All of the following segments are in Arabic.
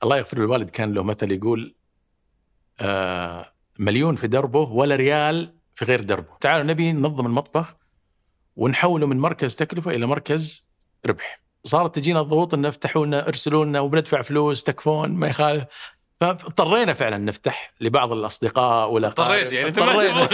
الله يغفر له الوالد كان له مثل يقول مليون في دربه ولا ريال في غير دربه. تعالوا نبي ننظم المطبخ ونحوله من مركز تكلفة إلى مركز ربح. صارت تجينا الضغوط أن نفتحوا لنا ارسلوا لنا وبندفع فلوس تكفون ما يخالف. فاضطرينا فعلا نفتح لبعض الأصدقاء والأقارب. اضطرينا.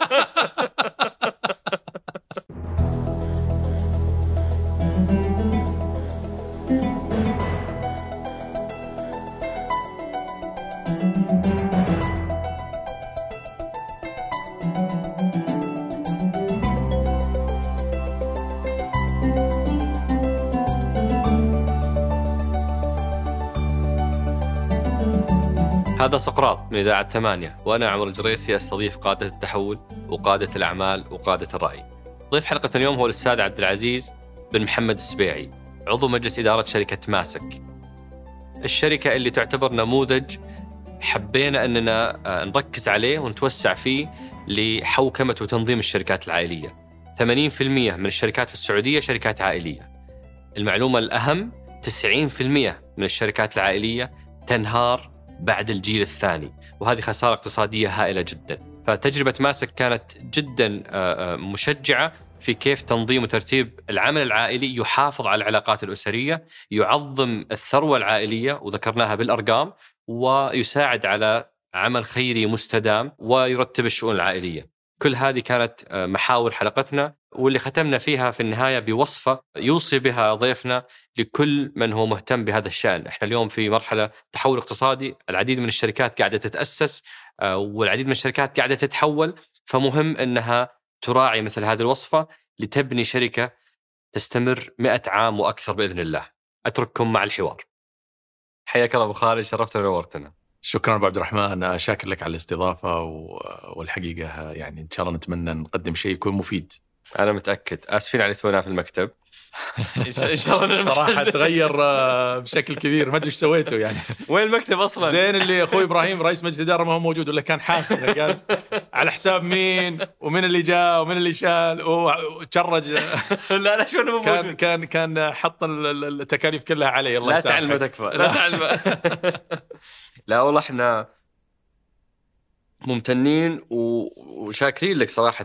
هذا سقراط من إذاعة 8 وأنا عمر الجريسي أستضيف قادة التحول وقادة الأعمال وقادة الرأي. ضيف حلقة اليوم هو الأستاذ عبد العزيز بن محمد السبيعي، عضو مجلس إدارة شركة ماسك، الشركة اللي تعتبر نموذج حبينا أننا نركز عليه ونتوسع فيه لحوكمة وتنظيم الشركات العائلية. 80% من الشركات في السعودية شركات عائلية. المعلومة الأهم 90% من الشركات العائلية تنهار بعد الجيل الثاني، وهذه خسارة اقتصادية هائلة جدا. فتجربة ماسك كانت جدا مشجعة في كيف تنظيم وترتيب العمل العائلي يحافظ على العلاقات الأسرية، يعظم الثروة العائلية وذكرناها بالأرقام، ويساعد على عمل خيري مستدام ويرتب الشؤون العائلية. كل هذه كانت محاور حلقتنا، واللي ختمنا فيها في النهاية بوصفة يوصي بها ضيفنا لكل من هو مهتم بهذا الشأن. احنا اليوم في مرحلة تحول اقتصادي، العديد من الشركات قاعدة تتأسس والعديد من الشركات قاعدة تتحول، فمهم أنها تراعي مثل هذه الوصفة لتبني شركة تستمر 100 عام وأكثر بإذن الله. أترككم مع الحوار. حياك الله أبو خالد، شرفتنا ونورتنا. شكرا أبو عبد الرحمن، شاكر لك على الاستضافة، والحقيقة يعني إن شاء الله نتمنى نقدم شيء يكون مفيد. أنا متأكد. آسفين على سويناه في المكتب. إن شاء الله صراحة تغير بشكل كبير، ما أدري إيش سويته يعني. وين المكتب أصلاً؟ زين اللي أخوي إبراهيم رئيس مجلس إدارة ما هو موجود ولا كان حاسن، قال على حساب مين ومن اللي جاء ومن اللي شال وتشرج. لا شو أنا موجود. كان حط التكاليف كلها علي. الله لا تعلم تكفى. لا تعلم. لا والله إحنا ممتنين وشاكرين لك صراحة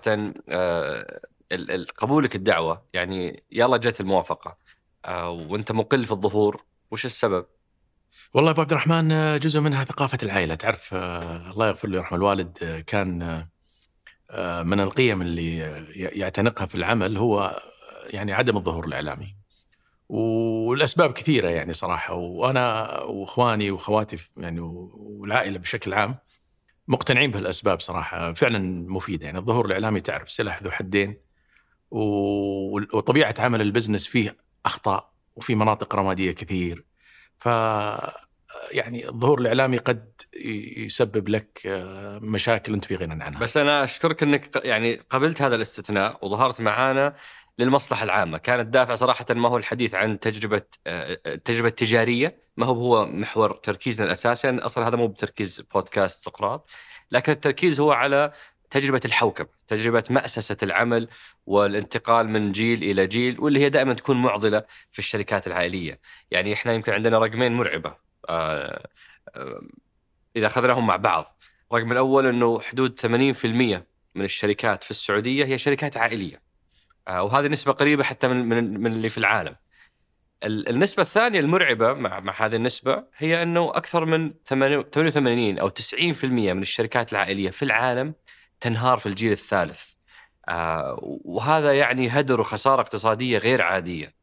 قبولك الدعوة. يعني يلا جت الموافقة وانت مقل في الظهور، وش السبب؟ والله أبو عبد الرحمن جزء منها ثقافة العائلة. تعرف الله يغفر له يرحمه الوالد، كان من القيم اللي يعتنقها في العمل هو يعني عدم الظهور الإعلامي، والأسباب كثيرة يعني صراحة. وأنا وإخواني وأخواتي يعني والعائلة بشكل عام مقتنعين بهالأسباب صراحة، فعلا مفيدة. يعني الظهور الإعلامي تعرف سلاح ذو حدين، وطبيعة عمل البزنس فيه أخطاء وفي مناطق رمادية كثير. يعني الظهور الإعلامي قد يسبب لك مشاكل أنت في غنى عنها. بس أنا أشكرك أنك يعني قبلت هذا الاستثناء وظهرت معانا للمصلحة العامة. كان الدافع صراحة ما هو الحديث عن التجربة التجارية، ما هو محور تركيزنا الأساسي، يعني أصلا هذا مو بتركيز بودكاست سقراط، لكن التركيز هو على تجربة الحوكمة، تجربة مأسسة العمل والانتقال من جيل إلى جيل، واللي هي دائما تكون معضلة في الشركات العائلية. يعني إحنا يمكن عندنا رقمين مرعبة إذا أخذناهم مع بعض. الرقم الأول أنه حدود 80% من الشركات في السعودية هي شركات عائلية، وهذه نسبة قريبة حتى من اللي في العالم. النسبة الثانية المرعبة مع هذه النسبة هي أنه أكثر من 88 أو 90% من الشركات العائلية في العالم تنهار في الجيل الثالث، وهذا يعني هدر وخسارة اقتصادية غير عادية.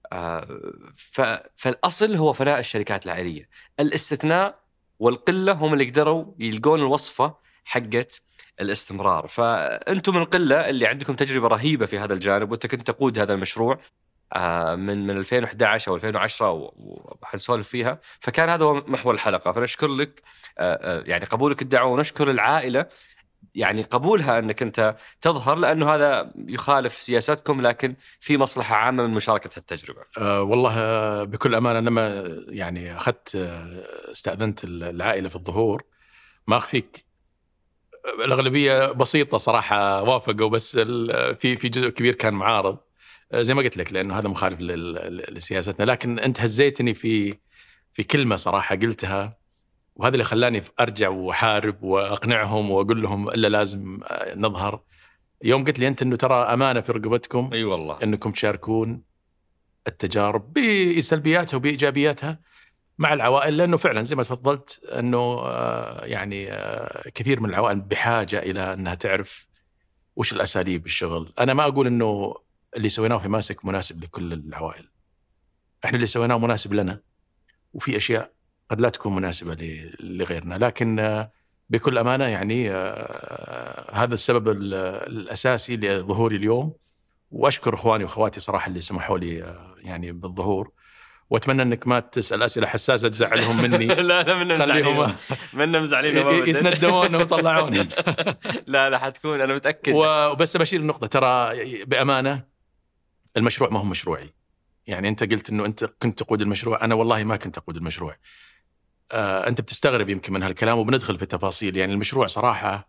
فالأصل هو فناء الشركات العائلية. الاستثناء والقلة هم اللي قدروا يلقون الوصفة حقت الاستمرار. فأنتم من القلة اللي عندكم تجربة رهيبة في هذا الجانب، وأنت كنت تقود هذا المشروع من 2011 أو 2010 وحنسولف فيها. فكان هذا هو محور الحلقة. فنشكر لك يعني قبولك الدعوة، ونشكر العائلة يعني قبولها أنك أنت تظهر، لأنه هذا يخالف سياستكم لكن في مصلحة عامة من مشاركة التجربة. والله بكل أمانة لما يعني أخذت استأذنت العائلة في الظهور، ما أخفيك الأغلبية بسيطة صراحة وافقوا، بس في جزء كبير كان معارض زي ما قلت لك، لأنه هذا مخالف لسياستنا. لكن أنت هزيتني في في كلمة صراحة قلتها، وهذا اللي خلاني أرجع وأحارب وأقنعهم وأقول لهم إلا لازم نظهر. يوم قلت لي أنت أنه ترى أمانة في رقبتكم، أي والله، أنكم تشاركون التجارب بسلبياتها وبإيجابياتها مع العوائل، لأنه فعلا زي ما تفضلت أنه يعني كثير من العوائل بحاجة إلى أنها تعرف وش الأساليب الشغل. أنا ما أقول أنه اللي سويناه في ماسك مناسب لكل العوائل، إحنا اللي سويناه مناسب لنا، وفي أشياء قد لا تكون مناسبة لغيرنا. لكن بكل أمانة يعني هذا السبب الأساسي لظهوري اليوم، وأشكر إخواني وأخواتي صراحة اللي سمحوا لي يعني بالظهور. وأتمنى أنك ما تسأل أسئلة حساسة تزعلهم مني. لا لا، منهم مزعلين يتندمون وطلعوني. لا حتكون، أنا متأكد. وبس بشير النقطة، ترى بأمانة المشروع ما هو مشروعي. يعني أنت قلت أنه أنت كنت تقود المشروع، أنا والله ما كنت أقود المشروع. أنت بتستغرب يمكن من هالكلام، وبندخل في التفاصيل. يعني المشروع صراحة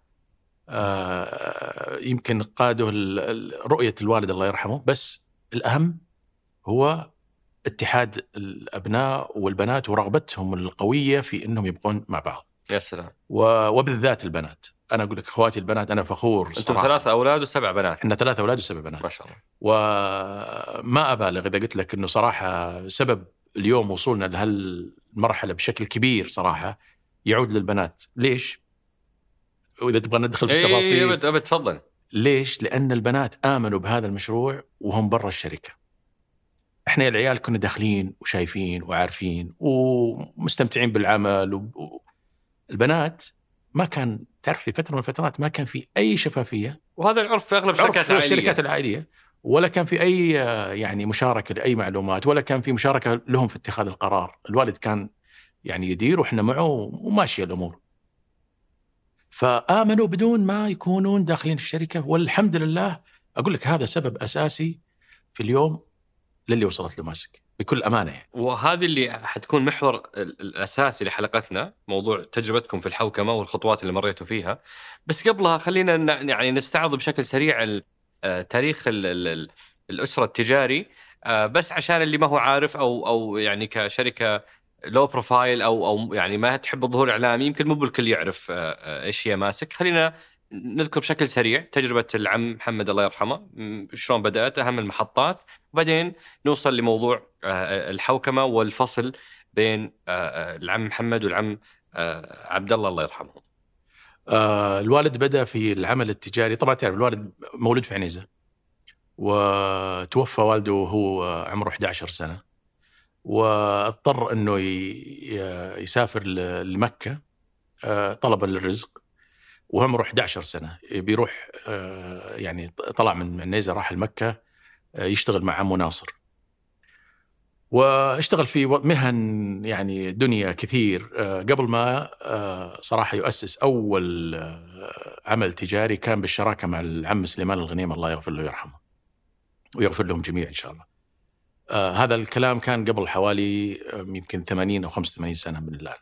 يمكن قاده رؤية الوالد الله يرحمه، بس الأهم هو اتحاد الأبناء والبنات ورغبتهم القوية في أنهم يبقون مع بعض. يا سلام. وبالذات البنات، أنا أقول لك أخواتي البنات أنا فخور صراحة. أنتم 3 أولاد و7 بنات. إحنا 3 أولاد و7 بنات ما شاء الله. وما أبالغ إذا قلت لك أنه صراحة سبب اليوم وصولنا لهالمرحلة بشكل كبير صراحة يعود للبنات. ليش؟ وإذا تبغى ندخل في التفاصيل. تفضل. ليش؟ لأن البنات آمنوا بهذا المشروع وهم برا الشركة. إحنا العيال كنا داخلين وشايفين وعارفين ومستمتعين بالعمل، البنات ما كان، تعرف في فترة من الفترات ما كان في أي شفافية، وهذا العرف في أغلب الشركات العائلية، ولا كان في أي يعني مشاركة لأي معلومات، ولا كان في مشاركة لهم في اتخاذ القرار. الوالد كان يعني يدير وإحنا معه وماشية الأمور، فآمنوا بدون ما يكونون داخلين الشركة. والحمد لله أقول لك هذا سبب أساسي في اليوم للي وصلت له ماسك بكل أمانة يعني. وهذه اللي حتكون محور الأساسي لحلقتنا، موضوع تجربتكم في الحوكمة والخطوات اللي مريتوا فيها. بس قبلها خلينا يعني نستعرض بشكل سريع تاريخ الأسرة التجاري، بس عشان اللي ما هو عارف أو يعني كشركة لو بروفايل أو يعني ما تحب الظهور الإعلامي، يمكن مو بالكل يعرف إيش هي ماسك. خلينا نذكر بشكل سريع تجربة العم محمد الله يرحمه، شلون بدأت، أهم المحطات، وبعدين نوصل لموضوع الحوكمة والفصل بين العم محمد والعم عبد الله الله يرحمه. الوالد بدأ في العمل التجاري. طبعا تعرف الوالد مولود في عنيزة، وتوفى والده وهو عمره 11 سنة، واضطر أنه يسافر لمكة طلبا للرزق، وعمره 11 سنة بيروح يعني طلع من عنيزة راح لمكة يشتغل مع عمه ناصر، واشتغل في مهن يعني دنيا كثير قبل ما صراحة يؤسس أول عمل تجاري كان بالشراكة مع العم سليمان الغنيم الله يغفر له ويرحمه ويغفر لهم جميعا إن شاء الله. هذا الكلام كان قبل حوالي يمكن 80 أو 85 سنة من الآن.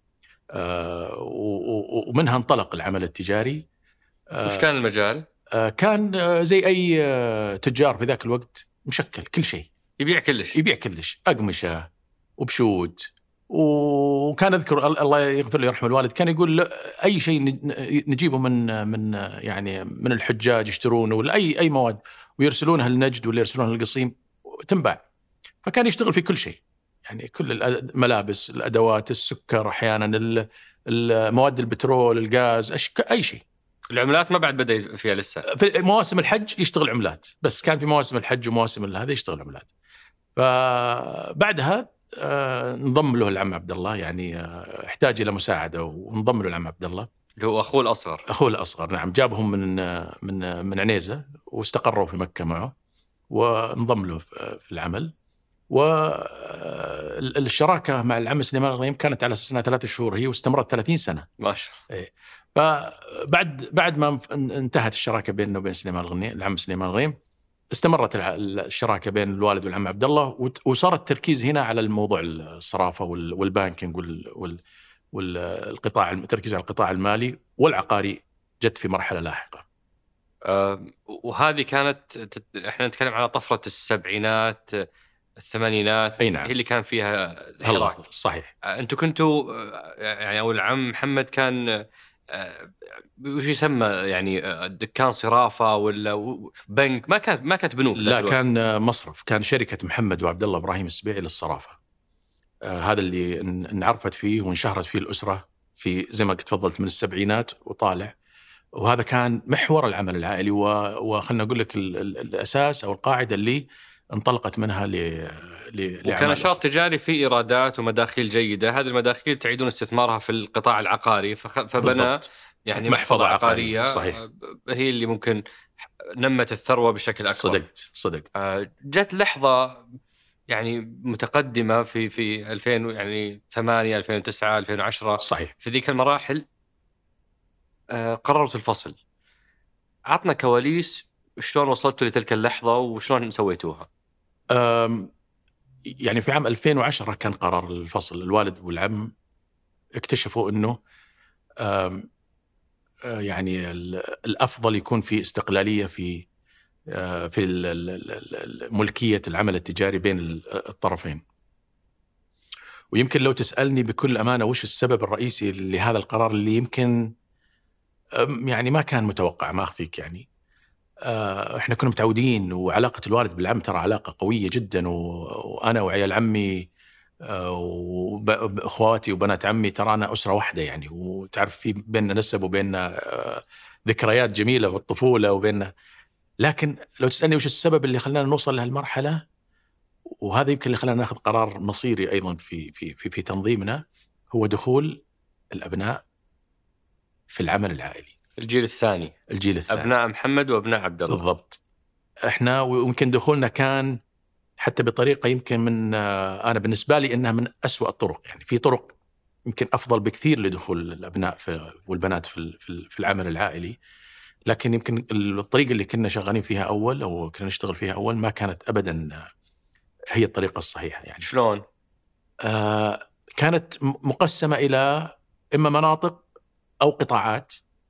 ومنها انطلق العمل التجاري. وش كان المجال؟ كان زي أي تجار في ذاك الوقت، مشكل كل شيء، يبيع كلش أقمشة وبشود. وكان أذكر الله يغفر له ويرحمه الوالد كان يقول أي شيء نجيبه من يعني من الحجاج يشترونه، ولا أي مواد ويرسلونها للنجد ولا يرسلونها للقصيم تنباع. فكان يشتغل في كل شيء، يعني كل الملابس، الأدوات، السكر، أحيانا المواد، البترول، الغاز، أي شيء. العملات ما بعد بدأ فيها لسه. في مواسم الحج يشتغل عملات، بس كان في مواسم الحج ومواسم هذا يشتغل عملات. فبعدها انضم له العم عبد الله، يعني احتاج إلى مساعدة وانضم له العم عبد الله اللي هو أخوه الأصغر. نعم، جابهم من عنيزة واستقروا في مكة معه وانضم له في العمل. والشراكة مع العم سليمان الغنيم كانت على أساس أنها 3 شهور هي، واستمرت 30 سنة. ما شاء الله. إيه. فبعد ما انتهت الشراكة بينه وبين سليمان الغنيم، العم سليمان الغنيم، استمرت الشراكة بين الوالد والعم عبد الله، وصار التركيز هنا على الموضوع الصرافة والبانكينج والقطاع، التركيز على القطاع المالي والعقاري جت في مرحلة لاحقة. وهذه كانت احنا نتكلم على طفرة السبعينات، الثمانينات، أي نعم. هي اللي كان فيها الحراك. صحيح. أنتم كنتوا يعني أو العم محمد كان وش يسمى يعني دكان صرافة ولا بنك؟ ما كانت بنوك ذاك لا، الوقت. كان مصرف، كان شركة محمد وعبد الله إبراهيم السبيعي للصرافة. هذا اللي انعرفت فيه وانشهرت فيه الأسرة في زي ما تفضلت من السبعينات وطالع، وهذا كان محور العمل العائلي وخلنا نقول لك الأساس أو القاعدة اللي انطلقت منها وكان نشاط تجاري فيه إيرادات ومداخيل جيدة. هذه المداخيل تعيدون استثمارها في القطاع العقاري، فبنى بالضبط. يعني محفظة عقارية. صحيح. هي اللي ممكن نمت الثروة بشكل أكبر. صدقت. جت لحظة يعني متقدمة في 2000 يعني 8 2009 2010. صحيح. في ذيك المراحل قررت الفصل. عطنا كواليس شلون وصلتوا لتلك اللحظة وشلون سويتوها؟ يعني في عام 2010 كان قرار الفصل. الوالد والعم اكتشفوا أنه يعني الأفضل يكون في استقلالية في ملكية العمل التجاري بين الطرفين. ويمكن لو تسألني بكل أمانة وش السبب الرئيسي لهذا القرار اللي يمكن يعني ما كان متوقع، ما أخفيك يعني. احنا كنا متعودين، وعلاقة الوالد بالعم ترى علاقة قوية جدا، وأنا وعيال عمي وأخواتي وبنات عمي ترانا أسرة واحدة يعني، وتعرف في بيننا نسب وبيننا ذكريات جميلة والطفولة وبيننا. لكن لو تسألني وش السبب اللي خلانا نوصل لهالمرحلة، وهذا يمكن اللي خلانا ناخذ قرار مصيري أيضا في تنظيمنا، هو دخول الأبناء في العمل العائلي. الجيل الثاني. أبناء محمد وأبناء عبد الله. بالضبط. احنا ويمكن دخولنا كان حتى بطريقة يمكن من أنا بالنسبة لي إنها من أسوأ الطرق. يعني في طرق يمكن أفضل بكثير لدخول الأبناء والبنات في العمل العائلي، لكن يمكن الطريقة اللي كنا شغالين فيها أول أو كنا نشتغل فيها أول ما كانت أبدا هي الطريقة الصحيحة. يعني شلون؟ كانت مقسمة إلى إما مناطق أو قطاعات،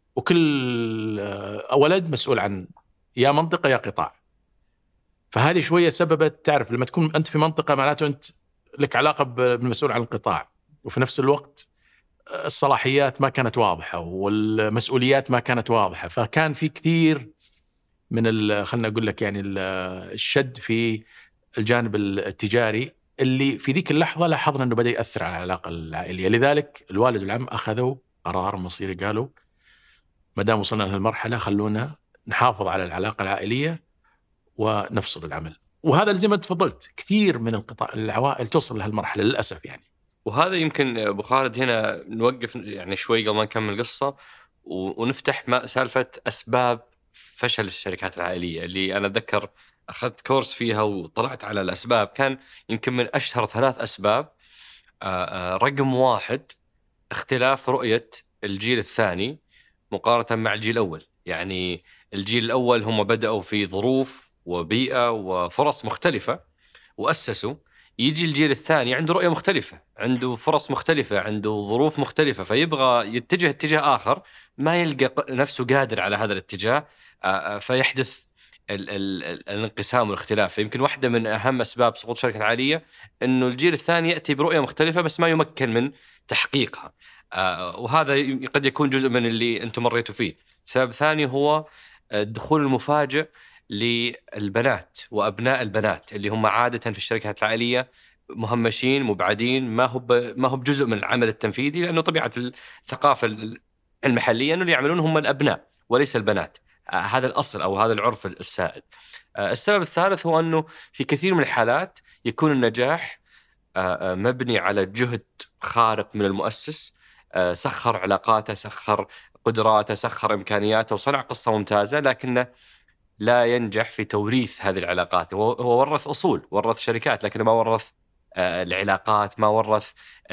وكل ولد مسؤول عن يا منطقة يا قطاع. فهذه شوية سببت، تعرف لما تكون أنت في منطقة معناته أنت لك علاقة بالمسؤول عن القطاع، وفي نفس الوقت الصلاحيات ما كانت واضحة والمسؤوليات ما كانت واضحة. فكان في كثير من خلنا أقول لك يعني الشد في الجانب التجاري اللي في ذيك اللحظة لاحظنا أنه بدأ يأثر على العلاقة العائلية. لذلك الوالد والعم أخذوا قرار مصيري، قالوا ما دام وصلنا لهالمرحلة خلونا نحافظ على العلاقة العائلية ونفصل العمل. وهذا زي ما تفضلت كثير من العوائل توصل لهالمرحلة للأسف يعني. وهذا يمكن أبو خالد هنا نوقف يعني شوي قبل ما نكمل القصة ونفتح سالفة أسباب فشل الشركات العائلية، اللي أنا أتذكر أخذت كورس فيها وطلعت على الأسباب. كان يمكن من أشهر 3 أسباب. رقم 1 اختلاف رؤية الجيل الثاني مقارنة مع الجيل الأول. يعني الجيل الأول هم بدأوا في ظروف وبيئة وفرص مختلفة وأسسوا. يجي الجيل الثاني عنده رؤية مختلفة، عنده فرص مختلفة، عنده ظروف مختلفة، فيبغى يتجه اتجاه آخر، ما يلقى نفسه قادر على هذا الاتجاه، فيحدث الانقسام والاختلاف. فيمكن واحدة من أهم أسباب سقوط شركة عائلية أنه الجيل الثاني يأتي برؤية مختلفة بس ما يمكن من تحقيقها. وهذا قد يكون جزء من اللي أنتم مريتوا فيه. سبب ثاني هو الدخول المفاجئ للبنات وأبناء البنات اللي هم عادة في الشركات العائلية مهمشين مبعدين، ما هو بجزء من العمل التنفيذي، لأنه طبيعة الثقافة المحلية أنه اللي يعملون هم الأبناء وليس البنات. هذا الأصل أو هذا العرف السائد. السبب الثالث هو أنه في كثير من الحالات يكون النجاح مبني على جهد خارق من المؤسس، سخر علاقاته، سخر قدراته، سخر إمكانياته وصنع قصة ممتازة، لكنه لا ينجح في توريث هذه العلاقات. هو ورث أصول، ورث شركات، لكنه ما ورث العلاقات، ما ورث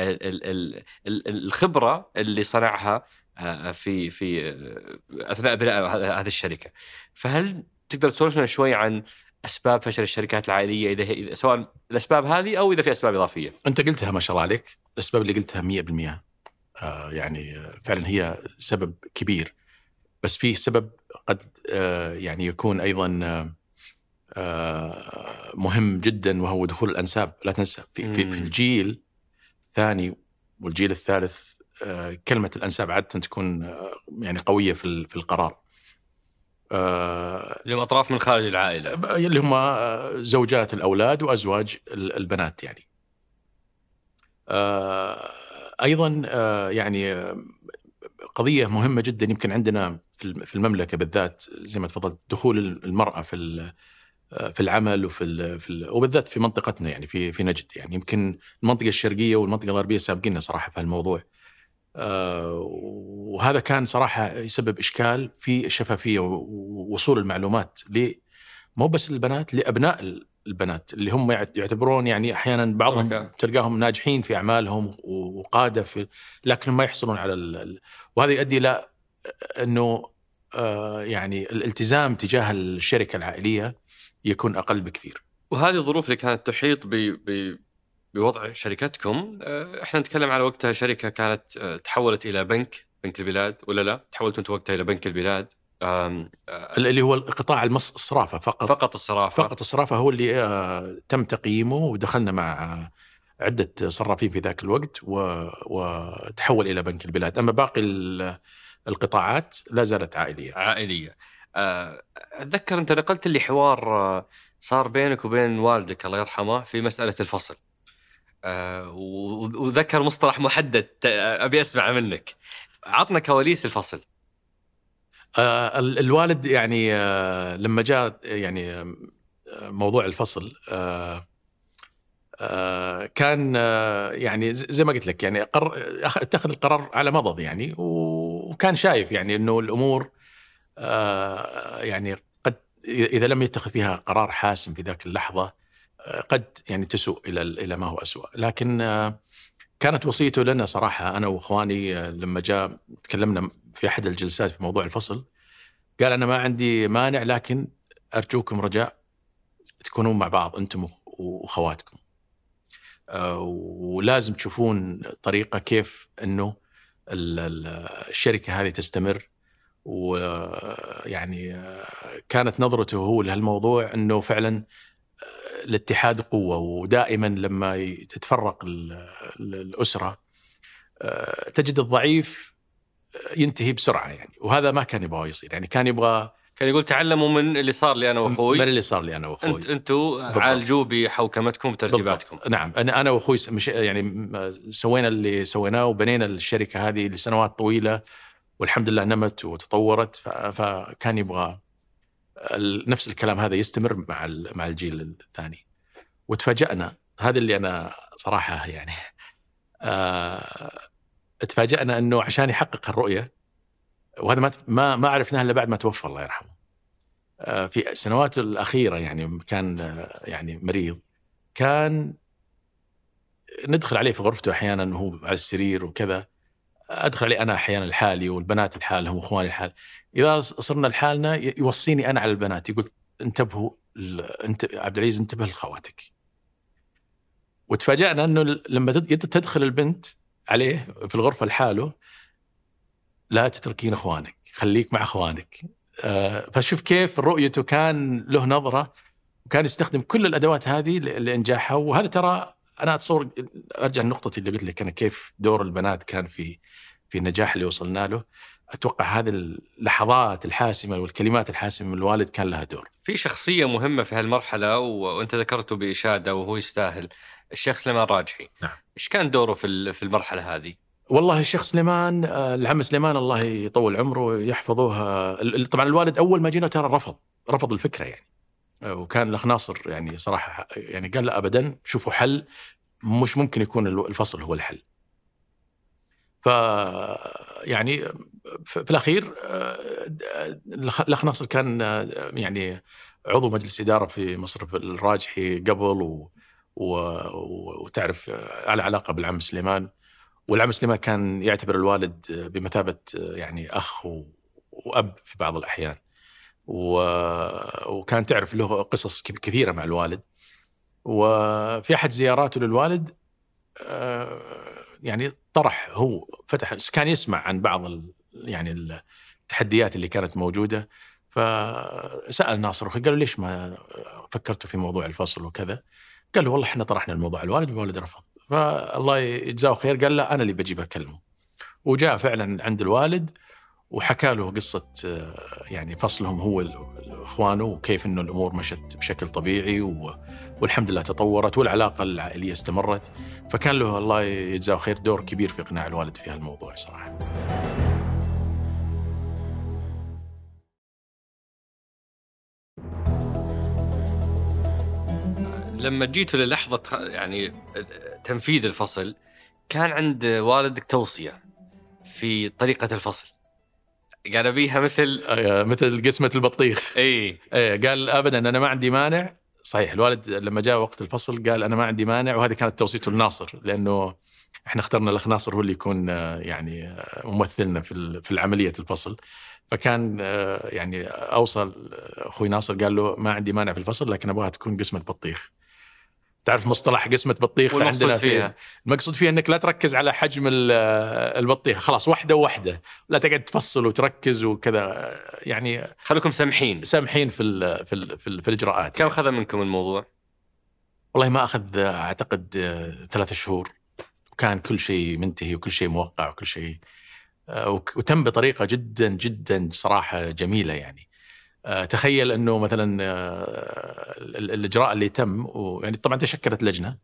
الخبرة اللي صنعها في أثناء بناء هذه الشركة. فهل تقدر تسولف لنا شوي عن أسباب فشل الشركات العائلية، إذا سواء الأسباب هذه أو إذا في أسباب إضافية؟ أنت قلتها ما شاء الله عليك، الأسباب اللي قلتها 100%. يعني فعلا هي سبب كبير، بس فيه سبب قد يعني يكون أيضا مهم جدا، وهو دخول الأنساب. لا تنسى في الجيل الثاني والجيل الثالث كلمة الأنساب عادة تكون يعني قوية في القرار. اللي هم أطراف من خارج العائلة، اللي هم زوجات الأولاد وأزواج البنات يعني. أيضا يعني قضية مهمة جدا يمكن عندنا في المملكة بالذات زي ما تفضلت، دخول المرأة في العمل وبالذات في منطقتنا يعني في نجد. يعني يمكن المنطقة الشرقية والمنطقة الغربية سابقيننا صراحة في هالموضوع. وهذا كان صراحة يسبب إشكال في الشفافية ووصول المعلومات مو بس للبنات، لأبناء البنات اللي هم يعتبرون يعني أحيانا بعضهم تلقاهم ناجحين في أعمالهم وقادة لكنهم ما يحصلون على وهذا يؤدي إلى أنه يعني الالتزام تجاه الشركة العائلية يكون أقل بكثير. وهذه الظروف اللي كانت تحيط بوضع شركتكم، احنا نتكلم على وقتها شركة كانت تحولت إلى بنك البلاد، ولا لا؟ تحولتوا أنتم وقتها إلى بنك البلاد، اللي هو القطاع الصرافة فقط الصرافة هو اللي تم تقييمه، ودخلنا مع عدة صرافين في ذاك الوقت وتحول إلى بنك البلاد. أما باقي القطاعات لا زالت عائلية. أتذكر أنت نقلت لي حوار صار بينك وبين والدك الله يرحمه في مسألة الفصل، وذكر مصطلح محدد أبي أسمع منك. عطنا كواليس الفصل. الوالد يعني لما جاء يعني موضوع الفصل كان يعني زي ما قلت لك يعني اتخذ القرار على مضض يعني، وكان شايف يعني انه الامور يعني قد اذا لم يتخذ فيها قرار حاسم في ذاك اللحظه قد يعني تسوء الى ما هو أسوأ. لكن كانت وصيته لنا صراحه انا واخواني لما جاء تكلمنا في احد الجلسات في موضوع الفصل، قال انا ما عندي مانع، لكن ارجوكم رجاء تكونون مع بعض انتم واخواتكم، ولازم تشوفون طريقة كيف أنه الشركة هذه تستمر. ويعني كانت نظرته هو لهالموضوع أنه فعلا الاتحاد قوة، ودائما لما تتفرق الأسرة تجد الضعيف ينتهي بسرعة يعني، وهذا ما كان يبغى يصير. يعني كان يقول تعلموا من اللي صار لي أنا وأخوي، من اللي صار لي أنا وأخوي. أنتوا عالجوا بحوكمتكم وترتيباتكم. نعم، أنا وأخوي يعني سوينا اللي سويناه وبنينا الشركة هذه لسنوات طويلة، والحمد لله نمت وتطورت. فكان يبغى نفس الكلام هذا يستمر مع الجيل الثاني. وتفاجأنا، هذا اللي أنا صراحة يعني تفاجأنا أنه عشان يحقق الرؤية، وهذا ما عرفناه إلا بعد ما توفى الله يرحمه في السنوات الأخيرة. يعني كان يعني مريض، كان ندخل عليه في غرفته أحيانا وهو على السرير وكذا، أدخل عليه أنا أحيانا لحالي والبنات لحالهم وإخواني لحال. إذا صرنا لحالنا يوصيني أنا على البنات، يقول انتبهوا انت عبد العزيز انتبه لخواتك. وتفاجأنا أنه لما تدخل البنت عليه في الغرفة لحاله، لا تتركين أخوانك، خليك مع أخوانك. فشوف كيف رؤيته كان له نظرة، وكان يستخدم كل الأدوات هذه لإنجاحها. وهذا ترى أنا أتصور أرجع لنقطة اللي قلت لك أنا كيف دور البنات كان في النجاح اللي وصلنا له. أتوقع هذه اللحظات الحاسمة والكلمات الحاسمة من الوالد كان لها دور. في شخصية مهمة في هالمرحلة وأنت ذكرته بإشادة وهو يستاهل، الشيخ سليمان راجحي. نعم. إيش كان دوره في المرحلة هذه؟ والله الشيخ سليمان، العم سليمان الله يطول عمره ويحفظه، طبعا الوالد أول ما جينا ترى رفض الفكرة يعني، وكان الأخ ناصر يعني صراحة يعني قال لا أبدا، شوفوا حل، مش ممكن يكون الفصل هو الحل. يعني في الأخير الأخ ناصر كان يعني عضو مجلس إدارة في مصرف الراجحي قبل، وتعرف على علاقة بالعم سليمان. والعم سليمان كان يعتبر الوالد بمثابة يعني أخ وأب في بعض الأحيان، وكان تعرف له قصص كثيرة مع الوالد. وفي أحد زياراته للوالد يعني فتح كان يسمع عن بعض يعني التحديات اللي كانت موجودة، فسأل ناصر أخوي قال له ليش ما فكرتوا في موضوع الفصل وكذا؟ قال له والله إحنا طرحنا الموضوع الوالد والوالد رفض. فالله يجزاه خير قال لا أنا اللي بجيب أكلمه. وجاء فعلا عند الوالد وحكى له قصة يعني فصلهم هو إخوانه وكيف إنه الأمور مشت بشكل طبيعي والحمد لله تطورت والعلاقة العائلية استمرت. فكان له الله يجزاه خير دور كبير في إقناع الوالد في هالموضوع صراحة. لما جيتوا للحظة يعني تنفيذ الفصل كان عند والدك توصية في طريقة الفصل قال بيها مثل قسمة البطيخ. اي قال أبدا أنا ما عندي مانع. صحيح الوالد لما جاء وقت الفصل قال أنا ما عندي مانع، وهذه كانت توصيته لناصر لأنه إحنا اخترنا الأخ ناصر هو اللي يكون يعني ممثلنا في العملية الفصل. فكان يعني أوصل أخوي ناصر قال له ما عندي مانع في الفصل لكن أبغاها تكون قسمة بطيخ. تعرف مصطلح قسمة بطيخ عندنا فيها المقصود فيها أنك لا تركز على حجم البطيخ، خلاص واحدة وواحدة، لا تقعد تفصل وتركز وكذا، يعني خليكم سمحين في الإجراءات. كم أخذ منكم الموضوع؟ والله ما أخذ أعتقد 3 شهور، وكان كل شيء منتهي وكل شيء موقع وكل شيء وتم بطريقة جدا جدا صراحة جميلة. يعني تخيل أنه مثلا الإجراء اللي تم يعني طبعا تشكلت لجنة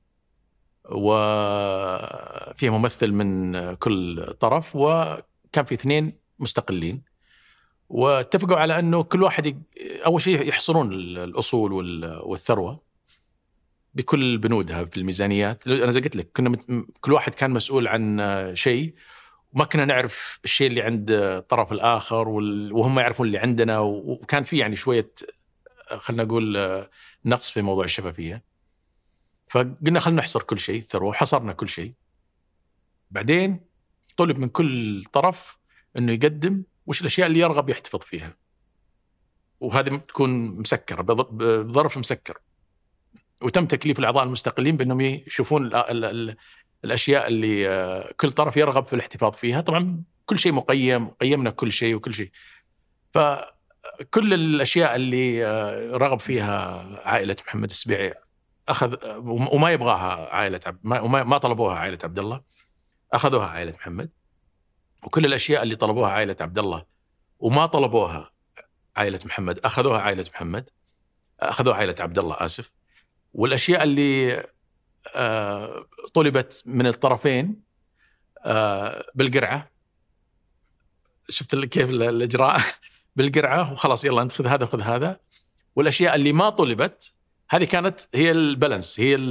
وفيها ممثل من كل طرف، وكان في 2 مستقلين، واتفقوا على أنه كل واحد أول شيء يحصرون الأصول والثروة بكل بنودها في الميزانيات. أنا زي قلت لك كل واحد كان مسؤول عن شيء، وما كنا نعرف الشيء اللي عند الطرف الآخر وهم يعرفون اللي عندنا، وكان في يعني شوية خلنا نقول نقص في موضوع الشفافية. فقلنا خلنا نحصر كل شيء ثروة، حصرنا كل شيء. بعدين طلب من كل طرف أنه يقدم وش الأشياء اللي يرغب يحتفظ فيها، وهذه تكون مسكرة بظرف مسكر. وتم تكليف الأعضاء المستقلين بأنهم يشوفون الأشياء اللي كل طرف يرغب في الاحتفاظ فيها. طبعا كل شيء قيمنا كل شيء وكل شيء. فكل الأشياء اللي رغب فيها عائلة محمد السبيعي أخذ، وما يبغاها عائلة ما طلبوها عائلة عبد الله، أخذوها عائلة محمد. وكل الأشياء اللي طلبوها عائلة عبد الله وما طلبوها عائلة محمد أخذوها عائلة محمد، أخذوها عائلة عبد الله آسف. والأشياء اللي طلبت من الطرفين بالقرعة، شفت كيف الإجراء بالقرعة، وخلاص يلا انت خذ هذا وخذ هذا. والأشياء اللي ما طلبت هذه كانت هي البالانس، هي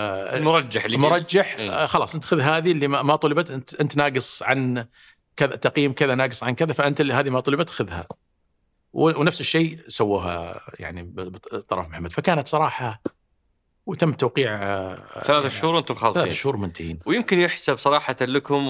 المرجح. خلاص انت خذ هذه اللي ما طلبت، انت ناقص عن كذا تقييم، كذا ناقص عن كذا، فأنت اللي هذه ما طلبت خذها. ونفس الشيء سووها يعني بطرف محمد. فكانت صراحة وتم توقيع 3 شهور وانتم خالصين، 3 شهور منتهين. ويمكن يحسب صراحة لكم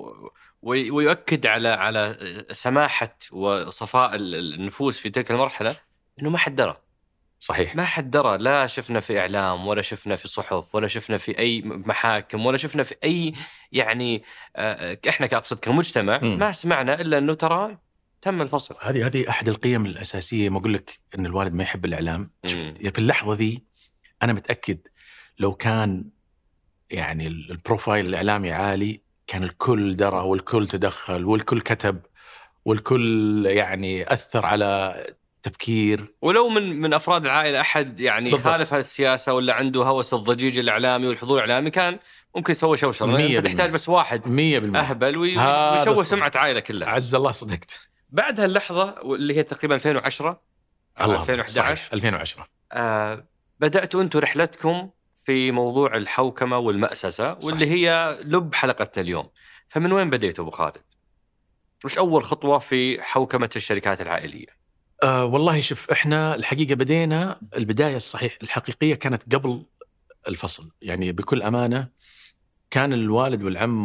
ويؤكد على سماحة وصفاء النفوس في تلك المرحلة إنه ما حد درى. صحيح، ما حد درى، لا شفنا في إعلام ولا شفنا في صحف ولا شفنا في أي محاكم ولا شفنا في أي يعني إحنا كأقصد كمجتمع ما سمعنا إلا إنه ترى تم الفصل. هذه أحد القيم الأساسية. ما أقول لك إن الوالد ما يحب الإعلام. في اللحظة ذي أنا متأكد لو كان يعني البروفايل الإعلامي عالي كان الكل درى والكل تدخل والكل كتب والكل يعني أثر على تفكير. ولو من أفراد العائلة أحد يعني خالف هالسياسة ولا عنده هوس الضجيج الإعلامي والحضور الإعلامي كان ممكن يسوي شوشرة. تحتاج بس واحد 100% أهبل ويشوه سمعة عائلة كلها. عز الله صدقت. بعد هاللحظة اللي هي تقريبا 2010 2011 2010 بدأتوا أنتوا رحلتكم في موضوع الحوكمة والمأسسة واللي هي لب حلقتنا اليوم. فمن وين بديتوا أبو خالد؟ وش أول خطوة في حوكمة الشركات العائلية؟ والله شوف، إحنا الحقيقة بدينا البداية الصحيح الحقيقية كانت قبل الفصل. يعني بكل أمانة كان الوالد والعم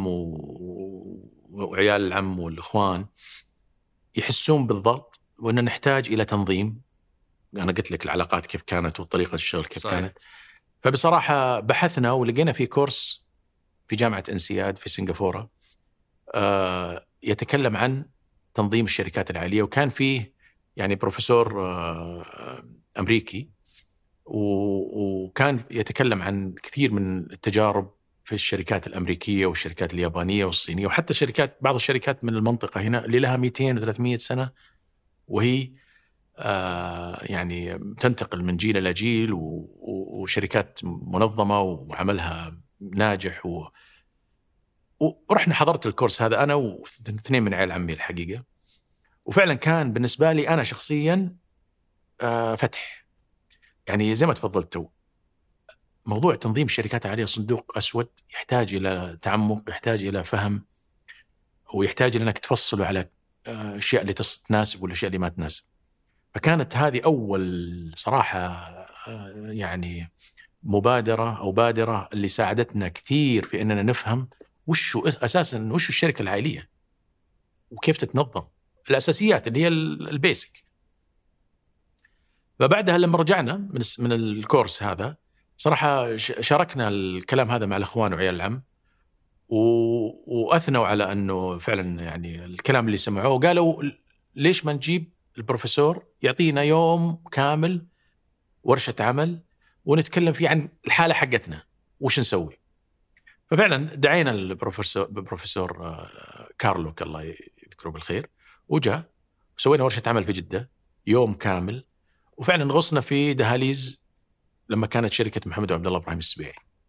وعيال العم والإخوان يحسون بالضغط وأن نحتاج إلى تنظيم. أنا قلت لك العلاقات كيف كانت وطريقة الشغل كيف صحيح. كانت. فبصراحة بحثنا ولقينا في كورس في جامعة إنسياد في سنغافورة يتكلم عن تنظيم الشركات العائلية، وكان فيه يعني بروفيسور أمريكي، وكان يتكلم عن كثير من التجارب في الشركات الأمريكية والشركات اليابانية والصينية، وحتى بعض الشركات من المنطقة هنا اللي لها 200 و300 سنة، وهي يعني تنتقل من جيل إلى جيل، وشركات منظمة وعملها ناجح. ورحنا حضرت الكورس هذا أنا واثنين من عيال عمي الحقيقة، وفعلا كان بالنسبة لي أنا شخصيا فتح. يعني زي ما تفضلت تو، موضوع تنظيم الشركات عليه صندوق أسود يحتاج إلى تعمق، يحتاج إلى فهم، ويحتاج إلى أنك تفصله على الأشياء اللي تناسب والأشياء اللي ما تناسب. فكانت هذه أول صراحة يعني مبادرة أو بادرة اللي ساعدتنا كثير في أننا نفهم وش الشركة العائلية وكيف تتنظم، الأساسيات اللي هي البيسك. فبعدها لما رجعنا من الكورس هذا صراحة شاركنا الكلام هذا مع الأخوان وعيال العم، وأثنوا على أنه فعلا يعني الكلام اللي سمعوه، قالوا ليش ما نجيب البروفيسور يعطينا يوم كامل ورشة عمل ونتكلم فيه عن الحالة حقتنا وش نسوي. ففعلا دعينا البروفيسور كارلوك الله يذكره بالخير، وجاء وسوينا ورشة عمل في جدة يوم كامل، وفعلا غصنا في دهاليز لما كانت شركة محمد وعبد الله إبراهيم السبيعي.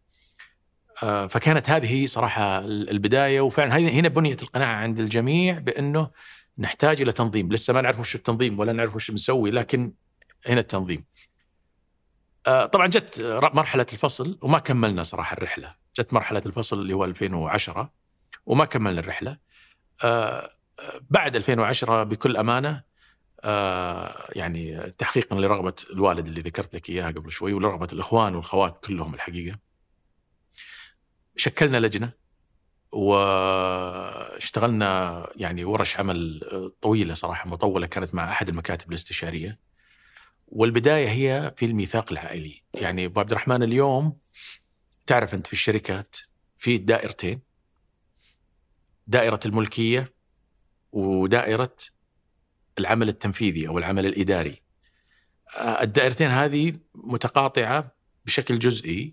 فكانت هذه صراحة البداية، وفعلا هنا بنيت القناعة عند الجميع بأنه نحتاج إلى تنظيم. لسه ما نعرف وش التنظيم ولا نعرف وش بنسوي، لكن هنا التنظيم. طبعا جت مرحلة الفصل وما كملنا صراحة الرحلة. جت مرحلة الفصل اللي هو 2010 وما كملنا الرحلة. بعد 2010 بكل أمانة يعني تحقيقا لرغبة الوالد اللي ذكرت لك إياها قبل شوي، ولرغبة الإخوان والخوات كلهم الحقيقة، شكلنا لجنة واشتغلنا يعني ورش عمل طويلة صراحة مطولة، كانت مع أحد المكاتب الاستشارية. والبداية هي في الميثاق العائلي. يعني أبو عبد الرحمن اليوم تعرف أنت في الشركات في دائرتين، دائرة الملكية ودائرة العمل التنفيذي أو العمل الإداري. الدائرتين هذه متقاطعة بشكل جزئي،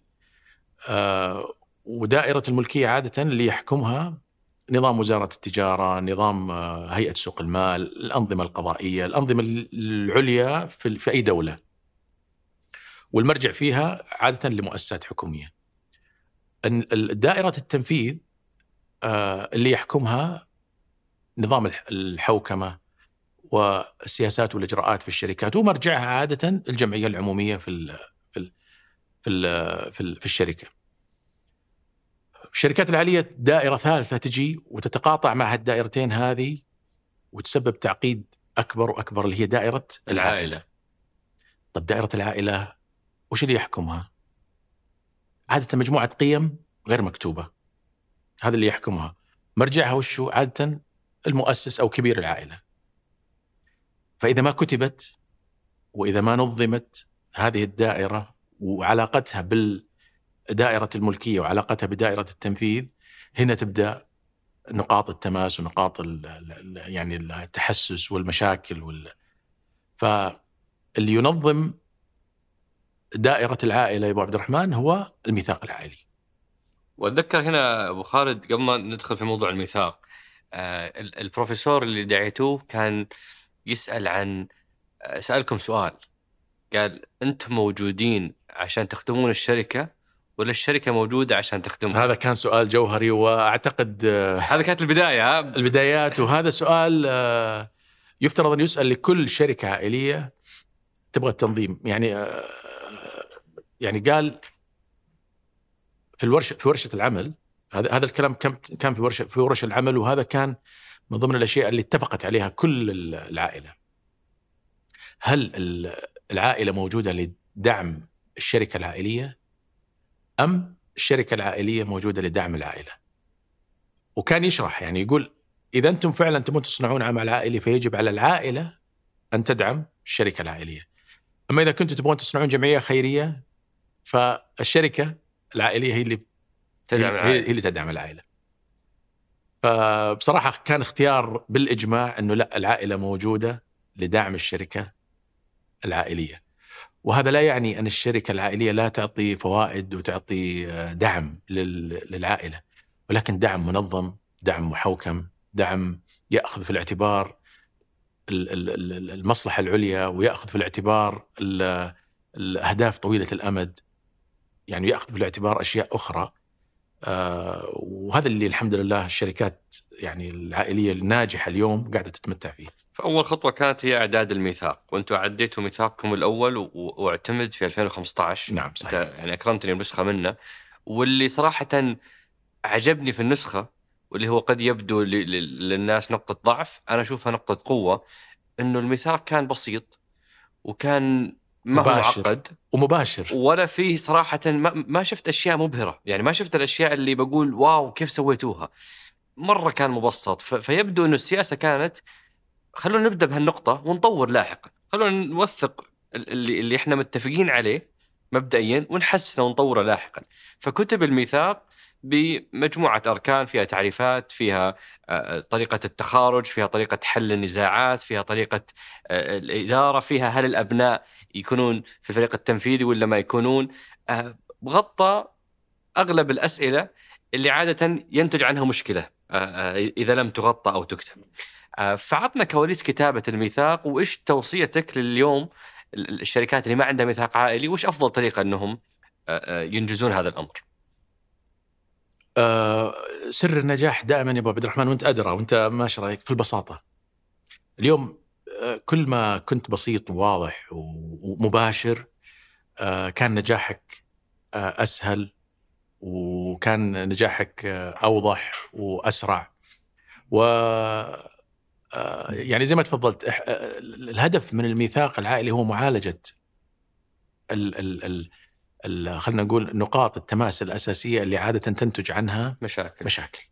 ودائرة الملكية عادة اللي يحكمها نظام وزارة التجارة، نظام هيئة سوق المال، الأنظمة القضائية، الأنظمة العليا في أي دولة، والمرجع فيها عادة لمؤسسات حكومية. الدائرة التنفيذ اللي يحكمها نظام الحوكمة والسياسات والإجراءات في الشركات، ومرجعها عادة الجمعية العمومية في الشركة. الشركات العالية دائرة ثالثة تجي وتتقاطع مع الدائرتين هذه وتسبب تعقيد أكبر وأكبر، اللي هي دائرة العائلة. طب دائرة العائلة وش اللي يحكمها؟ عادة مجموعة قيم غير مكتوبة، هذا اللي يحكمها. مرجعها وشو؟ عادة المؤسس أو كبير العائلة. فإذا ما كتبت وإذا ما نظمت هذه الدائرة وعلاقتها بالدائرة الملكية وعلاقتها بدائرة التنفيذ، هنا تبدأ نقاط التماس ونقاط يعني التحسس والمشاكل فاللي ينظم دائرة العائلة يا أبو عبد الرحمن هو الميثاق العائلي. وأتذكر هنا أبو خالد قبل ما ندخل في موضوع الميثاق، البروفيسور اللي دعيتوه كان يسأل عن سألكم سؤال، قال أنتم موجودين عشان تخدمون الشركة ولا الشركة موجودة عشان تخدمكم؟ هذا كان سؤال جوهري، وأعتقد هذا كانت البداية البدايات. وهذا سؤال يفترض أن يسأل لكل شركة عائلية تبغى التنظيم. يعني قال في ورشة العمل، هذا الكلام كان في ورشة العمل، وهذا كان من ضمن الأشياء اللي اتفقت عليها كل العائلة. هل العائلة موجودة لدعم الشركة العائلية أم الشركة العائلية موجودة لدعم العائلة؟ وكان يشرح يعني يقول إذا أنتم فعلا تبون تصنعون عمل عائلي فيجب على العائلة أن تدعم الشركة العائلية. أما إذا كنتم تبون تصنعون جمعية خيرية فالشركة العائلية هي اللي تدعم العائلة. فبصراحة كان اختيار بالإجماع أنه لا، العائلة موجودة لدعم الشركة العائلية. وهذا لا يعني أن الشركة العائلية لا تعطي فوائد وتعطي دعم للعائلة، ولكن دعم منظم، دعم محوكم، دعم يأخذ في الاعتبار المصلحة العليا، ويأخذ في الاعتبار الأهداف طويلة الأمد، يعني يأخذ في الاعتبار أشياء أخرى. وهذا اللي الحمد لله الشركات يعني العائلية الناجحة اليوم قاعدة تتمتع فيه. فأول خطوة كانت هي إعداد الميثاق، وأنتم عديتوا ميثاقكم الأول واعتمد في 2015. نعم صحيح. يعني أكرمتني بنسخة منه، واللي صراحة عجبني في النسخة، واللي هو قد يبدو للناس نقطة ضعف، أنا أشوفها نقطة قوة، إنه الميثاق كان بسيط وكان ما هو معقد ومباشر، ولا فيه صراحة ما شفت أشياء مبهرة، يعني ما شفت الأشياء اللي بقول واو كيف سويتوها. مرة كان مبسط. فيبدو أنه السياسة كانت خلونا نبدأ بهالنقطة ونطور لاحقا، خلونا نوثق اللي احنا متفقين عليه مبدئيا ونحسنه ونطوره لاحقا. فكتب الميثاق بمجموعة أركان، فيها تعريفات، فيها طريقة التخارج، فيها طريقة حل النزاعات، فيها طريقة الإدارة، فيها هل الأبناء يكونون في الفريق التنفيذي ولا ما يكونون. غطى أغلب الأسئلة اللي عادة ينتج عنها مشكلة إذا لم تغطى أو تكتب. فعطنا كواليس كتابة الميثاق، وإيش توصيتك لليوم الشركات اللي ما عندها ميثاق عائلي، وإيش أفضل طريقة أنهم ينجزون هذا الأمر؟ سر النجاح دائما يا أبو عبد الرحمن، وأنت أدرى وأنت ماشي رأيك، في البساطة. اليوم كل ما كنت بسيط وواضح ومباشر كان نجاحك أسهل، وكان نجاحك أوضح وأسرع. و يعني زي ما تفضلت، الهدف من الميثاق العائلي هو معالجة خلنا نقول نقاط التماس الأساسية اللي عادة تنتج عنها مشاكل.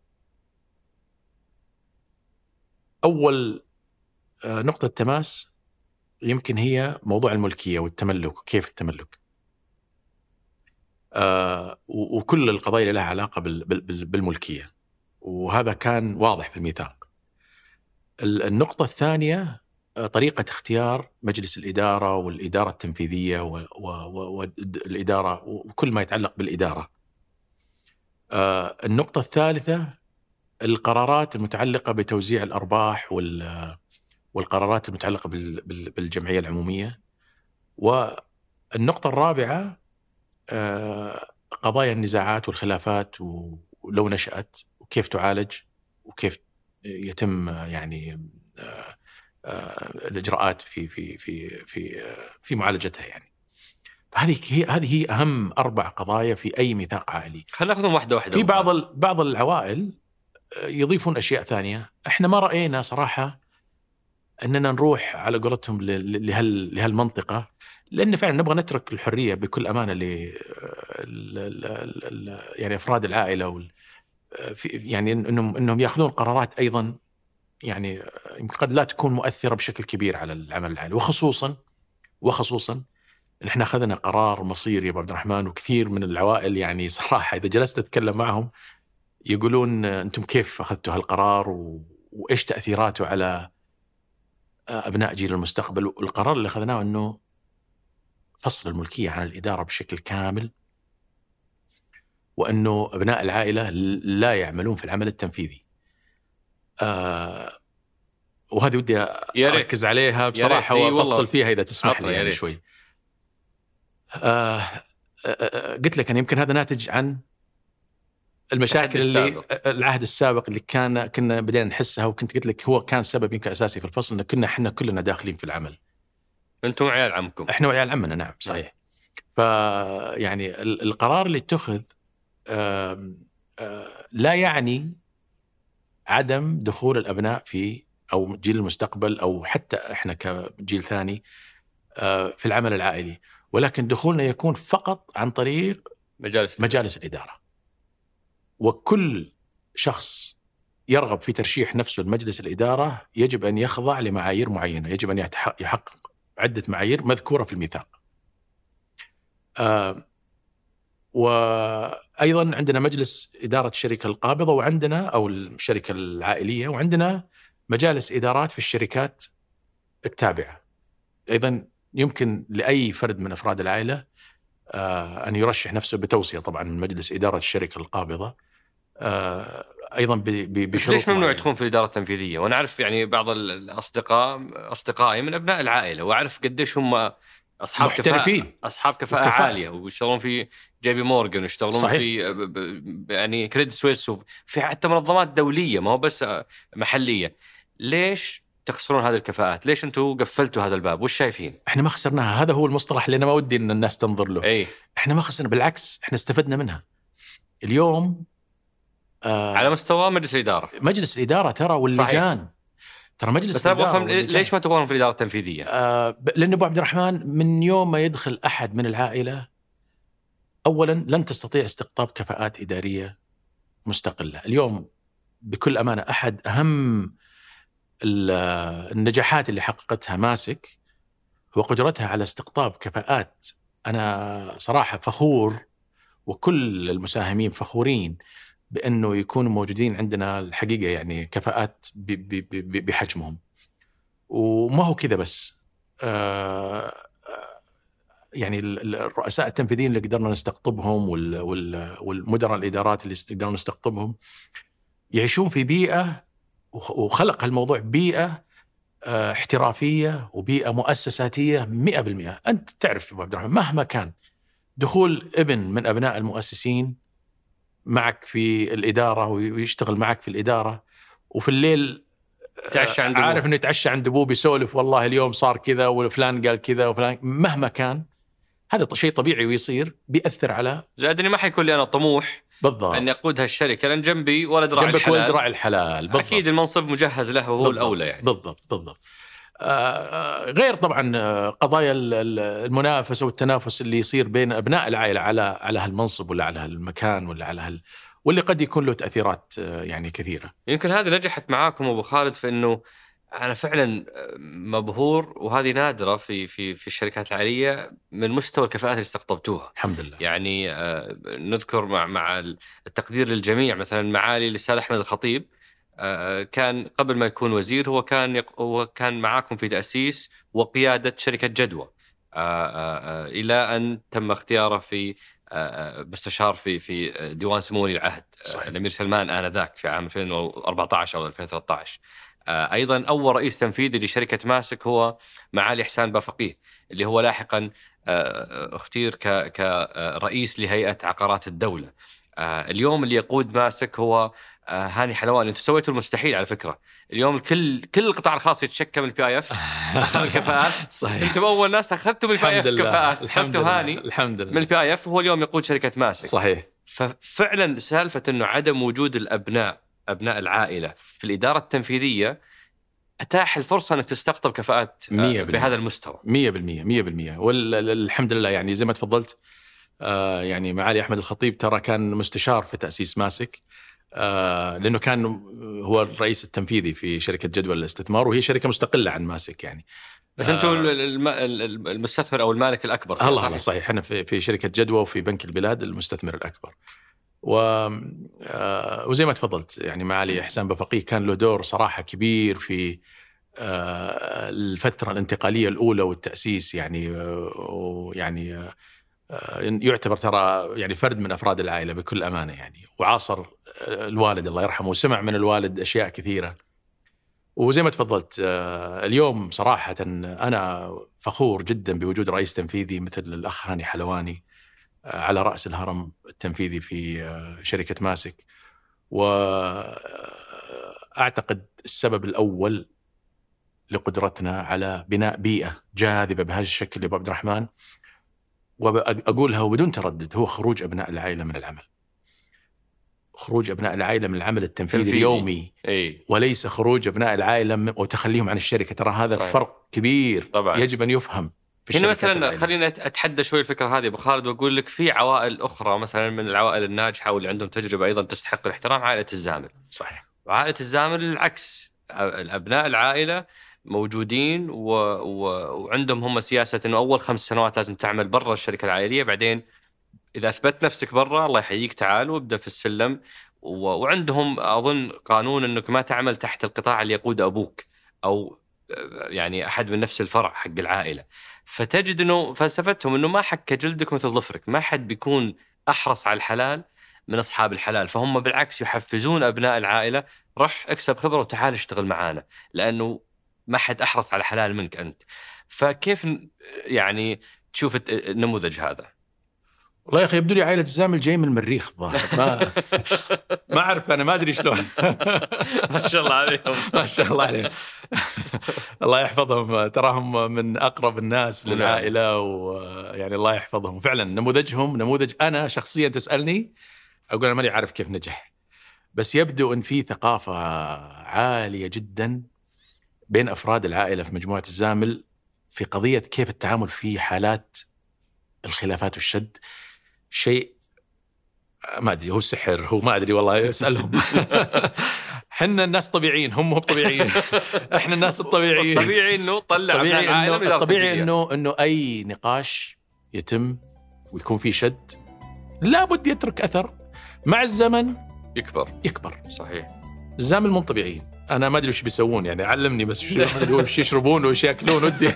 أول نقطة تماس يمكن هي موضوع الملكية والتملك، وكيف التملك، وكل القضايا اللي لها علاقة بالملكية، وهذا كان واضح في الميثاق. النقطة الثانية طريقة اختيار مجلس الإدارة والإدارة التنفيذية والإدارة وكل ما يتعلق بالإدارة. النقطة الثالثة القرارات المتعلقة بتوزيع الأرباح والقرارات المتعلقة بالجمعية العمومية. والنقطة الرابعة قضايا النزاعات والخلافات ولو نشأت وكيف تعالج وكيف يتم يعني الإجراءات في معالجتها. يعني هذه هي أهم 4 قضايا في أي ميثاق عائلي. خلينا ناخذهم واحدة واحدة. في بعض العوائل يضيفون أشياء ثانية. إحنا ما رأينا صراحة أننا نروح على قولتهم لهالمنطقة، لأن فعلا نبغى نترك الحرية بكل أمانة يعني أفراد العائلة يعني إنهم يأخذون قرارات أيضا يعني قد لا تكون مؤثرة بشكل كبير على العمل العائلي. وخصوصا إن إحنا أخذنا قرار مصيري يا أبو عبد الرحمن، وكثير من العوائل يعني صراحة إذا جلست أتكلم معهم يقولون أنتم كيف أخذتوا هالقرار وإيش تأثيراته على أبناء جيل المستقبل. والقرار اللي أخذناه أنه فصل الملكية عن الإدارة بشكل كامل، وأنه أبناء العائلة لا يعملون في العمل التنفيذي. وهذه ودي أركز عليها بصراحة وأفصل فيها إذا تسمح لي يعني شوي. قلت لك أن يمكن هذا ناتج عن المشاكل اللي العهد السابق اللي كنا بدينا نحسها، وكنت قلت لك هو كان سبب يمكن أساسي في الفصل، إن إحنا كلنا داخلين في العمل. أنتم عيال عمكم. إحنا وعيال عمنا. نعم صحيح. فيعني القرار اللي اتخذ لا يعني عدم دخول الأبناء في أو جيل المستقبل أو حتى إحنا كجيل ثاني في العمل العائلي، ولكن دخولنا يكون فقط عن طريق مجالس الإدارة. وكل شخص يرغب في ترشيح نفسه لمجلس الإدارة يجب أن يخضع لمعايير معينة، يجب أن يحقق عدة معايير مذكورة في الميثاق. وأيضا عندنا مجلس إدارة الشركة القابضة، وعندنا أو الشركة العائلية، وعندنا مجالس إدارات في الشركات التابعة. أيضا يمكن لأي فرد من أفراد العائلة أن يرشح نفسه بتوصية طبعا من مجلس إدارة الشركة القابضة، أيضا بس بشروط ليش ممنوع معينة. تكون في الإدارة التنفيذية؟ وأنا أعرف يعني بعض أصدقائي من أبناء العائلة، وأعرف قديش هم أصحاب محترفين كفاءة، أصحاب كفاءة عالية، ويشتغلون في جي بي مورغان، ويشتغلون صحيح. في يعني كريدت سويس، وفي حتى منظمات دولية ما هو بس محلية. ليش تخسرون هذه الكفاءات؟ ليش أنتوا قفلتوا هذا الباب؟ وش شايفين؟ احنا ما خسرناها، هذا هو المصطلح اللي انا ما ودي ان الناس تنظر له. أي. احنا ما خسرنا، بالعكس احنا استفدنا منها. اليوم على مستوى مجلس الإدارة، مجلس الإدارة ترى واللجان. صحيح. ترى مجلس بس أنا أبغى الإدارة أفهم ليش ما تبغون في الإدارة التنفيذية؟ لأن أبو عبد الرحمن من يوم ما يدخل أحد من العائلة، أولا لن تستطيع استقطاب كفاءات إدارية مستقلة. اليوم بكل أمانة أحد أهم النجاحات اللي حققتها ماسك هو قدرتها على استقطاب كفاءات. أنا صراحة فخور، وكل المساهمين فخورين بأنه يكونوا موجودين عندنا الحقيقة، يعني كفاءات بحجمهم. وما هو كذا بس، يعني الرؤساء التنفيذيين اللي قدرنا نستقطبهم والمدراء الإدارات اللي قدرنا نستقطبهم يعيشون في بيئة، وخلق الموضوع بيئة احترافية وبيئة مؤسساتية 100%. أنت تعرف أبو عبد الرحمن، مهما كان دخول ابن من أبناء المؤسسين معك في الإدارة ويشتغل معك في الإدارة، وفي الليل عارف أنه يتعشى عند أبوه بيسولف والله اليوم صار كذا وفلان قال كذا وفلان، مهما كان هذا شيء طبيعي ويصير، بيأثر على زادني. ما حيكون لي أنا طموح بالضبط أن يقود هالشركة، لأن جنبي ولد راعي الحلال، ولد راعي الحلال. بالضبط. أكيد المنصب مجهز له وهو الأولى يعني. بالضبط. غير طبعا قضايا المنافسة والتنافس اللي يصير بين أبناء العائلة على هالمنصب ولا على هالمكان ولا على واللي قد يكون له تأثيرات يعني كثيرة. يمكن هذه نجحت معاكم أبو خالد، في أنه أنا فعلا مبهور، وهذه نادرة في الشركات العائلية، من مستوى الكفاءات اللي استقطبتوها. الحمد لله. يعني نذكر مع التقدير للجميع، مثلا معالي الأستاذ أحمد الخطيب، كان قبل ما يكون وزير هو كان معاكم في تأسيس وقيادة شركة جدوى، إلى أن تم اختياره في مستشار في ديوان سمو ولي العهد الأمير سلمان آنذاك في عام 2014 أو 2013. أيضا أول رئيس تنفيذي لشركة ماسك هو معالي حسان بافقيه، اللي هو لاحقا اختير كرئيس لهيئة عقارات الدولة. اليوم اللي يقود ماسك هو هاني حلواني. انتم سويتوا المستحيل على فكرة. اليوم كل القطاع الخاص يتشكى من البي اي اف، اخذ الكفاءات. صحيح. انتم اول ناس اخذتوا من البي اي اف كفاءات، اخذتوا هاني الحمد لله من البي اي اف، وهو اليوم يقود شركة ماسك. صحيح. ففعلا سالفة انه عدم وجود أبناء العائلة في الإدارة التنفيذية أتاح الفرصة أنك تستقطب كفاءات بهذا المستوى. 100%. والحمد لله يعني زي ما تفضلت، يعني معالي أحمد الخطيب ترى كان مستشار في تأسيس ماسك، لأنه كان هو الرئيس التنفيذي في شركة جدوى للاستثمار، وهي شركة مستقلة عن ماسك يعني. بس أنتم المستثمر أو المالك الأكبر. الله صحيح. احنا في شركة جدوى وفي بنك البلاد المستثمر الأكبر. وزي ما تفضلت يعني معالي حسان بافقيه كان له دور صراحة كبير في الفترة الانتقالية الأولى والتأسيس يعني. ويعني يعتبر ترى يعني فرد من أفراد العائلة بكل أمانة يعني، وعاصر الوالد الله يرحمه وسمع من الوالد أشياء كثيرة. وزي ما تفضلت اليوم صراحة أنا فخور جدا بوجود رئيس تنفيذي مثل الأخ هاني حلواني على رأس الهرم التنفيذي في شركة ماسك. وأعتقد السبب الأول لقدرتنا على بناء بيئة جاذبة بهذا الشكل يا أبو عبد الرحمن، وأقولها وبدون تردد، هو خروج أبناء العائلة من العمل. خروج أبناء العائلة من العمل التنفيذي اليومي، وليس خروج أبناء العائلة وتخليهم عن الشركة. ترى هذا صحيح. فرق كبير طبعا. يجب أن يفهم. هنا مثلا خلينا أتحدى شوي الفكرة هذه أبو خالد، وأقول لك في عوائل أخرى مثلا من العوائل الناجحة واللي عندهم تجربة أيضا تستحق الاحترام، عائلة الزامل. صحيح. وعائلة الزامل العكس، الأبناء العائلة موجودين وعندهم هم سياسة أنه أول 5 سنوات لازم تعمل برا الشركة العائلية، بعدين إذا أثبت نفسك برا الله يحييك تعال وابدأ في السلم. وعندهم أظن قانون أنك ما تعمل تحت القطاع اللي يقود أبوك، أو يعني أحد من نفس الفرع حق العائلة، فتجد أنه فلسفتهم أنه ما حك جلدك مثل ظفرك، ما حد بيكون أحرص على الحلال من أصحاب الحلال، فهم بالعكس يحفزون أبناء العائلة، رح اكسب خبرة وتعال اشتغل معانا، لأنه ما حد أحرص على حلال منك أنت. فكيف يعني تشوف النموذج هذا؟ والله يا أخي يبدو لي عائلة الزامل جاي من المريخ ظاهر، ما أعرف، أنا ما أدري شلون. ما شاء الله عليهم. ما شاء الله عليهم. الله يحفظهم، تراهم من أقرب الناس للعائلة، ويعني الله يحفظهم فعلا. نموذجهم نموذج، أنا شخصيا تسألني أقول أنا ماني عارف كيف نجح، بس يبدو أن في ثقافة عالية جدا بين أفراد العائلة في مجموعة الزامل في قضية كيف التعامل في حالات الخلافات والشد. شيء ما أدري، هو السحر، هو ما أدري والله، اسألهم. حنا الناس طبيعيين، هم مو طبيعيين. احنا الناس الطبيعيين. طبيعي انه طلع من العائله، طبيعي انه اي نقاش يتم ويكون في شد لابد يترك اثر، مع الزمن يكبر. صحيح. الزامل مو طبيعيين، انا ما ادري وش بيسوون، يعني علمني بس وش يشربون وش ياكلون ودي.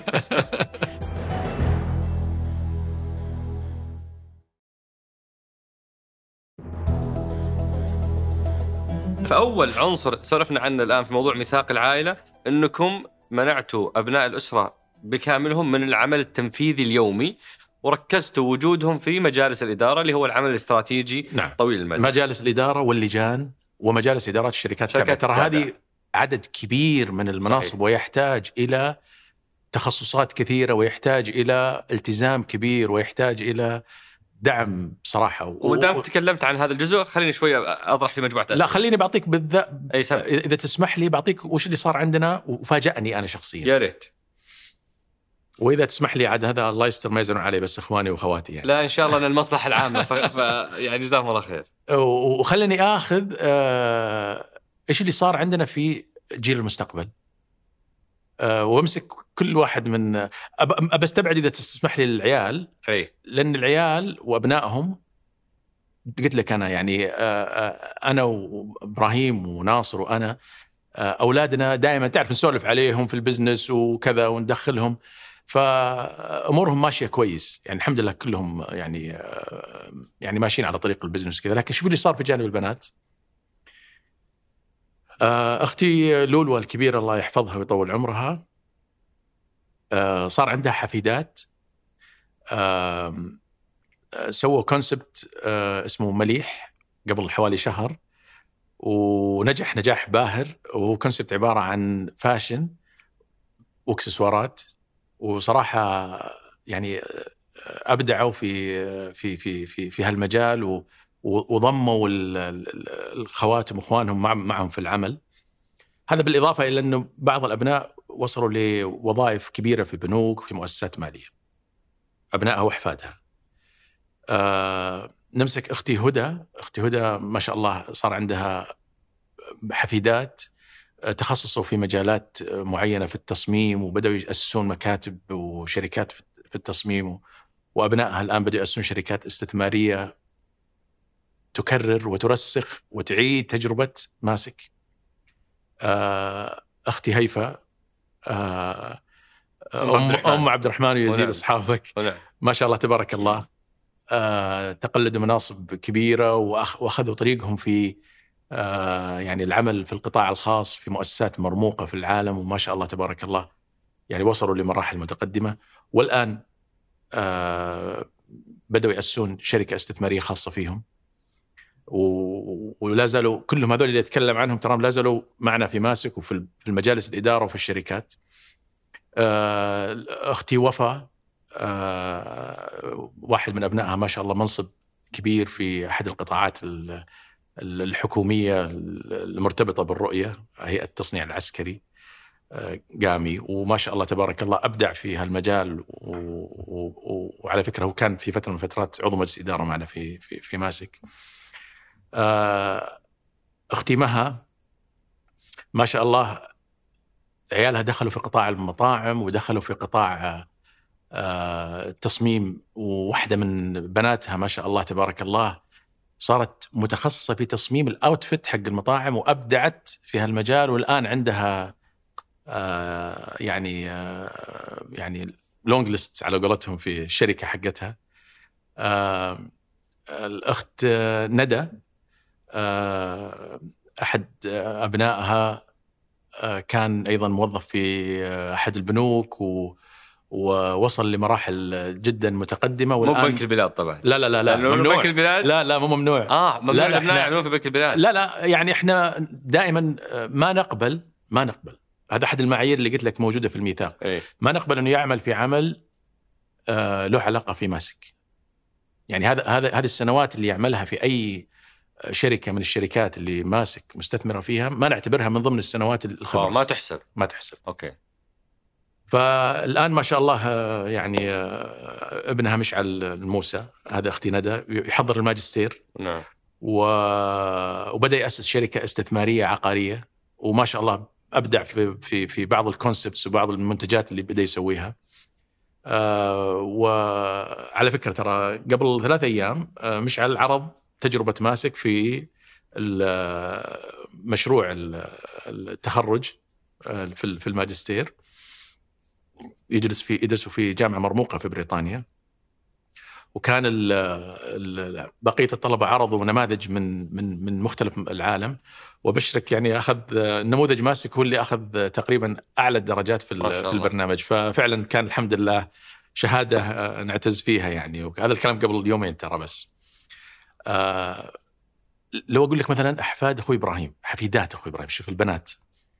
فأول عنصر صرفنا عنه الآن في موضوع ميثاق العائلة، أنكم منعتوا أبناء الأسرة بكاملهم من العمل التنفيذي اليومي، وركزتوا وجودهم في مجالس الإدارة اللي هو العمل الاستراتيجي. نعم. طويل المدى. مجالس الإدارة واللجان ومجالس إدارات الشركات. ترى هذه عدد كبير من المناصب. صحيح. ويحتاج إلى تخصصات كثيرة، ويحتاج إلى التزام كبير، ويحتاج إلى دعم صراحة. ودام تكلمت عن هذا الجزء خليني شوية أطرح في مجموعة أسئلة. لا خليني بعطيك بالذات إذا تسمح لي، بعطيك وش اللي صار عندنا وفاجأني أنا شخصيا. يا ريت. وإذا تسمح لي عاد، هذا الله يستر ما يزنون عليه، بس إخواني وأخواتي يعني. لا إن شاء الله أن المصلحة العامة. يعني جزاهم الله خير. وخلني آخذ إيش اللي صار عندنا في جيل المستقبل، وامسك كل واحد من أبستبعد إذا تسمح لي العيال. لأن العيال وأبنائهم قلت لك أنا يعني أنا وإبراهيم وناصر وأنا أولادنا دائما تعرف نسولف عليهم في البزنس وكذا وندخلهم، فأمورهم ماشية كويس يعني الحمد لله، كلهم يعني ماشيين على طريق البزنس كذا. لكن شوف اللي صار في جانب البنات. أختي لولو الكبيرة الله يحفظها ويطول عمرها، صار عندها حفيدات، سووا كونسبت اسمه مليح قبل حوالي شهر، ونجح نجاح باهر. وهو كونسبت عبارة عن فاشن واكسسوارات، وصراحة يعني أبدعوا في هالمجال، وضموا الخواتم واخوانهم معهم في العمل. هذا بالإضافة إلى أنه بعض الأبناء وصلوا لوظائف كبيرة في بنوك وفي مؤسسات مالية، أبنائها وأحفادها. نمسك أختي هدى ما شاء الله صار عندها حفيدات تخصصوا في مجالات معينة في التصميم، وبدأوا يأسسون مكاتب وشركات في التصميم، وأبنائها الآن بدأوا يأسسون شركات استثمارية تكرر وترسخ وتعيد تجربة ماسك. أختي هيفا أم عبد الرحمن ويزيد أصحابك ما شاء الله تبارك الله، تقلدوا مناصب كبيرة وأخذوا طريقهم في يعني العمل في القطاع الخاص في مؤسسات مرموقة في العالم، وما شاء الله تبارك الله يعني وصلوا لمراحل متقدمة. والآن بدأوا يأسسون شركة استثمارية خاصة فيهم، ولا زالوا كلهم هذول اللي أتكلم عنهم ترى لا زالوا معنا في ماسك وفي المجالس الإدارة وفي الشركات. أختي وفاء واحد من أبنائها ما شاء الله منصب كبير في أحد القطاعات الحكومية المرتبطة بالرؤية، هيئة التصنيع العسكري قامي، وما شاء الله تبارك الله أبدع في هالمجال. وعلى فكرة هو كان في فترة من فترات عضو مجلس إدارة معنا في ماسك. أختي مها ما شاء الله عيالها دخلوا في قطاع المطاعم ودخلوا في قطاع التصميم، وواحدة من بناتها ما شاء الله تبارك الله صارت متخصصة في تصميم الأوتفيت حق المطاعم وأبدعت في هالمجال، والآن عندها يعني لونج ليست على قولتهم في الشركة حقتها. الأخت ندى أحد أبنائها كان أيضا موظف في أحد البنوك ووصل لمراحل جدا متقدمة. مو بنك البلاد طبعا. لا ممنوع. بنك البلاد لا مو ممنوع. ممنوع الأبناء يعملون في بنك البلاد. لا يعني إحنا دائما ما نقبل هذا أحد المعايير اللي قلت لك موجودة في الميثاق. ما نقبل أنه يعمل في عمل له علاقة في ماسك. يعني هذه السنوات اللي يعملها في أي شركة من الشركات اللي ماسك مستثمرة فيها ما نعتبرها من ضمن السنوات الخبرة. ما تحسب. أوكي. فالآن ما شاء الله يعني ابنها مشعل الموسى، هذا أختي ندى، يحضر الماجستير. نعم. وبدأ يأسس شركة استثمارية عقارية، وما شاء الله أبدع في بعض الكونسبتس وبعض المنتجات اللي بدأ يسويها. وعلى فكرة ترى قبل 3 أيام مشعل عرض تجربة ماسك في مشروع التخرج في الماجستير. يدرسوا في جامعة مرموقة في بريطانيا، وكان بقية الطلبة عرضوا نماذج من مختلف العالم، وبشرك يعني أخذ نموذج ماسك هو اللي أخذ تقريبا أعلى الدرجات في البرنامج. ففعلا كان الحمد لله شهادة نعتز فيها يعني. وهذا الكلام قبل يومين ترى. بس لو أقول لك مثلا حفيدات أخوي إبراهيم، شوف البنات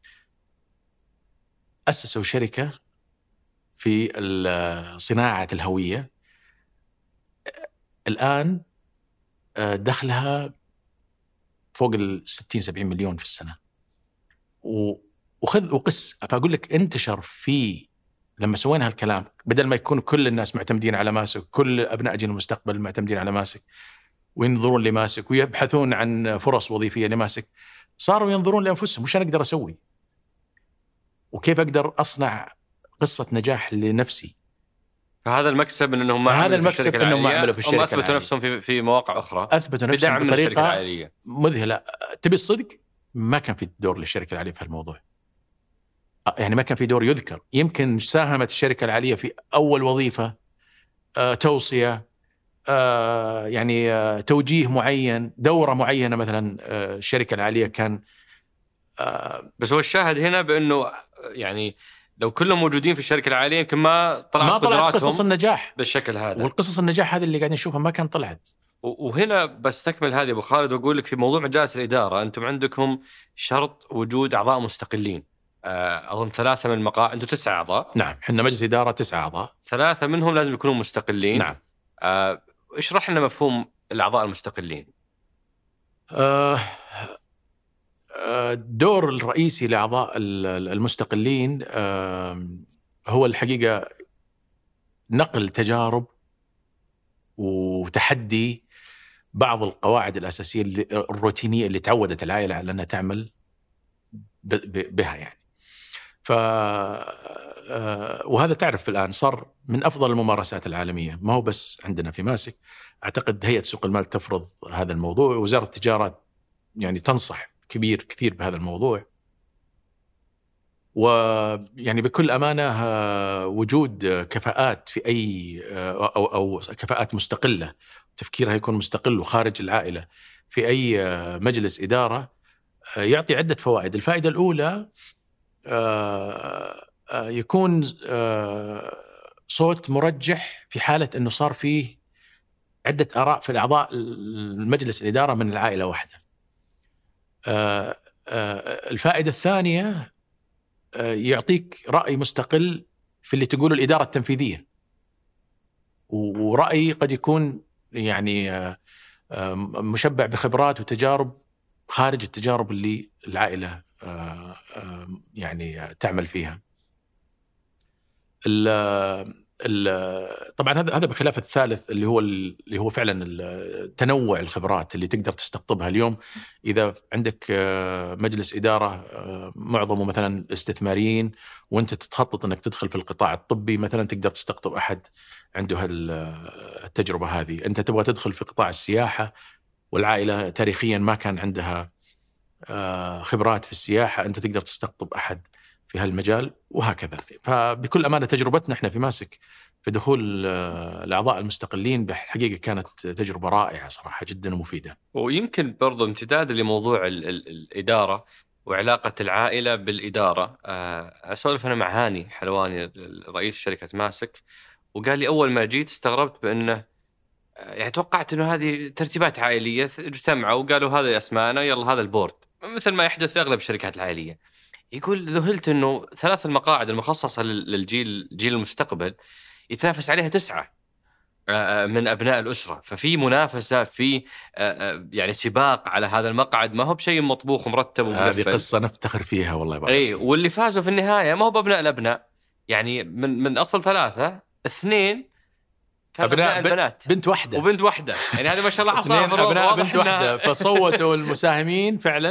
أسسوا شركة في صناعة الهوية، الآن دخلها فوق 60-70 مليون في السنة، وخذ وقس. فأقول لك انتشر لما سوينا هالكلام، بدل ما يكون كل الناس معتمدين على ماسك، كل أبناء جيل المستقبل معتمدين على ماسك وينظرون لماسك ويبحثون عن فرص وظيفية لماسك، صاروا ينظرون لأنفسهم وش أنا أقدر أسوي وكيف أقدر أصنع قصة نجاح لنفسي. فهذا المكسب إنهم ما عملوا في الشركة العائلية، هم أثبتوا نفسهم في مواقع أخرى، أثبتوا نفسهم بطريقة مذهلة. تبي الصدق، ما كان في دور للشركة العائلية في هالموضوع، يعني ما كان في دور يذكر. يمكن ساهمت الشركة العائلية في أول وظيفة، توصية، يعني توجيه معين، دورة معينة مثلا. الشركة العائلية كان بس هو الشاهد هنا بأنه يعني لو كلهم موجودين في الشركة العائلية يمكن ما طلعت قصص النجاح بالشكل هذا. والقصص النجاح هذه اللي قاعدين نشوفها ما كان طلعت. وهنا بستكمل هذه أبو خالد وأقول لك في موضوع مجالس الإدارة، أنتم عندكم شرط وجود أعضاء مستقلين. أظن 3 من المقاعد، أنتم 9 أعضاء. نعم، حنا مجلس إدارة 9 أعضاء، 3 منهم لازم يكونوا مستقلين. نعم. اشرح لنا مفهوم الأعضاء المستقلين. الدور الرئيسي لأعضاء المستقلين هو الحقيقة نقل تجارب وتحدي بعض القواعد الأساسية الروتينية اللي تعودت العائلة على أنها تعمل بها يعني. وهذا تعرف الآن صار من أفضل الممارسات العالمية، ما هو بس عندنا في ماسك. أعتقد هيئة سوق المال تفرض هذا الموضوع، ووزارة التجارة يعني تنصح كثير بهذا الموضوع. ويعني بكل أمانة وجود كفاءات في أي أو كفاءات مستقلة، تفكيرها يكون مستقل وخارج العائلة في أي مجلس إدارة يعطي عدة فوائد. الفائدة الأولى يكون صوت مرجح في حالة أنه صار فيه عدة آراء في الأعضاء المجلس الإدارة من العائلة واحدة. الفائدة الثانية يعطيك رأي مستقل في اللي تقوله الإدارة التنفيذية، ورأي قد يكون يعني مشبع بخبرات وتجارب خارج التجارب اللي العائلة يعني تعمل فيها. طبعا هذا بخلاف الثالث اللي هو فعلا تنوع الخبرات اللي تقدر تستقطبها اليوم. إذا عندك مجلس إدارة معظمه مثلا استثماريين وانت تتخطط انك تدخل في القطاع الطبي مثلا، تقدر تستقطب أحد عنده التجربة هذه. انت تبغى تدخل في قطاع السياحة والعائلة تاريخيا ما كان عندها خبرات في السياحة، انت تقدر تستقطب أحد في هالمجال وهكذا. فبكل أمانة تجربتنا احنا في ماسك في دخول الأعضاء المستقلين بالحقيقة كانت تجربة رائعة صراحة جدا ومفيدة. ويمكن برضو امتداد لموضوع الإدارة وعلاقة العائلة بالإدارة. أسولف أنا مع هاني حلواني رئيس شركة ماسك، وقال لي أول ما جيت استغربت بأنه يعني توقعت أنه هذه ترتيبات عائلية اجتمعوا وقالوا هذا أسماءنا يلا هذا البورد، مثل ما يحدث في أغلب الشركات العائلية. يقول ذهلت أنه 3 المقاعد المخصصة جيل المستقبل يتنافس عليها 9 من أبناء الأسرة، ففي منافسة، في يعني سباق على هذا المقعد، ما هو بشيء مطبوخ ومرتب ومقفل. هذه قصة نفتخر فيها والله بابا. أي، واللي فازوا في النهاية ما هو بأبناء الأبناء، يعني من أصل 3 2 كانوا أبناء البنات، بنت واحدة وبنت واحدة، يعني هذه ما شاء الله عصافر أبناء بنت واحدة. فصوتوا المساهمين فعلا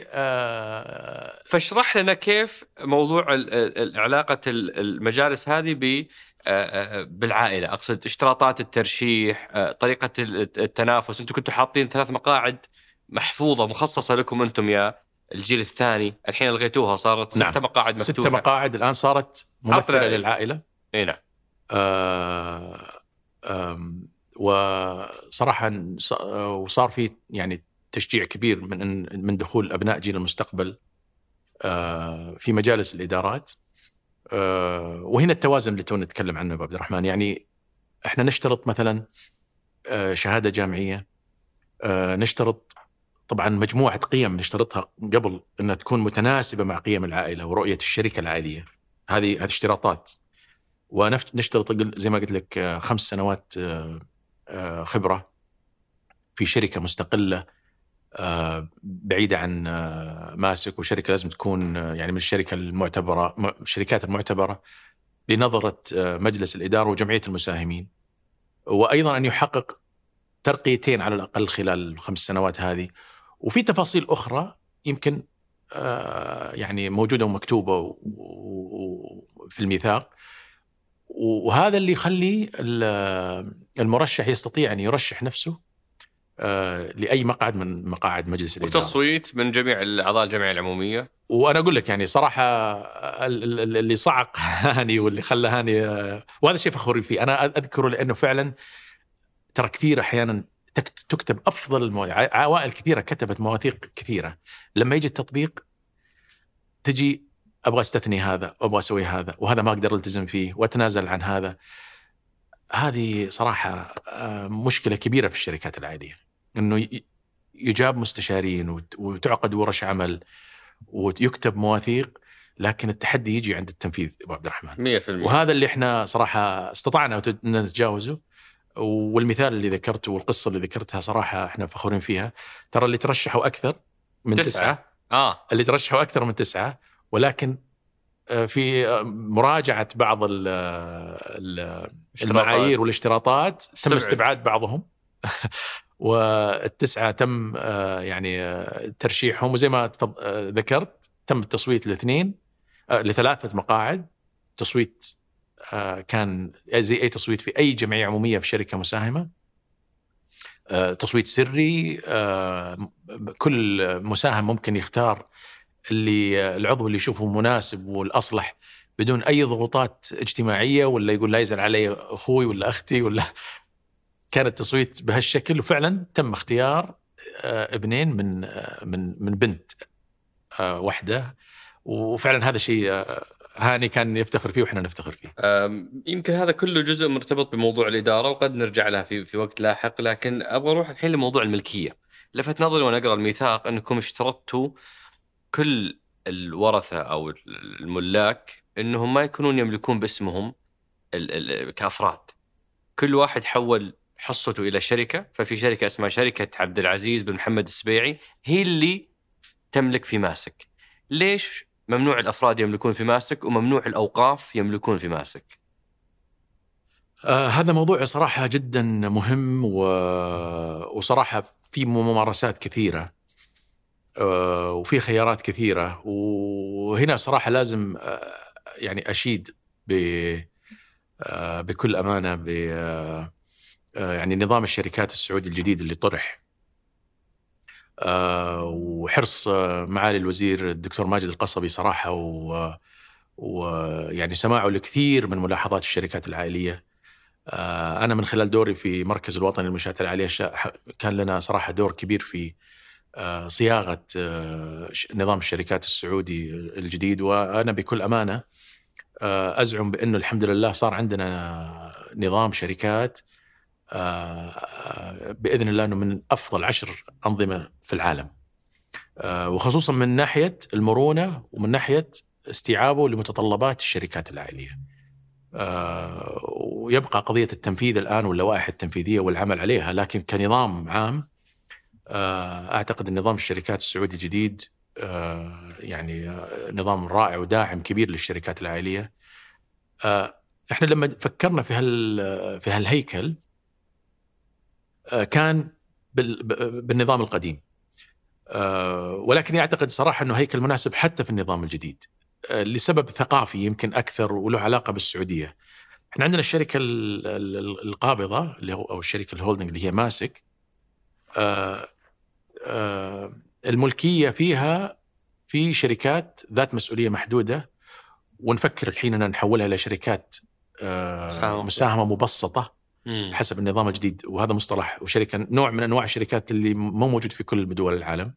فاشرح لنا كيف موضوع علاقة المجالس هذه بالعائلة. أقصد اشتراطات الترشيح، طريقة التنافس. أنتم كنتوا حاطين 3 مقاعد محفوظة مخصصة لكم أنتم يا الجيل الثاني، الحين لغيتوها صارت 6 مقاعد مفتوحة. 6 مقاعد الآن صارت ممثلة للعائلة. إيه نعم. وصراحة وصار في يعني تشجيع كبير من دخول أبناء جيل المستقبل في مجالس الإدارات. وهنا التوازن اللي تونا نتكلم عنه أبو عبد الرحمن. يعني احنا نشترط مثلا شهادة جامعية، نشترط طبعا مجموعة قيم نشترطها قبل أنها تكون متناسبة مع قيم العائلة ورؤية الشركة العائلية. هذه اشتراطات. ونشترط زي ما قلت لك 5 سنوات خبرة في شركة مستقلة بعيدة عن ماسك، وشركة لازم تكون يعني من الشركة المعتبرة، الشركات المعتبرة بنظرة مجلس الإدارة وجمعية المساهمين. وأيضا أن يحقق ترقيتين على الأقل خلال ال5 سنوات هذه. وفي تفاصيل أخرى يمكن يعني موجودة ومكتوبة في الميثاق، وهذا اللي يخلي المرشح يستطيع أن يرشح نفسه لأي مقعد من مقاعد مجلس الإدارة، وتصويت من جميع الأعضاء الجمعية العمومية. وأنا أقول لك يعني صراحة اللي صعق هاني واللي خلى هاني وهذا شيء فخوري فيه. أنا أذكره لأنه فعلا ترى كثير أحيانا تكتب أفضل المواثيق، عوائل كثيرة كتبت مواثيق كثيرة، لما يجي التطبيق تجي أبغى استثني هذا وأبغى أسوي هذا وهذا ما أقدر ألتزم فيه وأتنازل عن هذا. هذه صراحة مشكلة كبيرة في الشركات العائلية، إنه يجاب مستشارين وتعقد ورش عمل ويكتب مواثيق، لكن التحدي يجي عند التنفيذ أبو عبد الرحمن 100%. وهذا اللي إحنا صراحة استطعنا أن نتجاوزه. والمثال اللي ذكرته والقصة اللي ذكرتها صراحة إحنا فخورين فيها. ترى اللي ترشحوا أكثر من 9 اللي ترشحوا أكثر من 9، ولكن في مراجعة بعض المعايير والاشتراطات تم استبعاد بعضهم وال9 تم يعني ترشيحهم. وزي ما ذكرت تم التصويت ل3 مقاعد. تصويت كان زي أي تصويت في أي جمعية عمومية في شركة مساهمة، تصويت سري. كل مساهم ممكن يختار العضو اللي يشوفه مناسب والأصلح بدون أي ضغوطات اجتماعية، ولا يقول لا يزعل علي أخوي ولا أختي ولا. كان التصويت بهالشكل، وفعلا تم اختيار 2 من بنت واحدة. وفعلا هذا شيء هاني كان يفتخر فيه وإحنا نفتخر فيه. يمكن هذا كله جزء مرتبط بموضوع الإدارة وقد نرجع لها في وقت لاحق، لكن أبغى أروح الحين لموضوع الملكية. لفت نظري وأنا أقرأ الميثاق أنكم اشترطتوا كل الورثة أو الملاك أنهم ما يكونون يملكون باسمهم كأفراد. كل واحد حول حصته إلى شركة، ففي شركة اسمها شركة عبد العزيز بن محمد السبيعي هي اللي تملك في ماسك. ليش ممنوع الأفراد يملكون في ماسك وممنوع الأوقاف يملكون في ماسك؟ هذا موضوع صراحة جدا مهم وصراحة في ممارسات كثيرة وفي خيارات كثيرة. وهنا صراحة لازم يعني أشيد بكل أمانة يعني نظام الشركات السعودي الجديد اللي طرح، وحرص معالي الوزير الدكتور ماجد القصبي صراحة ويعني سماعه لكثير من ملاحظات الشركات العائلية. أنا من خلال دوري في مركز الوطني للمنشآت العائلية كان لنا صراحة دور كبير في صياغة نظام الشركات السعودي الجديد. وأنا بكل أمانة أزعم بأنه الحمد لله صار عندنا نظام شركات بإذن الله أنه من أفضل 10 أنظمة في العالم، وخصوصا من ناحية المرونة ومن ناحية استيعابه لمتطلبات الشركات العائلية. ويبقى قضية التنفيذ الآن واللوائح التنفيذية والعمل عليها، لكن كنظام عام أعتقد أن نظام الشركات السعودي الجديد يعني نظام رائع وداعم كبير للشركات العائلية. احنا لما فكرنا في هالهيكل كان بالنظام القديم، ولكن أعتقد صراحة أنه هيكل مناسب حتى في النظام الجديد لسبب ثقافي يمكن أكثر وله علاقة بالسعودية. احنا عندنا الشركة القابضة اللي هو أو الشركة الهولدنج اللي هي ماسك، الملكية فيها في شركات ذات مسؤولية محدودة، ونفكر الحين أن نحولها إلى شركات مساهمة مبسطة حسب النظام الجديد، وهذا مصطلح وشركة نوع من أنواع الشركات اللي مو موجود في كل دول العالم،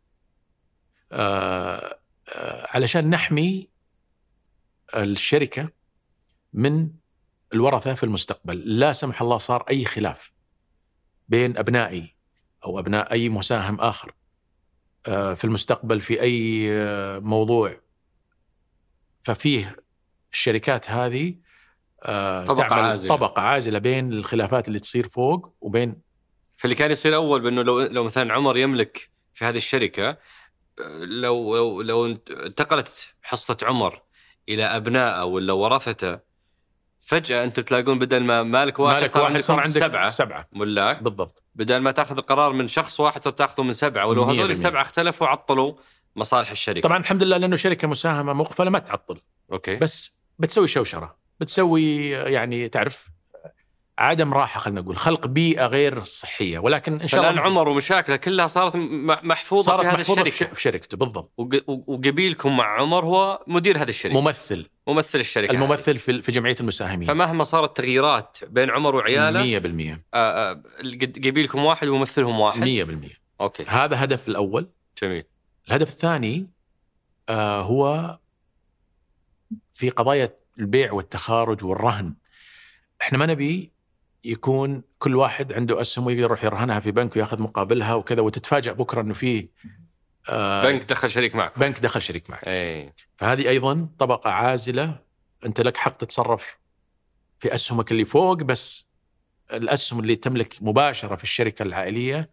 علشان نحمي الشركة من الورثة في المستقبل. لا سمح الله صار أي خلاف بين أبنائي أو أبناء أي مساهم آخر في المستقبل في أي موضوع، ففيه الشركات هذه طبقة عازلة بين الخلافات اللي تصير فوق وبين. فاللي كان يصير أول بأنه لو مثلا عمر يملك في هذه الشركة، لو انتقلت حصة عمر إلى أبنائه ولا ورثته، فجأة أنتم تلاقون بدل ما مالك واحد صار عندك 7 ملاك بالضبط. بدل ما تأخذ القرار من شخص واحد صار تأخذه من 7، ولو هذول ال7 اختلفوا عطلوا مصالح الشركة. طبعا الحمد لله لأنه شركة مساهمة مقفلة ما تعطل. أوكي. بس بتسوي شوشرة، بتسوي يعني تعرف عدم راحة، خلنا نقول خلق بيئة غير صحية. ولكن إن شاء الله عمر ومشاكله كلها صارت محفوظة في هذه الشركة، في شركته بالضبط. وقبيلكم مع عمر هو مدير هذه الشركة، ممثل الشركة، الممثل في جمعية المساهمين. فمهما صارت تغييرات بين عمر وعياله 100% قبيلكم واحد وممثلهم واحد 100%. أوكي. هذا هدف الأول. جميل. الهدف الثاني هو في قضايا البيع والتخارج والرهن. احنا ما نبي يكون كل واحد عنده أسهم ويقدر يروح يرهنها في بنك ويأخذ مقابلها وكذا، وتتفاجأ بكرة أنه في بنك دخل شريك معك. فهذه أيضا طبقة عازلة. أنت لك حق تتصرف في أسهمك اللي فوق، بس الأسهم اللي تملك مباشرة في الشركة العائلية.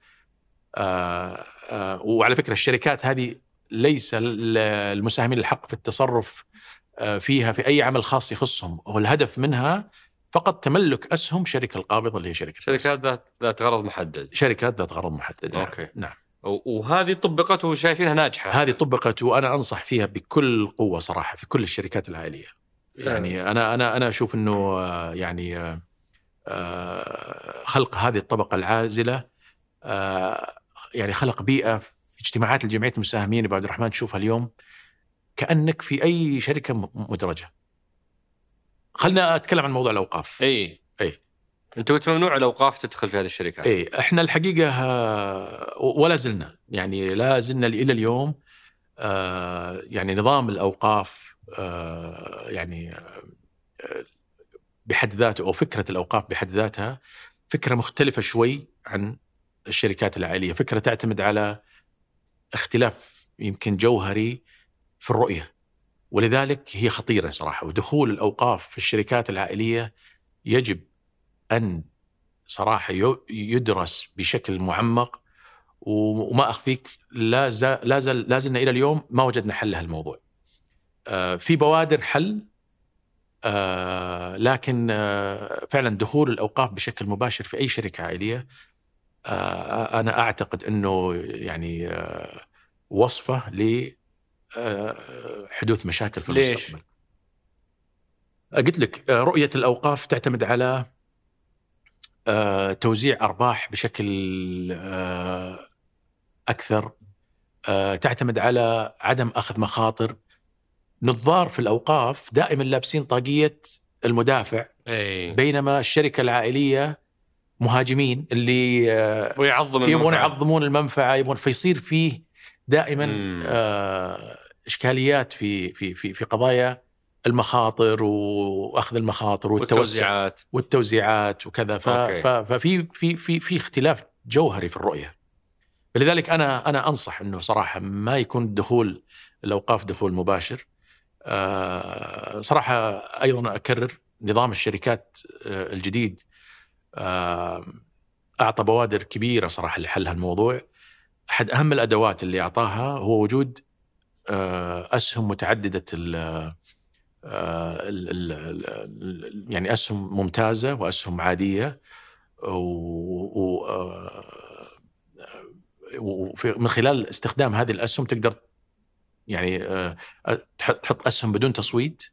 وعلى فكرة الشركات هذه ليس المساهمين الحق في التصرف فيها في أي عمل خاص يخصهم، والهدف منها فقط تملك أسهم شركة القابضة اللي هي شركات ذات غرض محدد. شركات ذات غرض محدد. أوكي. نعم. وهذه طبقت وشايفينها ناجحة. هذه طبقت، وأنا أنصح فيها بكل قوة صراحة في كل الشركات العائلية. يعني أنا أشوف إنه يعني خلق هذه الطبقة العازلة يعني خلق بيئة في اجتماعات الجمعية المساهمين يا عبد الرحمن تشوفها اليوم كأنك في أي شركة مدرجة. خلنا أتكلم عن موضوع الأوقاف. أي أنتوا ممنوع الأوقاف تدخل في هذه الشركات. إحنا الحقيقة ولا زلنا يعني لا زلنا إلى اليوم يعني نظام الأوقاف يعني بحد ذاته أو فكرة الأوقاف بحد ذاتها فكرة مختلفة شوي عن الشركات العائلية. فكرة تعتمد على اختلاف يمكن جوهري في الرؤية، ولذلك هي خطيرة صراحة. ودخول الأوقاف في الشركات العائلية يجب أن صراحة يدرس بشكل معمق، وما أخفيك لا زلنا إلى اليوم ما وجدنا حل لهالموضوع. في بوادر حل، لكن فعلا دخول الأوقاف بشكل مباشر في أي شركة عائلية أنا أعتقد أنه يعني وصفة لحدوث مشاكل في المستقبل. قلت لك رؤية الأوقاف تعتمد على توزيع أرباح بشكل أكثر، تعتمد على عدم أخذ مخاطر نظار في الأوقاف دائما لابسين طاقية المدافع، بينما الشركة العائلية مهاجمين اللي يبغون يعظمون المنفعة، يبغون، فيصير فيه دائما إشكاليات في قضايا المخاطر وأخذ المخاطر والتوزيعات وكذا. ففي في اختلاف جوهري في الرؤية. لذلك أنا أنصح أنه صراحة ما يكون دخول الأوقاف دخول مباشر. صراحة أيضا أكرر نظام الشركات الجديد أعطى بوادر كبيرة صراحة لحل هالموضوع. أحد أهم الأدوات اللي أعطاها هو وجود أسهم متعددة يعني أسهم ممتازة وأسهم عادية، ومن خلال استخدام هذه الأسهم تقدر يعني تحط أسهم بدون تصويت،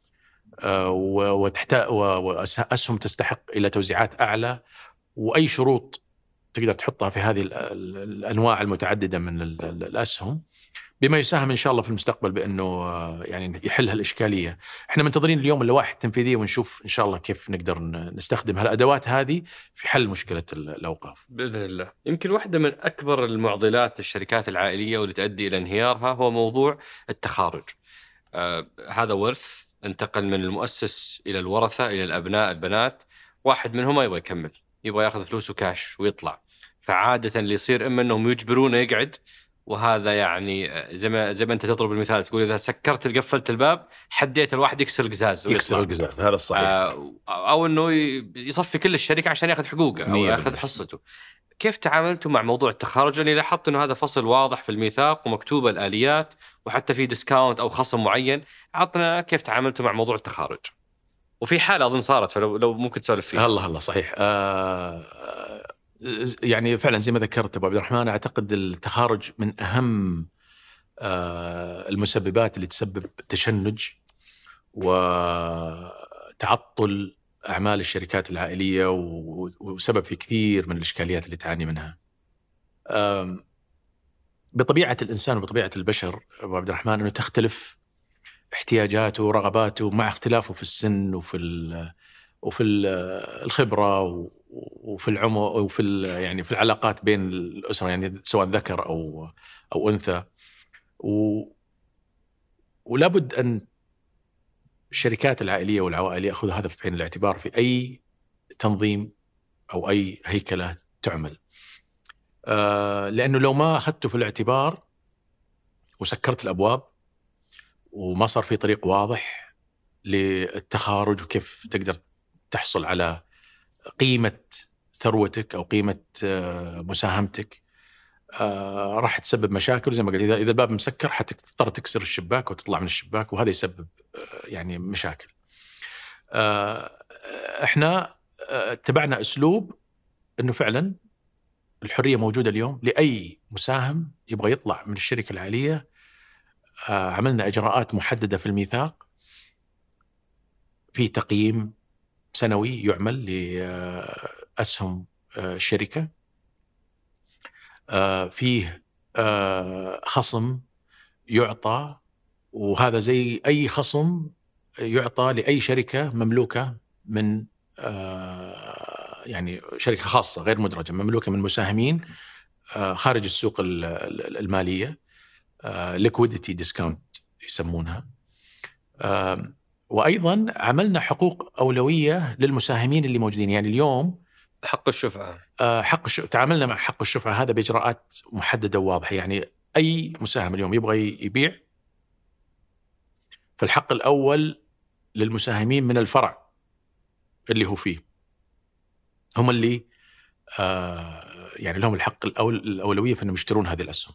وأسهم تستحق إلى توزيعات أعلى، وأي شروط تقدر تحطها في هذه الأنواع المتعددة من الأسهم، بما يساهم إن شاء الله في المستقبل بأنه يعني يحل هالإشكالية. إحنا منتظرين اليوم اللوائح التنفيذية ونشوف إن شاء الله كيف نقدر نستخدم هالأدوات هذه في حل مشكلة الأوقاف بإذن الله. يمكن واحدة من أكبر المعضلات الشركات العائلية واللي تؤدي إلى انهيارها هو موضوع التخارج. هذا ورث انتقل من المؤسس إلى الورثة إلى الأبناء البنات، واحد منهم ما يبغى يكمل، يبغى ياخذ فلوسه كاش ويطلع، فعادة اللي يصير إما أنهم يجبرونه يقعد، وهذا يعني زي ما أنت تضرب المثال تقول إذا سكرت قفلت الباب حديت الواحد يكسر القزاز هذا الصحيح، أو أنه يصفي كل الشركة عشان يأخذ حقوقه أو يأخذ حصته. كيف تعاملتوا مع موضوع التخارج؟ اللي لاحظت أنه هذا فصل واضح في الميثاق ومكتوبة الآليات وحتى في ديسكاونت أو خصم معين. عطنا كيف تعاملتوا مع موضوع التخارج، وفي حالة أظن صارت، فلو ممكن تسولف فيها. الله صحيح. يعني فعلا زي ما ذكرت أبو عبد الرحمن، أعتقد التخارج من أهم المسببات اللي تسبب تشنج وتعطل أعمال الشركات العائلية، وسبب في كثير من الإشكاليات اللي تعاني منها. بطبيعة الإنسان وبطبيعة البشر أبو عبد الرحمن أنه تختلف احتياجاته ورغباته مع اختلافه في السن وفي الخبرة وفي العمر وفي يعني في العلاقات بين الأسرة، يعني سواء ذكر أو أنثى. ولابد أن الشركات العائلية والعوائل يأخذ هذا في عين الاعتبار في أي تنظيم أو أي هيكلة تعمل، لأنه لو ما أخذته في الاعتبار وسكرت الأبواب وما صار في طريق واضح للتخارج وكيف تقدر تحصل على قيمة ثروتك أو قيمة مساهمتك، راح تسبب مشاكل. زي ما قلت، إذا الباب مسكر حتضطر تكسر الشباك وتطلع من الشباك، وهذا يسبب يعني مشاكل. احنا اتبعنا أسلوب أنه فعلا الحرية موجودة اليوم لأي مساهم يبغى يطلع من الشركة العائلية. عملنا إجراءات محددة في الميثاق، في تقييم سنوي يعمل لأسهم الشركة، فيه خصم يعطى، وهذا زي أي خصم يعطى لأي شركة مملوكة من يعني شركة خاصة غير مدرجة مملوكة من مساهمين خارج السوق المالية، liquidity discount يسمونها. وأيضا عملنا حقوق أولوية للمساهمين اللي موجودين. يعني اليوم حق الشفعة، تعاملنا مع حق الشفعة هذا بإجراءات محددة وواضحة. يعني أي مساهم اليوم يبغى يبيع، فالحق الأول للمساهمين من الفرع اللي هو فيه، هم اللي يعني لهم الحق الأولوية في أنهم يشترون هذه الأسهم.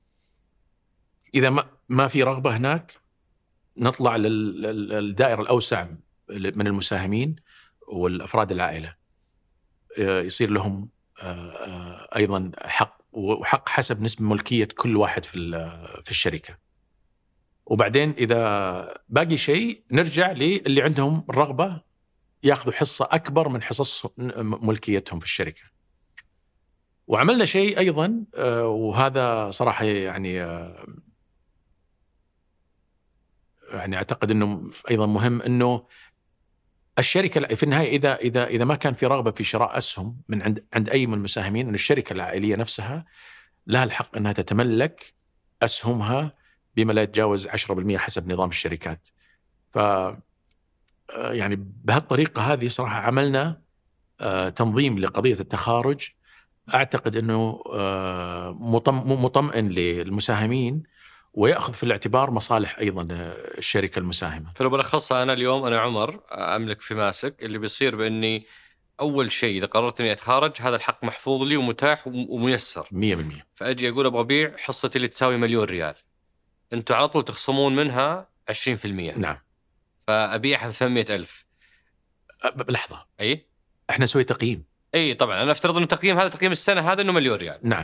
إذا ما في رغبة هناك، نطلع للدائرة الأوسع من المساهمين والأفراد العائلة، يصير لهم أيضا حق، وحق حسب نسبة ملكية كل واحد في الشركة. وبعدين إذا باقي شيء نرجع للي عندهم الرغبة يأخذوا حصة أكبر من حصص ملكيتهم في الشركة. وعملنا شيء أيضا، وهذا صراحة يعني يعني أعتقد أنه أيضا مهم أنه الشركة في النهاية إذا ما كان في رغبة في شراء أسهم من عند أي من المساهمين، أن الشركة العائلية نفسها لها الحق أنها تتملك أسهمها بما لا يتجاوز 10% حسب نظام الشركات. ف يعني بهالطريقة هذه صراحة عملنا تنظيم لقضية التخارج أعتقد أنه مطمئن للمساهمين ويأخذ في الاعتبار مصالح أيضا الشركة المساهمة. فلو بلخصها أنا اليوم، أنا عمر أملك في ماسك، اللي بيصير بإني أول شيء إذا قررت إني أتخارج هذا الحق محفوظ لي ومتاح وميسر 100%. فأجي أقول أبغى أبيع حصتي اللي تساوي $1,000,000، أنتوا على طول تخصمون منها 20%. نعم. فأبيعها ب800,000. بلحظة، أي احنا نسوي تقييم. أي طبعا أنا أفترض إنه تقييم، هذا تقييم السنة هذا إنه $1,000,000. نعم.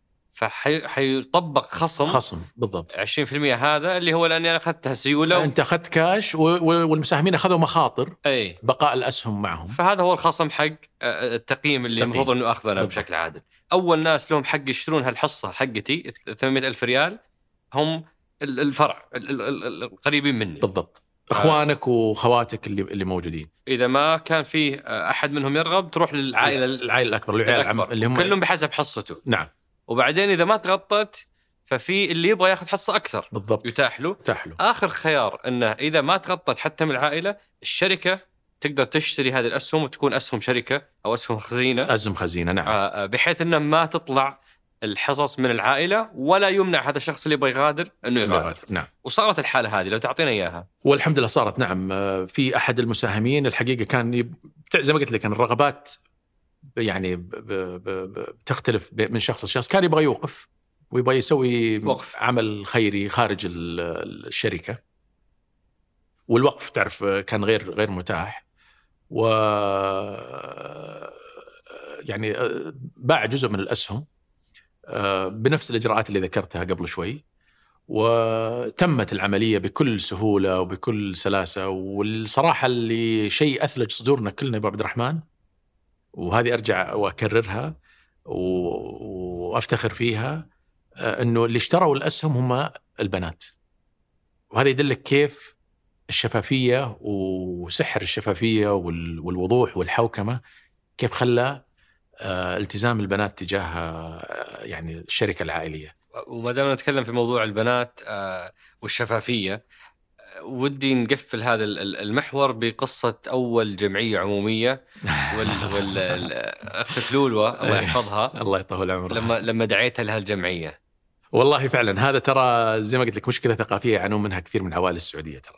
فحيطبق خصم بالضبط 20%، هذا اللي هو لأني أنا أخذتها سيولة أنت أخذت كاش والمساهمين أخذوا مخاطر أي بقاء الأسهم معهم. فهذا هو الخصم حق التقييم اللي المفروض أنه أخذه أنا بشكل عادل. أول ناس لهم حق يشترون هالحصة حقتي $800,000 هم الفرع القريبين مني. بالضبط، اخوانك واخواتك اللي موجودين. اذا ما كان فيه احد منهم يرغب تروح للعائله الاكبر اللي هم كلهم بحسب حصته. نعم. وبعدين اذا ما تغطت ففي اللي يبغى ياخذ حصه اكثر بالضبط يتاح له. اخر خيار انه اذا ما تغطت حتى من العائله، الشركه تقدر تشتري هذه الاسهم وتكون اسهم شركه او اسهم خزينه. نعم. بحيث انه ما تطلع الحصص من العائلة ولا يمنع هذا الشخص اللي يبغى يغادر أنه يغادر. نعم. وصارت الحالة هذه، لو تعطينا إياها. والحمد لله صارت. نعم. في أحد المساهمين الحقيقة كان زي ما قلت لك، كان الرغبات يعني بتختلف من شخص لشخص. كان يبغى يوقف ويبغى يسوي وقف، عمل خيري خارج الشركة، والوقف تعرف كان غير متاح، و يعني باع جزء من الأسهم بنفس الإجراءات اللي ذكرتها قبل شوي، وتمت العملية بكل سهولة وبكل سلاسة. والصراحة اللي شيء أثلج صدورنا كلنا أبو عبد الرحمن، وهذه أرجع وأكررها وأفتخر فيها، أنه اللي اشتروا الأسهم هم البنات. وهذا يدلك كيف الشفافية وسحر الشفافية والوضوح والحوكمة كيف خلى التزام البنات تجاه يعني الشركة العائلية. وما دام نتكلم في موضوع البنات والشفافية، ودي نقفل هذا المحور بقصة أول جمعية عمومية والأخت فلولوة الله يحفظها الله يطول عمرها لما دعيتها لها الجمعية. والله فعلا هذا ترى زي ما قلت لك مشكلة ثقافية يعانون منها كثير من عوائل السعودية ترى.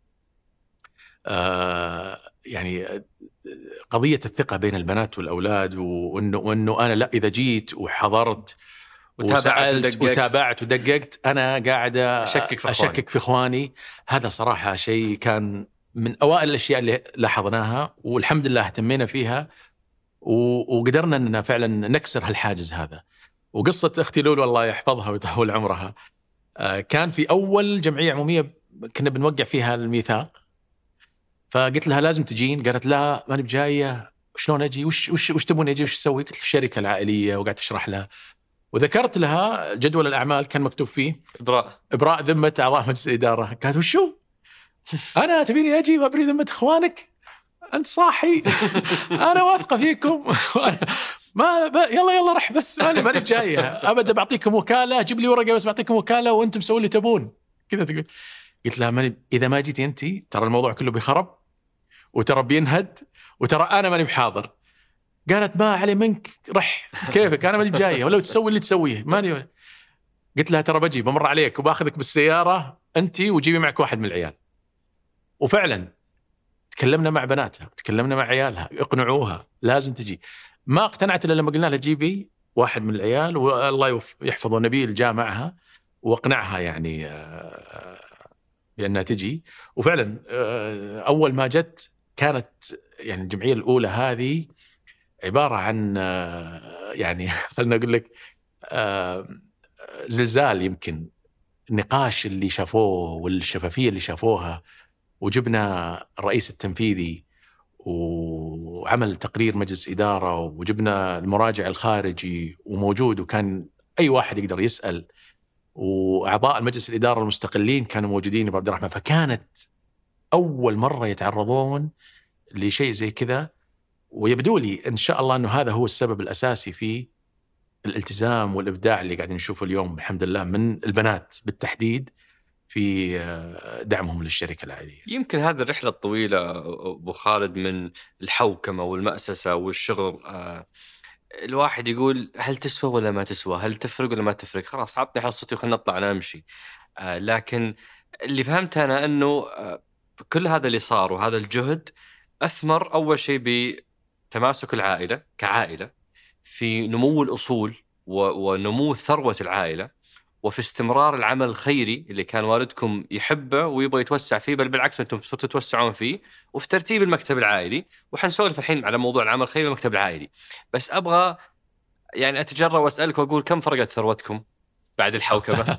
يعني قضية الثقة بين البنات والأولاد، وأنه أنا لا إذا جيت وحضرت وتابعت ودققت أنا قاعد أشكك في إخواني. هذا صراحة شيء كان من أوائل الأشياء اللي لاحظناها، والحمد لله اهتمينا فيها وقدرنا أننا فعلا نكسر هالحاجز هذا. وقصة أختي لولو الله يحفظها ويطول عمرها، كان في أول جمعية عمومية كنا بنوقع فيها الميثاق، فقلت لها لازم تجين. قالت لا ماني بجاية. شلون أجي؟ وش تبون أجي؟ وش أسوي؟ قلت الشركة العائلية، وقعدت أشرح لها وذكرت لها جدول الأعمال كان مكتوب فيه إبراء ذمة أعضاء مجلس الإدارة. قالت وشو؟ أنا تبيني أجي وأبري ذمة إخوانك؟ أنت صاحي أنا واثقة فيكم يلا رح، بس ماني بجاية أبدا، بعطيكم وكالة، جيب لي ورقة بس بعطيكم وكالة وأنتم سووا اللي تبون كذا تقول. قلت لها إذا ما جيتي أنت ترى الموضوع كله بيخرب، وترى بينهد، وترى أنا ماني بحاضر. قالت ما علي منك، رح كيفك، أنا ماني بجاية، ولو تسوي اللي تسويه ماني. قلت لها ترى بجي بمر عليك وباخذك بالسيارة أنت وجيبي معك واحد من العيال. وفعلا تكلمنا مع بناتها، تكلمنا مع عيالها، اقنعوها لازم تجي. ما اقتنعت إلا لما قلنا لها جيبي واحد من العيال، والله يحفظه نبيل جاء معها واقنعها يعني بأنها تجي. وفعلا أول ما جت كانت يعني الجمعية الأولى هذه عبارة عن يعني خلنا أقول لك زلزال. يمكن النقاش اللي شافوه والشفافية اللي شافوها، وجبنا الرئيس التنفيذي وعمل تقرير مجلس إدارة، وجبنا المراجع الخارجي وموجود، وكان أي واحد يقدر يسأل وأعضاء المجلس الإدارة المستقلين كانوا موجودين أبو عبد الرحمن، فكانت أول مرة يتعرضون لشيء زي كذا. ويبدو لي إن شاء الله أنه هذا هو السبب الأساسي في الالتزام والإبداع اللي قاعدين نشوفه اليوم الحمد لله من البنات بالتحديد في دعمهم للشركة العائلية. يمكن هذه الرحلة الطويلة أبو خالد من الحوكمة والمأسسة والشغل، الواحد يقول هل تسوى ولا ما تسوى، هل تفرق ولا ما تفرق، خلاص عطني حصتي وخلنا نطلع نمشي. لكن اللي فهمته أنا أنه كل هذا اللي صار وهذا الجهد أثمر أول شيء بتماسك العائلة كعائلة، في نمو الأصول ونمو ثروة العائلة، وفي استمرار العمل الخيري اللي كان والدكم يحبه ويبغى يتوسع فيه، بل بالعكس أنتم صرتوا تتوسعون فيه، وفي ترتيب المكتب العائلي. وحنسولف الحين على موضوع العمل الخيري والمكتب العائلي، بس أبغى يعني أتجرأ وأسألك وأقول كم فرقت ثروتكم بعد الحوكمة؟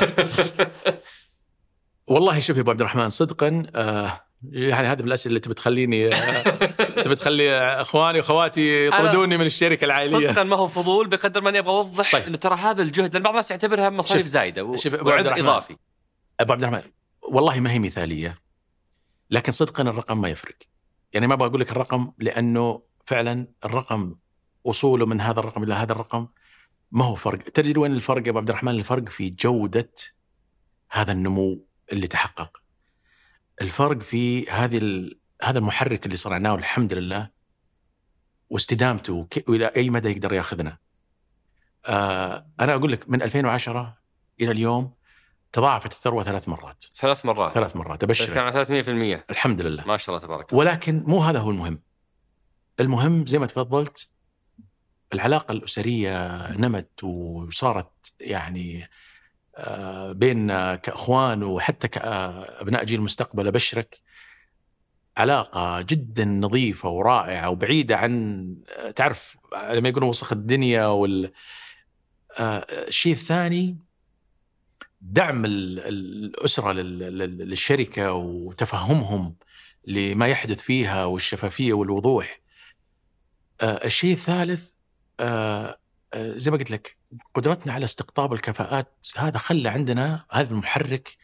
والله شوف يا أبو عبد الرحمن صدقا يعني هذه من الأسئلة اللي تبي تخلي أخواني وأخواتي يطردوني من الشركة العائلية. صدقا ما هو فضول بقدر ما أبغى أوضح طيب. إنه ترى هذا الجهد، لأن بعض الناس يعتبرها مصاريف زايدة وعبء إضافي. أبو عبد الرحمن والله ما هي مثالية، لكن صدقا الرقم ما يفرق. يعني ما أبغى أقول لك الرقم، لأنه فعلا الرقم وصوله من هذا الرقم إلى هذا الرقم ما هو فرق. تدري وين الفرق يا أبو عبد الرحمن؟ الفرق في جودة هذا النمو اللي تحقق. الفرق في هذا المحرك اللي صنعناه الحمد لله، واستدامته وإلى أي مدى يقدر يأخذنا. أنا أقول لك من 2010 إلى اليوم تضاعفت الثروة 3 مرات. 3 مرات أبشرك. كان 300% الحمد لله ما شاء الله تبارك الله. ولكن مو هذا هو المهم. المهم زي ما تفضلت العلاقة الأسرية نمت وصارت يعني بين كأخوان وحتى كأبناء جيل المستقبل. أبشرك علاقة جدا نظيفة ورائعة وبعيدة عن تعرف لما يقولون وسخ الدنيا الشيء الثاني دعم الأسرة للشركة وتفهمهم لما يحدث فيها والشفافية والوضوح. الشيء الثالث زي ما قلت لك قدرتنا على استقطاب الكفاءات. هذا خلى عندنا هذا المحرك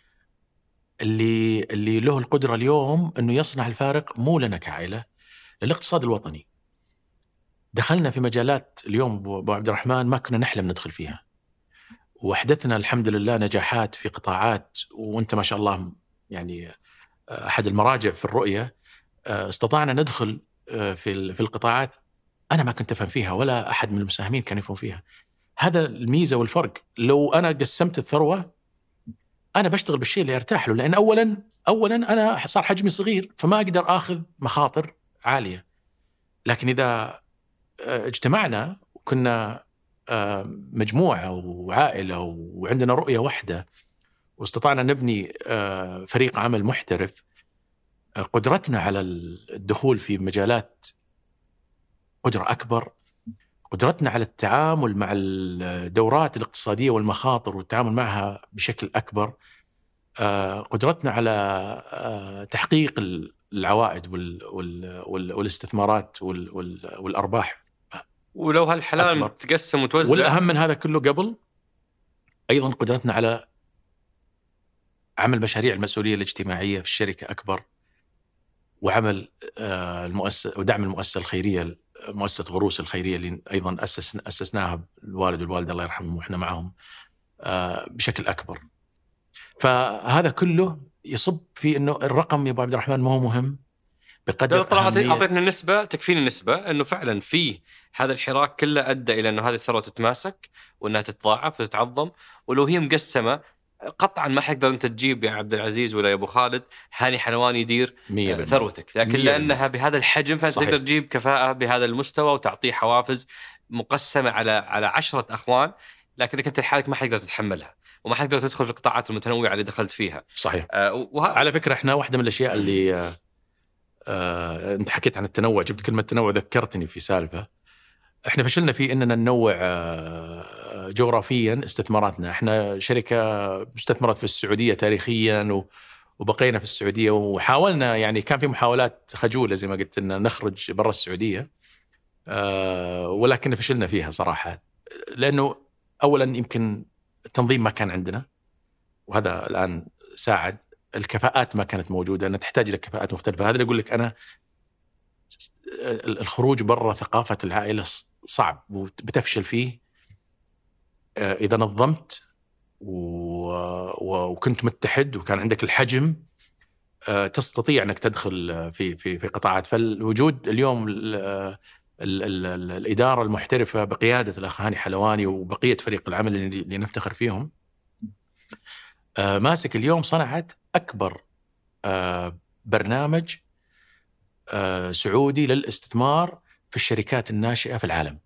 اللي له القدرة اليوم أنه يصنع الفارق، مو لنا كعائلة، للاقتصاد الوطني. دخلنا في مجالات اليوم أبو عبد الرحمن ما كنا نحلم ندخل فيها، وحدثنا الحمد لله نجاحات في قطاعات، وأنت ما شاء الله يعني أحد المراجع في الرؤية. استطعنا ندخل في القطاعات أنا ما كنت أفهم فيها ولا أحد من المساهمين كان يفهم فيها. هذا الميزة والفرق. لو أنا قسمت الثروة أنا بشتغل بالشيء اللي أرتاح له، لأن أولا أنا صار حجمي صغير فما أقدر أخذ مخاطر عالية. لكن إذا اجتمعنا وكنا مجموعة وعائلة وعندنا رؤية واحدة واستطعنا نبني فريق عمل محترف، قدرتنا على الدخول في مجالات قدرة أكبر، قدرتنا على التعامل مع الدورات الاقتصادية والمخاطر والتعامل معها بشكل أكبر، قدرتنا على تحقيق العوائد والاستثمارات والأرباح. ولو هالحلال تقسم وتوزع. والأهم من هذا كله قبل أيضا قدرتنا على عمل مشاريع المسؤولية الاجتماعية في الشركة أكبر، وعمل المؤسسة ودعم المؤسسة الخيرية، مؤسسة غروس الخيرية اللي أيضا أسسناها الوالد والوالدة الله يرحمهم وإحنا معهم بشكل أكبر. فهذا كله يصب في إنه الرقم يا أبو عبد الرحمن ما هو مهم بقدر طالما أعطيتنا النسبة تكفيني النسبة إنه فعلا فيه هذا الحراك كله أدى إلى إنه هذه الثروة تتماسك وإنها تتضاعف وتتعظم. ولو هي مقسمة قطعا ما حقدر أنت تجيب يا عبد العزيز ولا يا أبو خالد هاني حلوان يدير ثروتك، لكن لأنها بهذا الحجم فأنت تقدر تجيب كفاءة بهذا المستوى وتعطيه حوافز مقسمة على 10 أخوان، لكنك أنت لحالك ما حقدر تتحملها وما حقدر تدخل في القطاعات المتنوعة اللي دخلت فيها. صحيح. على فكرة إحنا واحدة من الأشياء اللي أنت حكيت عن التنوع، جبت كلمة تنوع ذكرتني في سالفة إحنا فشلنا في إننا ننوع جغرافيا استثماراتنا. إحنا شركة استثمرت في السعودية تاريخيا وبقينا في السعودية، وحاولنا يعني كان في محاولات خجولة زي ما قلت إن نخرج برا السعودية، ولكن فشلنا فيها صراحة. لأنه أولا يمكن التنظيم ما كان عندنا، وهذا الآن ساعد. الكفاءات ما كانت موجودة، أنا تحتاج إلى كفاءات مختلفة. هذا اللي أقول لك أنا، الخروج برا ثقافة العائلة صعب وبتفشل فيه إذا نظمت وكنت متحد وكان عندك الحجم، تستطيع أنك تدخل في قطاعات. فالوجود اليوم الإدارة المحترفة بقيادة الأخ هاني حلواني وبقية فريق العمل اللي نفتخر فيهم، ماسك اليوم صنعت أكبر برنامج سعودي للاستثمار في الشركات الناشئة في العالم.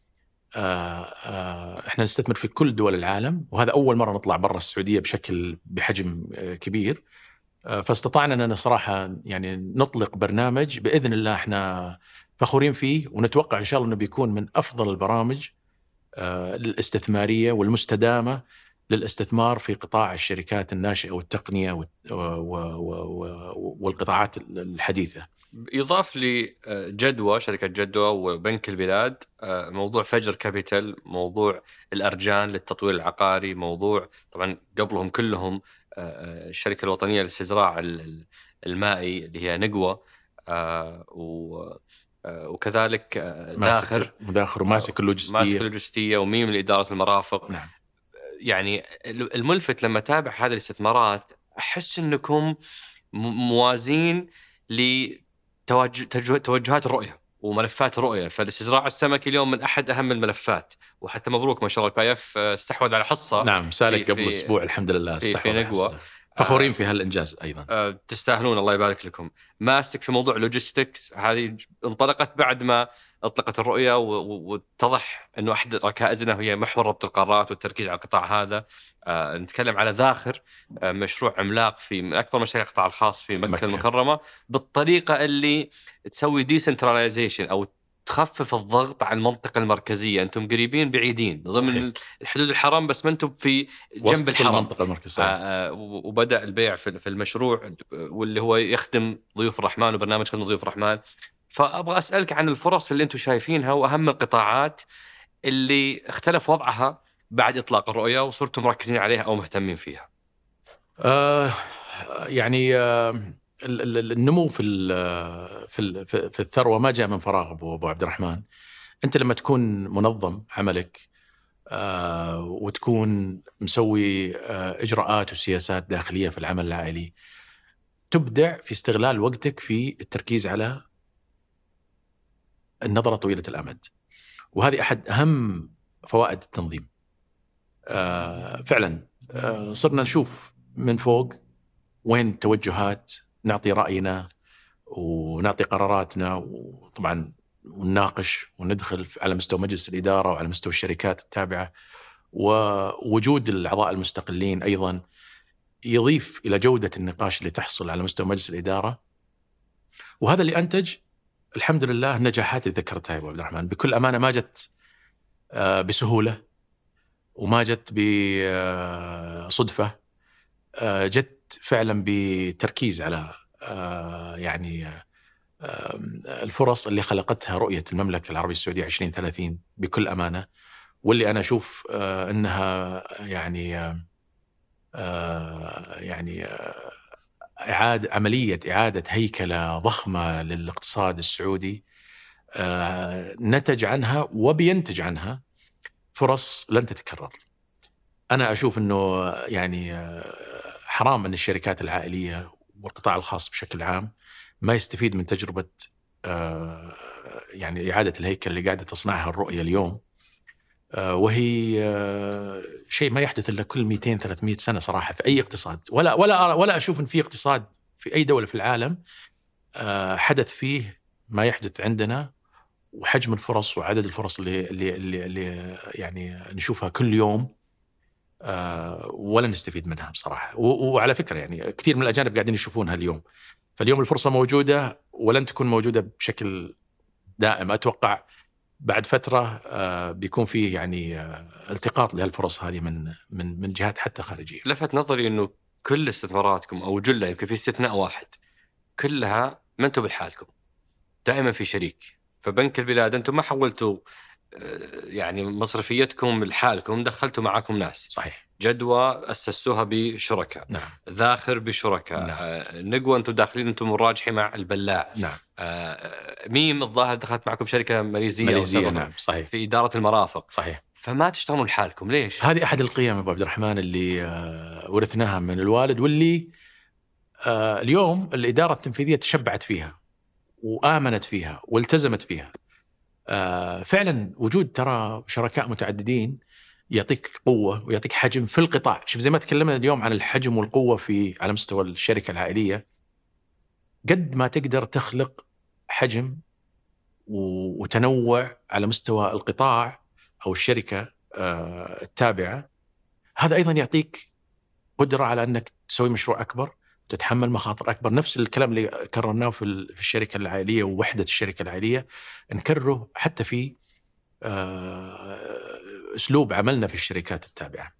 احنا نستثمر في كل دول العالم، وهذا أول مرة نطلع برا السعودية بحجم كبير. فاستطعنا أننا صراحة يعني نطلق برنامج بإذن الله احنا فخورين فيه، ونتوقع إن شاء الله أنه بيكون من أفضل البرامج الاستثمارية والمستدامة للاستثمار في قطاع الشركات الناشئة والتقنية والقطاعات الحديثة. يضاف لي جدوى، شركة جدوى وبنك البلاد، موضوع فجر كابيتال، موضوع الأرجان للتطوير العقاري، موضوع طبعا قبلهم كلهم الشركة الوطنية للاستزراع المائي اللي هي نقوى، وكذلك داخر وماسك اللوجستية وميم لإدارة المرافق. نعم. يعني الملفت لما تابع هذه الاستثمارات أحس أنكم موازين لتوجهات الرؤية وملفات الرؤية. فالاستزراع السمكي اليوم من أحد أهم الملفات، وحتى مبروك ما شاء الله البي اف استحوذ على حصة. نعم، سالك قبل أسبوع الحمد لله في نقوى. فخورين في هالإنجاز أيضا. تستاهلون، الله يبارك لكم. ماسك في موضوع لوجيستكس، هذه انطلقت بعد ما أطلقت الرؤية واتضح أنه أحد ركائزنا هي محور ربط القارات والتركيز على القطاع هذا. نتكلم على ذاخر، مشروع عملاق في من أكبر مشاريع القطاع الخاص في مكة المكرمة، بالطريقة اللي تسوي ديسنتراليزيشن أو تخفف الضغط على المنطقة المركزية. أنتم قريبين بعيدين ضمن الحدود الحرم، بس ما أنتم في جنب الحرم، المنطقة المركزية. وبدأ البيع في المشروع، واللي هو يخدم ضيوف الرحمن وبرنامج خدمة ضيوف الرحمن. فأبغى أسألك عن الفرص اللي أنتم شايفينها وأهم القطاعات اللي اختلف وضعها بعد إطلاق الرؤية وصرتم مركزين عليها أو مهتمين فيها. يعني النمو في الثروة ما جاء من فراغ أبو عبد الرحمن. أنت لما تكون منظم عملك وتكون مسوي إجراءات وسياسات داخلية في العمل العائلي، تبدع في استغلال وقتك في التركيز على النظرة طويلة الأمد، وهذه أحد أهم فوائد التنظيم. فعلا صرنا نشوف من فوق وين التوجهات، نعطي رأينا ونعطي قراراتنا، وطبعا ونناقش وندخل على مستوى مجلس الإدارة وعلى مستوى الشركات التابعة، ووجود الأعضاء المستقلين أيضا يضيف إلى جودة النقاش اللي تحصل على مستوى مجلس الإدارة. وهذا اللي أنتج الحمد لله النجاحات اللي ذكرتها يا أبو عبد الرحمن. بكل أمانة ما جت بسهولة وما جت بصدفة، جت فعلا بتركيز على الفرص اللي خلقتها رؤية المملكة العربية السعودية 2030 بكل أمانة، واللي أنا أشوف أنها عملية إعادة هيكلة ضخمة للاقتصاد السعودي، نتج عنها وبينتج عنها فرص لن تتكرر. أنا أشوف أنه حرام أن الشركات العائلية والقطاع الخاص بشكل عام ما يستفيد من تجربة إعادة الهيكل اللي قاعدة تصنعها الرؤية اليوم، وهي شيء ما يحدث إلا كل 200-300 سنة صراحة في أي اقتصاد. ولا أشوف أن في اقتصاد في أي دولة في العالم حدث فيه ما يحدث عندنا، وحجم الفرص وعدد الفرص اللي نشوفها كل يوم ولا نستفيد منها بصراحة. وعلى فكرة كثير من الأجانب قاعدين يشوفونها اليوم. فاليوم الفرصة موجودة ولن تكون موجودة بشكل دائم. أتوقع بعد فترة بيكون فيه التقاط لهالفرص هذه من جهات حتى خارجية. لفت نظري أنه كل استثماراتكم أو جلة، يمكن في استثناء واحد، كلها ما أنتم بحالكم، دائما في شريك. فبنك البلاد أنتم ما حولتوا يعني مصرفيتكم لحالكم دخلتوا معاكم ناس. صحيح. جدوى أسستوها بشركاء. نعم. ذاخر بشركاء. نعم. نقوى أنتم داخلين أنتم مراجحي مع البلاع. نعم. ميم الظاهر دخلت معكم شركة ماليزية نعم. صحيح. في إدارة المرافق. صحيح. فما تشتغلون لحالكم ليش؟ هذه أحد القيم أبو عبد الرحمن اللي ورثناها من الوالد، واللي اليوم الإدارة التنفيذية تشبعت فيها وآمنت فيها والتزمت فيها. فعلا وجود ترى شركاء متعددين يعطيك قوة ويعطيك حجم في القطاع. شوف زي ما تكلمنا اليوم عن الحجم والقوة على مستوى الشركة العائلية، قد ما تقدر تخلق حجم وتنوع على مستوى القطاع أو الشركة التابعة، هذا أيضا يعطيك قدرة على أنك تسوي مشروع أكبر، تتحمل مخاطر أكبر. نفس الكلام اللي كررناه في الشركة العائلية ووحدة الشركة العائلية نكرره حتى في أسلوب عملنا في الشركات التابعة،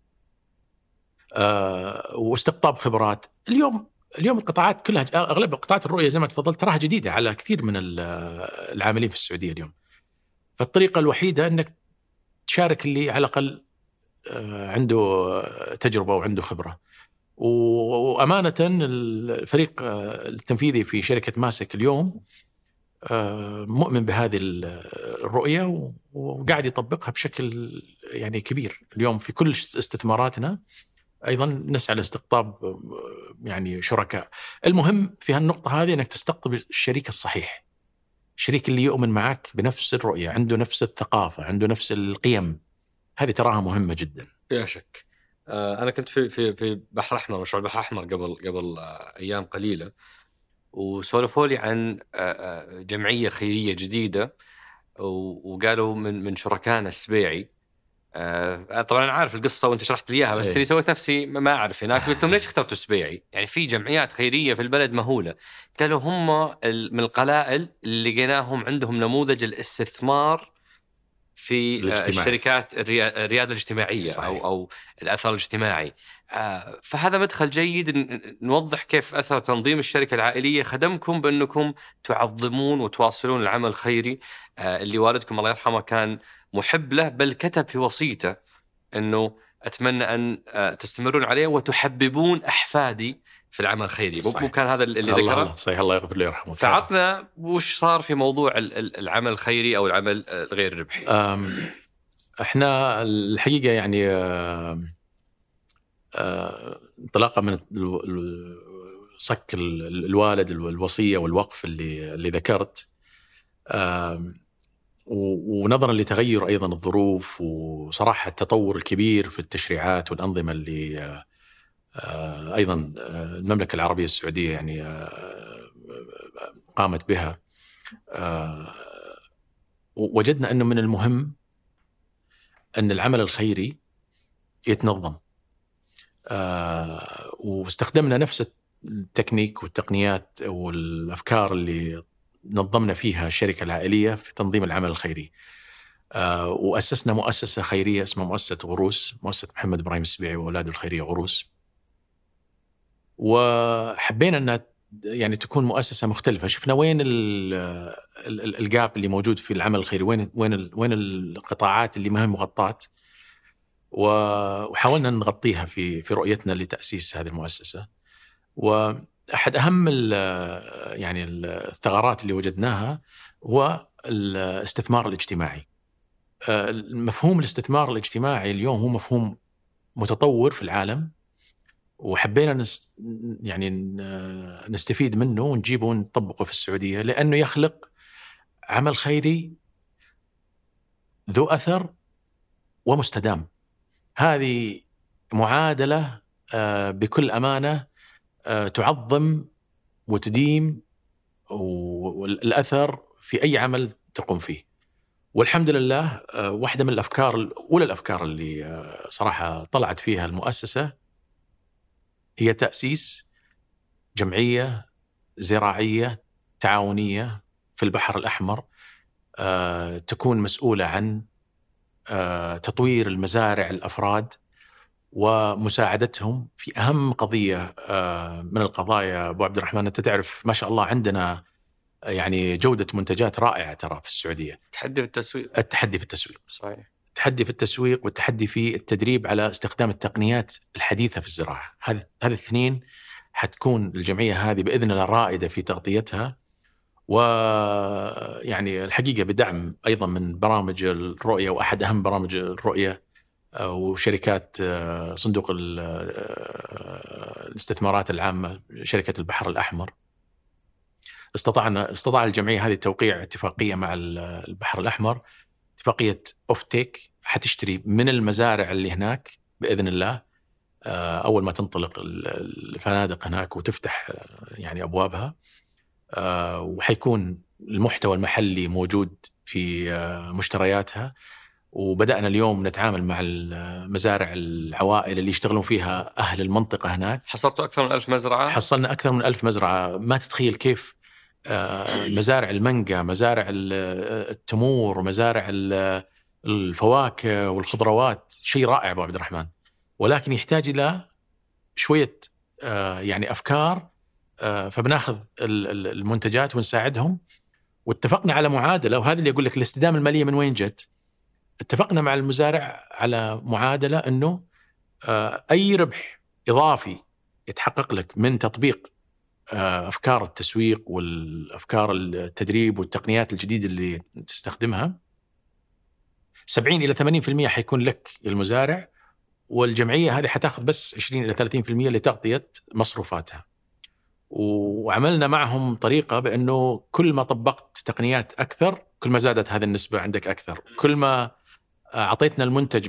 واستقطاب خبرات. اليوم القطاعات كلها، أغلب قطاعات الرؤية زي ما تفضلت تراها جديدة على كثير من العاملين في السعودية اليوم. فالطريقة الوحيدة أنك تشارك اللي على الأقل عنده تجربة وعنده خبرة. وأمانة الفريق التنفيذي في شركة ماسك اليوم مؤمن بهذه الرؤية وقاعد يطبقها بشكل يعني كبير. اليوم في كل استثماراتنا أيضا نسعى لاستقطاب يعني شركاء. المهم في هالنقطة هذه أنك تستقطب الشريك الصحيح، الشريك اللي يؤمن معك بنفس الرؤية، عنده نفس الثقافة، عنده نفس القيم. هذه تراها مهمة جدا. لا شك. أنا كنت في بحر أحمر، مشروع بحر أحمر قبل أيام قليلة، وسولفوا لي عن جمعية خيرية جديدة، وقالوا من شركائنا السبيعي. طبعا أنا عارف القصة وأنت شرحت لي إياها، بس اللي سويت نفسي ما أعرف هناك. قلت لهم ليش اخترتوا السبيعي؟ يعني في جمعيات خيرية في البلد مهولة. قالوا هم من القلائل اللي لقيناهم عندهم نموذج الاستثمار في الشركات الريادة الاجتماعية. صحيح. أو الأثر الاجتماعي. فهذا مدخل جيد نوضح كيف أثر تنظيم الشركة العائلية خدمكم بأنكم تعظمون وتواصلون العمل الخيري اللي والدكم الله يرحمه كان محب له، بل كتب في وصيته أنه أتمنى أن تستمرون عليه وتحببون أحفادي في العمل الخيري. مو كان هذا اللي ذكره؟ صحيح، الله يغفر له ويرحمه. فعطنا وش صار في موضوع العمل الخيري أو العمل الغير ربحي. احنا الحقيقة يعني انطلاقا من صك الوالد الوصية والوقف اللي ذكرت، ونظرا لتغير أيضا الظروف وصراحة التطور الكبير في التشريعات والأنظمة اللي أيضا المملكة العربية السعودية يعني قامت بها، وجدنا أنه من المهم أن العمل الخيري يتنظم، واستخدمنا نفس التكنيك والتقنيات والأفكار اللي نظمنا فيها الشركة العائلية في تنظيم العمل الخيري. وأسسنا مؤسسة خيرية اسمها مؤسسة غروس، مؤسسة محمد إبراهيم السبيعي وأولاده الخيرية غروس. وحبينا أنها يعني تكون مؤسسة مختلفة. شفنا وين الجاب اللي موجود في العمل الخيري، وين القطاعات اللي ما هي مغطاة، وحاولنا نغطيها في رؤيتنا لتأسيس هذه المؤسسة. وأحد أهم يعني الثغرات اللي وجدناها هو الاستثمار الاجتماعي. مفهوم الاستثمار الاجتماعي اليوم هو مفهوم متطور في العالم، وحبينا يعني نستفيد منه ونجيبه ونطبقه في السعودية، لأنه يخلق عمل خيري ذو أثر ومستدام. هذه معادلة بكل أمانة تعظم وتديم والأثر في أي عمل تقوم فيه. والحمد لله واحدة من أولى الأفكار اللي صراحة طلعت فيها المؤسسة هي تأسيس جمعية زراعية تعاونية في البحر الأحمر، تكون مسؤولة عن تطوير المزارع الأفراد ومساعدتهم في أهم قضية من القضايا. أبو عبد الرحمن، أنت تعرف ما شاء الله عندنا يعني جودة منتجات رائعة ترى في السعودية. التحدي في التسويق. صحيح. التحدي في التسويق والتحدي في التدريب على استخدام التقنيات الحديثة في الزراعة. هذه الاثنين حتكون الجمعية هذه بإذن الله رائدة في تغطيتها، ويعني الحقيقة بدعم أيضا من برامج الرؤية، وأحد أهم برامج الرؤية وشركات صندوق الاستثمارات العامة، شركة البحر الأحمر. استطاع الجمعية هذه توقيع اتفاقية مع البحر الأحمر، اتفاقية أوفتيك، حتشتري من المزارع اللي هناك بإذن الله أول ما تنطلق الفنادق هناك وتفتح يعني أبوابها، وحيكون المحتوى المحلي موجود في مشترياتها. وبدأنا اليوم نتعامل مع المزارع العوائل اللي يشتغلون فيها أهل المنطقة هناك. حصلتوا أكثر من 1000 مزرعة؟ حصلنا أكثر من 1000 مزرعة. ما تتخيل كيف مزارع المانجا، مزارع التمور، مزارع الفواكه والخضروات، شيء رائع أبو عبد الرحمن، ولكن يحتاج إلى شوية يعني أفكار. فبناخذ المنتجات ونساعدهم، واتفقنا على معادلة، وهذا اللي يقول لك الاستدامة المالية من وين جت. اتفقنا مع المزارع على معادلة أنه أي ربح إضافي يتحقق لك من تطبيق أفكار التسويق والأفكار التدريب والتقنيات الجديدة اللي تستخدمها، 70 إلى 80% حيكون لك المزارع، والجمعية هذه حتاخذ بس 20 إلى 30% لتغطية مصروفاتها. وعملنا معهم طريقة بأنه كل ما طبقت تقنيات أكثر كل ما زادت هذه النسبة عندك أكثر، كل ما أعطيتنا المنتج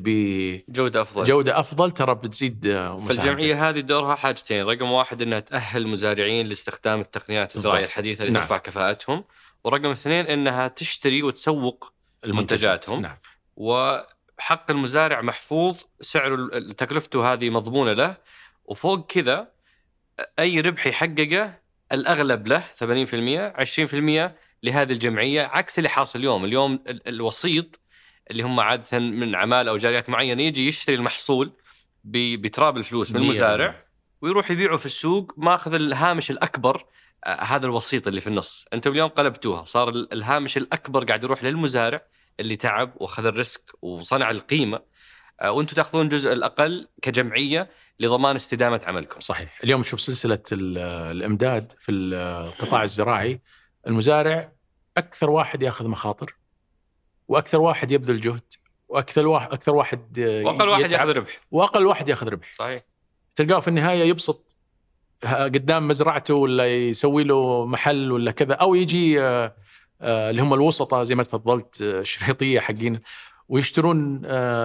بجودة أفضل ترى بتزيد مساهمتك. فالجمعية هذه دورها حاجتين: رقم واحد أنها تأهل المزارعين لاستخدام التقنيات الزراعية الحديثة اللي ترفع كفاءتهم، ورقم اثنين أنها تشتري وتسوق منتجاتهم. نعم. وحق المزارع محفوظ، سعر تكلفته هذه مضمونة له، وفوق كذا أي ربح يحققه الأغلب له 80%، 20% لهذه الجمعية، عكس اللي حاصل اليوم. الوسيط اللي هم عادة من عمالة أو جاريات معينة يجي يشتري المحصول بتراب الفلوس من المزارع ويروح يبيعه في السوق، ماخذ الهامش الأكبر. هذا الوسيط اللي في النص أنتم اليوم قلبتوها، صار الهامش الأكبر قاعد يروح للمزارع اللي تعب وأخذ الريسك وصنع القيمة، وأنتم تأخذون جزء الأقل كجمعية لضمان استدامة عملكم. صحيح. اليوم نشوف سلسلة الإمداد في القطاع الزراعي، المزارع أكثر واحد يأخذ مخاطر، وأكثر واحد يبذل جهد، وأكثر واحد وأقل واحد يأخذ ربح، وأقل واحد يأخذ ربح. صحيح. تلقاه في النهاية يبسط قدام مزرعته، ولا يسوي له محل ولا كذا، أو يجي اللي هم الوسطاء زي ما تفضلت الشريطية حقين، ويشترون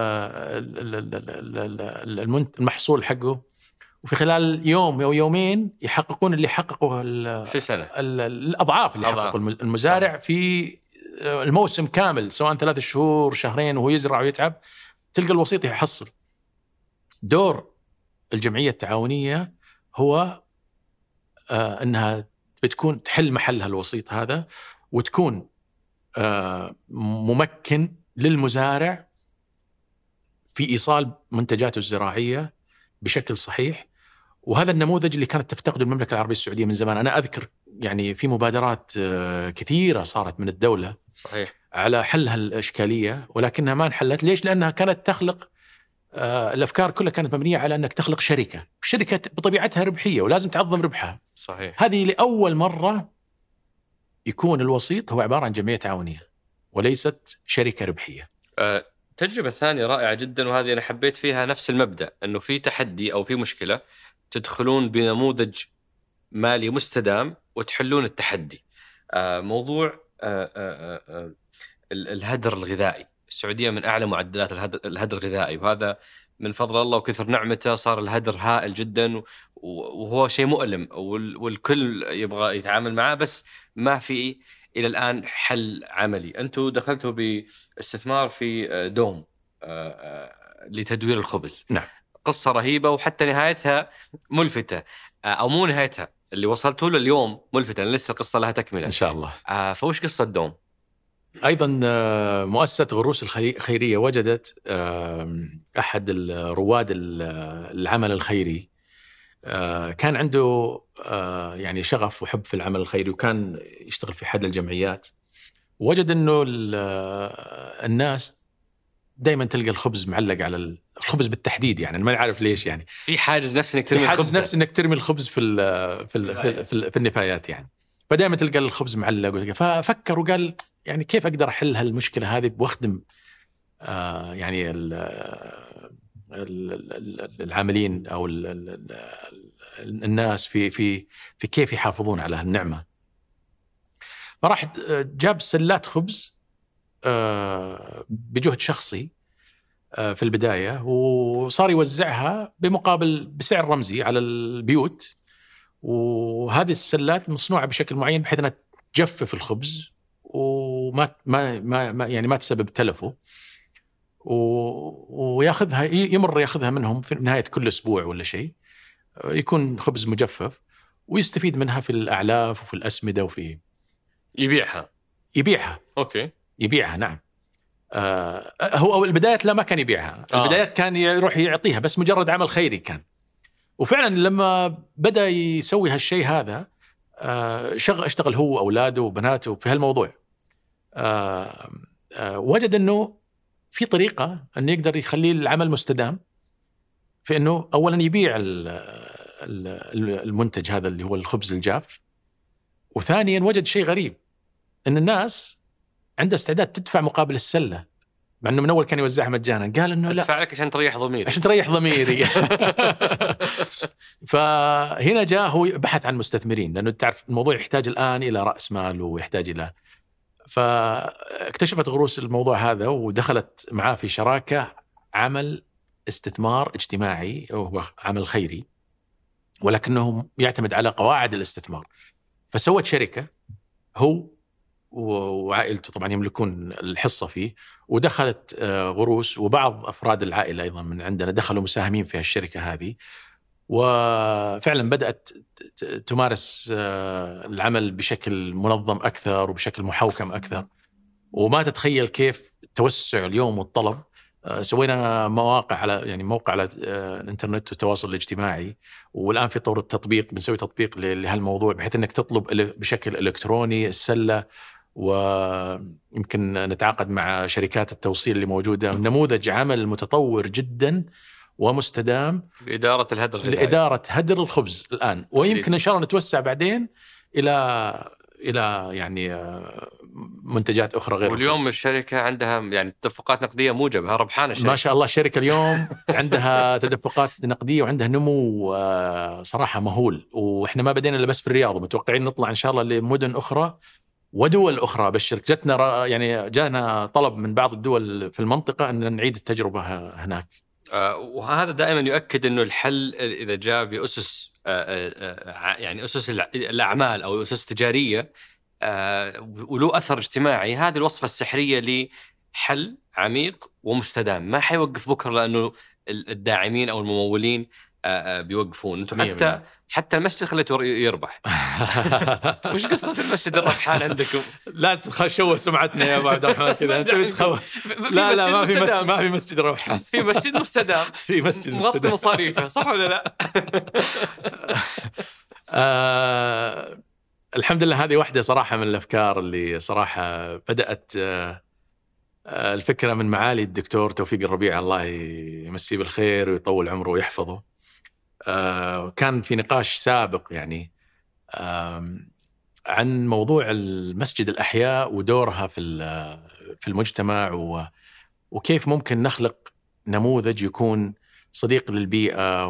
المحصول حقه، وفي خلال يوم أو يومين يحققون اللي حققوه في سنة، الأضعاف اللي حققوا المزارع. صح. في الموسم كامل، سواء 3 شهور، شهرين، وهو يزرع ويتعب، تلقى الوسيط يحصل. دور الجمعية التعاونية هو أنها بتكون تحل محلها الوسيط هذا، وتكون ممكن للمزارع في إيصال منتجاته الزراعية بشكل صحيح. وهذا النموذج اللي كانت تفتقده المملكة العربية السعودية من زمان. أنا أذكر يعني في مبادرات كثيرة صارت من الدولة، صحيح، على حل هالإشكالية، ولكنها ما انحلت. ليش؟ لأنها كانت تخلق الأفكار كلها كانت مبنية على أنك تخلق شركة، الشركة بطبيعتها ربحية ولازم تعظم ربحها. صحيح. هذه لأول مرة يكون الوسيط هو عبارة عن جمعية تعاونية وليست شركة ربحية. تجربة ثانية رائعة جدا، وهذه أنا حبيت فيها نفس المبدأ، أنه في تحدي أو في مشكلة تدخلون بنموذج مالي مستدام وتحلون التحدي. موضوع الهدر الغذائي. السعودية من أعلى معدلات الهدر الغذائي، وهذا من فضل الله وكثر نعمته. صار الهدر هائل جدا، وهو شيء مؤلم، والكل يبغى يتعامل معه، بس ما في إلى الآن حل عملي. أنتوا دخلتوا باستثمار في دوم لتدوير الخبز. نعم. قصة رهيبة، وحتى نهايتها ملفتة، أو مو نهايتها، اللي وصلتوا له اليوم ملفتة، لسه القصة لها تكملة إن شاء الله. فوش قصة دوم؟ أيضا مؤسسة غروس الخيرية وجدت أحد رواد العمل الخيري كان عنده يعني شغف وحب في العمل الخيري، وكان يشتغل في أحد الجمعيات. وجد أنه الناس دائما تلقى الخبز معلق على الخبز بالتحديد، يعني أنا ما عارف ليش، يعني في حاجز نفسي انك ترمي الخبز، حاجز نفسي انك ترمي الخبز في النفايات يعني. فدائما تلقى الخبز معلق. ففكر وقال يعني كيف اقدر احل هالمشكله هذه واخدم يعني العاملين او الناس في كيف يحافظون على هالنعمه. فراح جاب سلات خبز بجهد شخصي في البداية، وصار يوزعها بسعر رمزي على البيوت. وهذه السلات مصنوعة بشكل معين بحيث أنها تجفف الخبز وما يعني ما تسبب تلفه، وياخذها ياخذها منهم في نهاية كل أسبوع ولا شيء، يكون خبز مجفف، ويستفيد منها في الأعلاف وفي الأسمدة وفي يبيعها. أوكي. يبيعها نعم. هو البداية لا ما كان يبيعها. البدايات كان يروح يعطيها بس مجرد عمل خيري كان. وفعلا لما بدأ يسوي هالشيء هذا اشتغل هو وأولاده وبناته في هالموضوع. وجد أنه في طريقة أنه يقدر يخلي العمل مستدام، في أنه أولا يبيع المنتج هذا اللي هو الخبز الجاف، وثانيا وجد شيء غريب، أن الناس عنده استعداد تدفع مقابل السلة، مع أنه من أول كان يوزعها مجانا. قال أنه لا، أدفع لك عشان تريح ضميري. عشان تريح ضميري. فهنا جاء هو بحث عن مستثمرين، لأنه تعرف الموضوع يحتاج الآن إلى رأس مال ويحتاج إلى. فاكتشفت غروس الموضوع هذا ودخلت معاه في شراكة عمل استثمار اجتماعي، وهو عمل خيري ولكنه يعتمد على قواعد الاستثمار. فسوت شركة هو وعائلته طبعا يملكون الحصة فيه، ودخلت غروس وبعض أفراد العائلة أيضا من عندنا دخلوا مساهمين في الشركة هذه، وفعلا بدأت تمارس العمل بشكل منظم أكثر وبشكل محوكم أكثر. وما تتخيل كيف توسع اليوم والطلب. سوينا مواقع على موقع على الانترنت والتواصل الاجتماعي، والآن في طور التطبيق بنسوي تطبيق لهالموضوع بحيث أنك تطلب بشكل إلكتروني السلة، ويمكن نتعاقد مع شركات التوصيل اللي موجودة. نموذج عمل متطور جدا ومستدام لإدارة هدر الخبز الآن، ويمكن إن شاء الله نتوسع بعدين إلى يعني منتجات أخرى غير واليوم الخبز. الشركة عندها يعني تدفقات نقدية موجبة، ربحانة الشركة ما شاء الله. الشركة اليوم عندها تدفقات نقدية وعندها نمو صراحة مهول، وإحنا ما بدينا إلا بس في الرياض، ومتوقعين نطلع إن شاء الله لمدن أخرى ودول أخرى. بالشركة جانا طلب من بعض الدول في المنطقة أن نعيد التجربة هناك. وهذا دائما يؤكد أنه الحل إذا جاء بأسس يعني أسس الأعمال أو أسس تجارية وله أثر اجتماعي، هذه الوصفة السحرية لحل عميق ومستدام ما حيوقف بكرة، لأنه الداعمين أو الممولين بيوقفون. أنتم حتى المسجد خليته يربح. وش قصة المسجد الربحان عندكم؟ لا تخشوا سمعتنا يا أبو عبد الرحمن كذا. أنت بتخوف. لا ما في مسجد ربحان. في مسجد مستدام. في مسجد مستدام مغطي مصاريفه، صح ولا لا؟ الحمد لله. هذه واحدة صراحة من الأفكار اللي صراحة بدأت الفكرة من معالي الدكتور توفيق الربيع، الله يمسيه بالخير ويطول عمره ويحفظه. كان في نقاش سابق يعني عن موضوع المسجد الأحياء ودورها في المجتمع، وكيف ممكن نخلق نموذج يكون صديق للبيئة،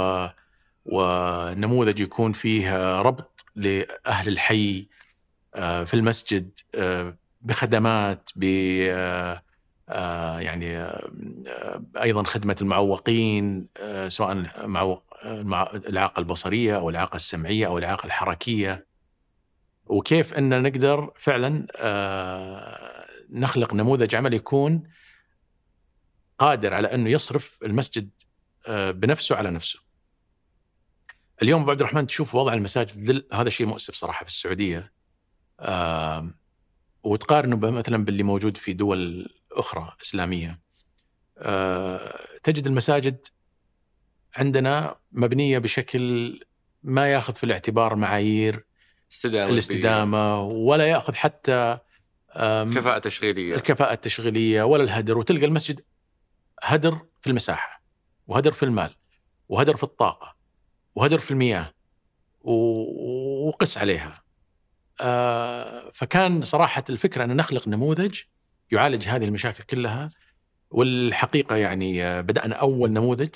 ونموذج يكون فيه ربط لأهل الحي في المسجد بخدمات يعني أيضا خدمة المعوقين، سواء الإعاقة البصرية أو الإعاقة السمعية أو الإعاقة الحركية، وكيف أن نقدر فعلا نخلق نموذج عمل يكون قادر على أنه يصرف المسجد بنفسه على نفسه. اليوم أبو عبد الرحمن تشوف وضع المساجد، هذا شيء مؤسف صراحة في السعودية، وتقارنه مثلا باللي موجود في دول أخرى إسلامية. تجد المساجد عندنا مبنية بشكل ما ياخذ في الاعتبار معايير الاستدامة ولا ياخذ حتى الكفاءة التشغيلية ولا الهدر. وتلقى المسجد هدر في المساحة وهدر في المال وهدر في الطاقة وهدر في المياه وقس عليها. فكان صراحة الفكرة أن نخلق نموذج يعالج هذه المشاكل كلها. والحقيقة يعني بدأنا أول نموذج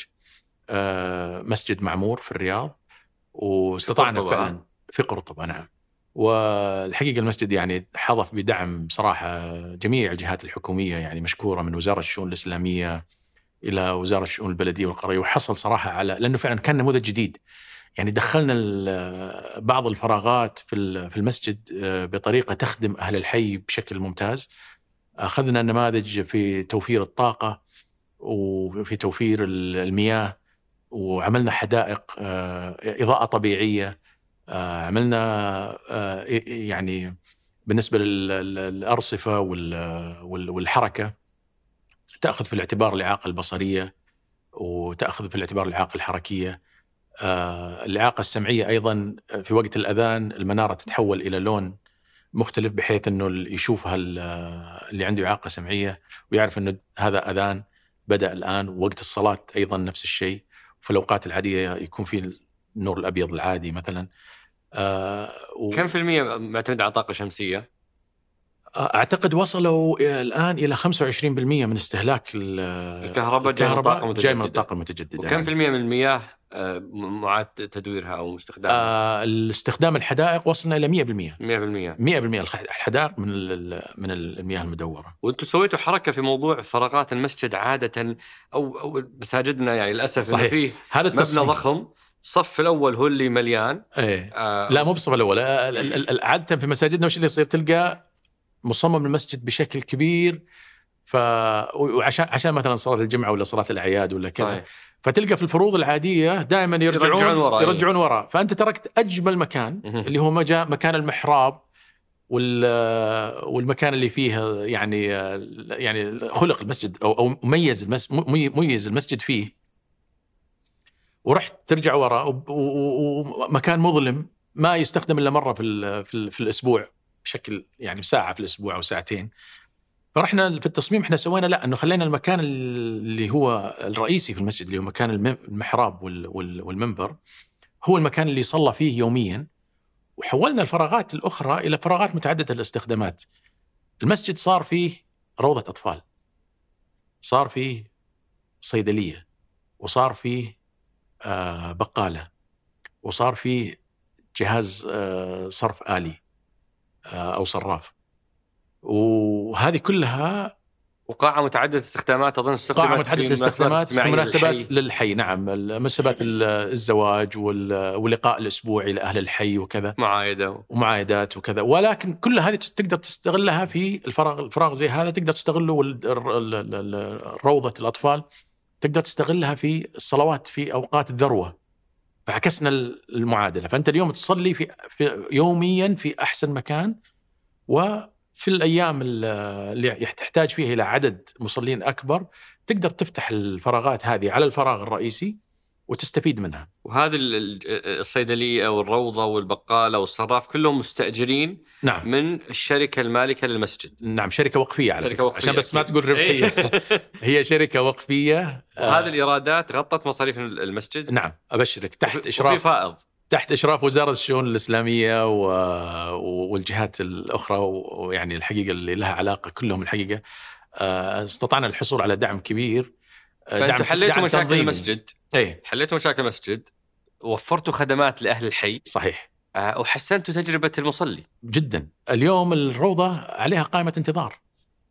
مسجد معمور في الرياض، واستطعنا فعلا في قرطبة. نعم. والحقيقة المسجد يعني حظف بدعم صراحة جميع الجهات الحكومية، يعني مشكورة من وزارة الشؤون الإسلامية إلى وزارة الشؤون البلدية والقرية، وحصل صراحة على لأنه فعلا كان نموذج جديد. يعني دخلنا بعض الفراغات في المسجد بطريقة تخدم أهل الحي بشكل ممتاز. أخذنا نماذج في توفير الطاقة وفي توفير المياه، وعملنا حدائق إضاءة طبيعية. عملنا يعني بالنسبة للأرصفة والحركة تأخذ في الاعتبار الإعاقة البصرية وتأخذ في الاعتبار الإعاقة الحركية. الإعاقة السمعية أيضا في وقت الأذان المنارة تتحول إلى لون مختلف بحيث أنه يشوفها اللي عنده إعاقة سمعية ويعرف أنه هذا أذان بدأ الآن. ووقت الصلاة أيضا نفس الشيء. في الأوقات العادية يكون في النور الأبيض العادي مثلا. كم في المية معتمد على طاقة شمسية؟ أعتقد وصلوا الآن إلى 25% من استهلاك الكهرباء جاي من الطاقة المتجددة. وكم في المية من المياه معاد تدويرها أو استخدامها؟ الاستخدام الحدائق وصلنا إلى 100%. 100% الحدائق من المياه المدورة. وأنتم سويتوا حركة في موضوع فراغات المسجد عادة أو مساجدنا يعني للأسف إنه فيه هذا مبنى ضخم، الصف الأول هو اللي مليان. لا مو بالصف الأول. عادة في مساجدنا وش اللي يصير؟ تلقى مصمم المسجد بشكل كبير وعشان مثلا صلاة الجمعة ولا صلاة الأعياد ولا كذا. فتلقى في الفروض العادية دائما يرجعون وراء. فأنت تركت أجمل مكان اللي هو مكان المحراب والمكان اللي فيه يعني خلق المسجد أو ميز المسجد فيه، ورحت ترجع وراء ومكان مظلم ما يستخدم إلا مرة في الأسبوع بشكل يعني ساعة في الأسبوع أو ساعتين. فرحنا في التصميم احنا سوينا لا انه خلينا المكان اللي هو الرئيسي في المسجد اللي هو مكان المحراب والمنبر هو المكان اللي يصلى فيه يوميا، وحولنا الفراغات الأخرى إلى فراغات متعددة الاستخدامات. المسجد صار فيه روضة أطفال، صار فيه صيدلية، وصار فيه بقالة، وصار فيه جهاز صرف آلي أو صراف، وهذه كلها وقاعة متعددة الاستخدامات. أظن قاعة متعددة الاستخدامات في مناسبات للحي. نعم، مناسبات الزواج واللقاء الأسبوعي لأهل الحي وكذا، ومعايدات وكذا. ولكن كل هذه تقدر تستغلها في الفراغ زي هذا، تقدر تستغله روضة الأطفال تقدر تستغلها في الصلوات في أوقات الذروة. فعكسنا المعادلة. فأنت اليوم تصلي في يوميا في أحسن مكان، وفي الأيام اللي تحتاج فيها إلى عدد مصلين أكبر تقدر تفتح الفراغات هذه على الفراغ الرئيسي وتستفيد منها. وهذه الصيدلية والروضة والبقالة والصراف كلهم مستأجرين. نعم. من الشركة المالكة للمسجد. نعم، شركة وقفية على فكرة. عشان بس ما تقول ربحية. هي شركة وقفية. وهذه الإيرادات غطت مصاريف المسجد. نعم، أبشرك. تحت إشراف وفي فائض. تحت إشراف وزارة الشؤون الإسلامية والجهات الأخرى، ويعني الحقيقة اللي لها علاقة كلهم الحقيقة استطعنا الحصول على دعم كبير. فأنتوا حليتوا مشاكل المسجد. إيه؟ حليتوا مشاكل المسجد، وفرتوا خدمات لأهل الحي. صحيح. وحسنتوا تجربة المصلي جدا. اليوم الروضة عليها قائمة انتظار،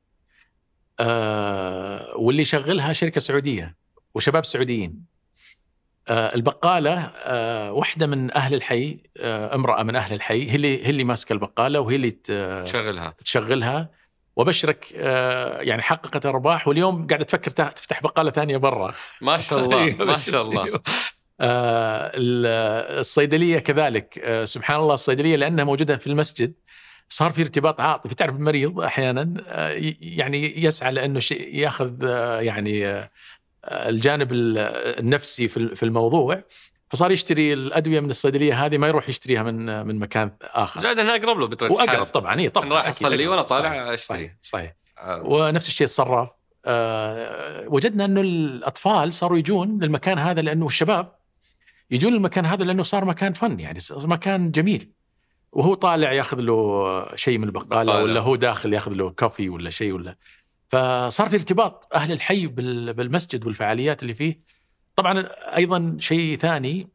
واللي يشغلها شركة سعودية وشباب سعوديين. البقالة واحدة من أهل الحي، امرأة من أهل الحي هي اللي ماسكة البقالة وهي اللي تشغلها. وبشرك يعني حققت أرباح، واليوم قاعدة تفكر تفتح بقالة ثانية برا. ما شاء الله. ما شاء الله. الصيدلية كذلك. سبحان الله، الصيدلية لأنها موجودة في المسجد صار في ارتباط عاطفي. تعرف المريض أحيانا يعني يسعى لأنه يأخذ يعني الجانب النفسي في الموضوع، فصار يشتري الأدوية من الصيدلية هذه، ما يروح يشتريها من مكان آخر. زائد أنها أقرب له بطريقة الحال. وأقرب طبعا، إيه طبعا، راح أصلي وأنا طالع أشتري. صحيح. ونفس الشيء الصراف. وجدنا أنه الأطفال صاروا يجون للمكان هذا، لأنه الشباب يجون للمكان هذا لأنه صار مكان فن، يعني مكان جميل، وهو طالع ياخذ له شيء من البقالة، ولا هو داخل ياخذ له كافي ولا شيء، ولا فصار في ارتباط أهل الحي بالمسجد والفعاليات اللي فيه. طبعا أيضا شيء ثاني،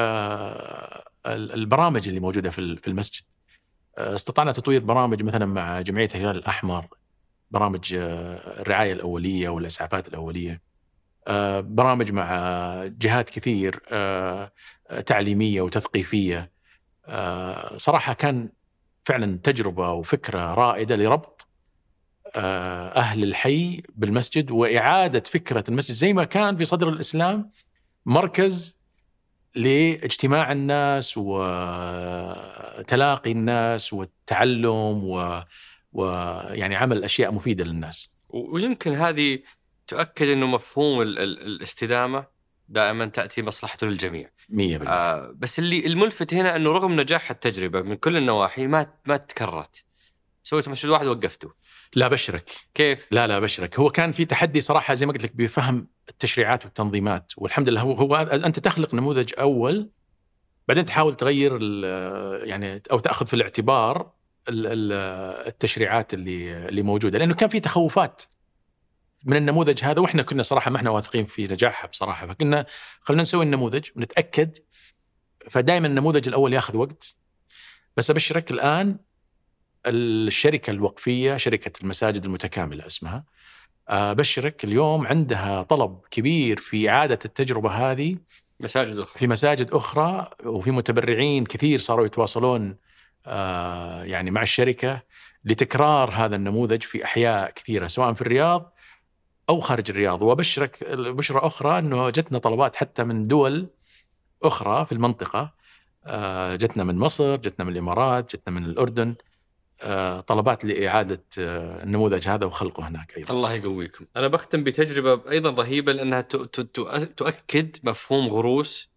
البرامج اللي موجودة في المسجد. استطعنا تطوير برامج مثلا مع جمعية الهلال الأحمر، برامج الرعاية الأولية والإسعافات الأولية، برامج مع جهات كثير تعليمية وتثقيفية. صراحة كان فعلا تجربة وفكرة رائدة لربط أهل الحي بالمسجد، وإعادة فكرة المسجد زي ما كان في صدر الإسلام مركز لاجتماع الناس وتلاقي الناس والتعلم ويعني عمل أشياء مفيدة للناس. ويمكن هذه تؤكد أنه مفهوم الاستدامة دائما تأتي مصلحته للجميع 100%. بس اللي الملفت هنا أنه رغم نجاح التجربة من كل النواحي ما تكررت. سويت مسجد واحد وقفته. لا بشرك. كيف؟ لا بشرك. هو كان في تحدي صراحة زي ما قلت لك بفهم التشريعات والتنظيمات، والحمد لله هو أنت تخلق نموذج أول، بعدين تحاول تغير يعني أو تأخذ في الاعتبار التشريعات اللي موجودة، لأنه كان في تخوفات من النموذج هذا، وإحنا كنا صراحة ما احنا واثقين في نجاحها بصراحة، فكنا خلنا نسوي النموذج ونتأكد. فدائما النموذج الأول يأخذ وقت. بس أبشرك الآن الشركة الوقفية، شركة المساجد المتكاملة اسمها، أبشرك اليوم عندها طلب كبير في إعادة التجربة هذه في مساجد أخرى، وفي متبرعين كثير صاروا يتواصلون يعني مع الشركة لتكرار هذا النموذج في أحياء كثيرة سواء في الرياض أو خارج الرياض. وأبشرك بشرة أخرى أنه جتنا طلبات حتى من دول أخرى في المنطقة، جتنا من مصر، جتنا من الإمارات، جتنا من الأردن، طلبات لإعادة النموذج هذا وخلقه هناك أيضا. الله يقويكم. أنا بختم بتجربة أيضا رهيبة لأنها تؤكد مفهوم غروس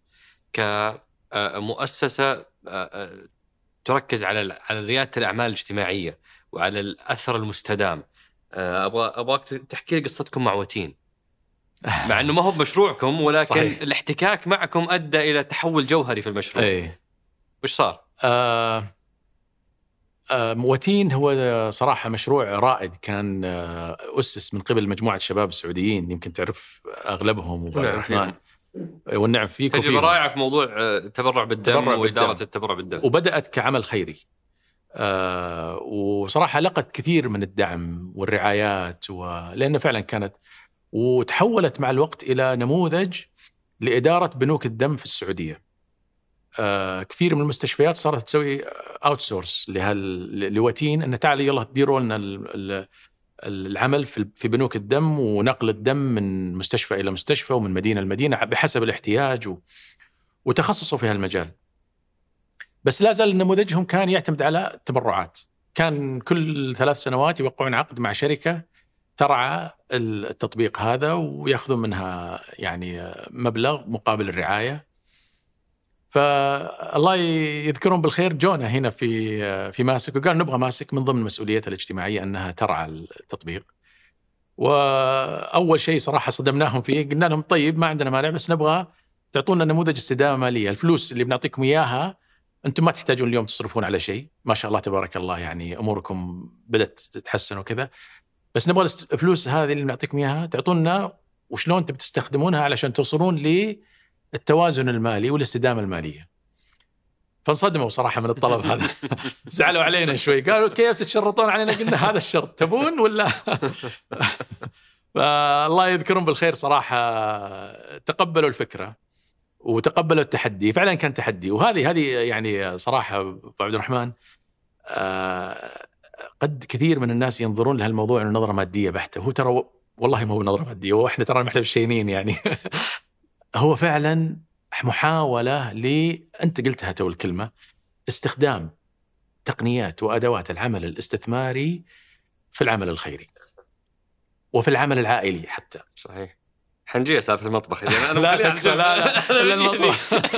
كمؤسسة تركز على ريادة الأعمال الاجتماعية وعلى الأثر المستدام. أبغاك تحكي لي قصتكم مع وتين، مع أنه ما هو بمشروعكم، ولكن صحيح. الاحتكاك معكم أدى إلى تحول جوهري في المشروع. وش صار؟ وتين هو صراحة مشروع رائد، كان أسس من قبل مجموعة شباب السعوديين، يمكن تعرف أغلبهم، وعبد الرحمن والنعم فيك. تجربة رائعة في موضوع التبرع بالدم وإدارة التبرع بالدم، وبدأت كعمل خيري، وصراحة لقت كثير من الدعم والرعايات، لأنه فعلا كانت، وتحولت مع الوقت إلى نموذج لإدارة بنوك الدم في السعودية. كثير من المستشفيات صارت تسوي اوتسورس لوتين، ان تعالي يلا تديروا لنا العمل في بنوك الدم ونقل الدم من مستشفى الى مستشفى ومن مدينه لمدينه بحسب الاحتياج، وتخصصوا في هالمجال. بس لا زال نموذجهم كان يعتمد على التبرعات. كان كل 3 سنوات يوقعون عقد مع شركه ترعى التطبيق هذا، وياخذون منها يعني مبلغ مقابل الرعايه. فالله يذكرهم بالخير جونا هنا في ماسك، وقال نبغى ماسك من ضمن مسؤوليتها الاجتماعية أنها ترعى التطبيق. وأول شيء صراحة صدمناهم فيه، قلنا لهم طيب ما عندنا مانع، بس نبغى تعطونا نموذج استدامة مالية. الفلوس اللي بنعطيكم إياها أنتم ما تحتاجون اليوم تصرفون على شيء، ما شاء الله تبارك الله، يعني أموركم بدأت تتحسن وكذا، بس نبغى الفلوس هذه اللي بنعطيكم إياها تعطونا وشلون أنتم بتستخدمونها علشان توصلون التوازن المالي والاستدامة المالية. فانصدموا صراحة من الطلب هذا زعلوا علينا شوي، قالوا كيف تتشرطون علينا؟ قلنا هذا الشرط تبون ولا فالله يذكرهم بالخير صراحة تقبلوا الفكرة وتقبلوا التحدي. فعلا كان تحدي، وهذه يعني صراحة أبو عبد الرحمن قد كثير من الناس ينظرون لهالموضوع إنه نظرة مادية بحتة، وهو ترى والله ما هو نظرة مادية، وإحنا ترى محلب الشينين يعني هو فعلا محاولة أنت قلتها تو الكلمة، استخدام تقنيات وأدوات العمل الاستثماري في العمل الخيري وفي العمل العائلي حتى. صحيح. حنجيه سالفة المطبخ يعني أنا لا تكفى، لا المطبخ.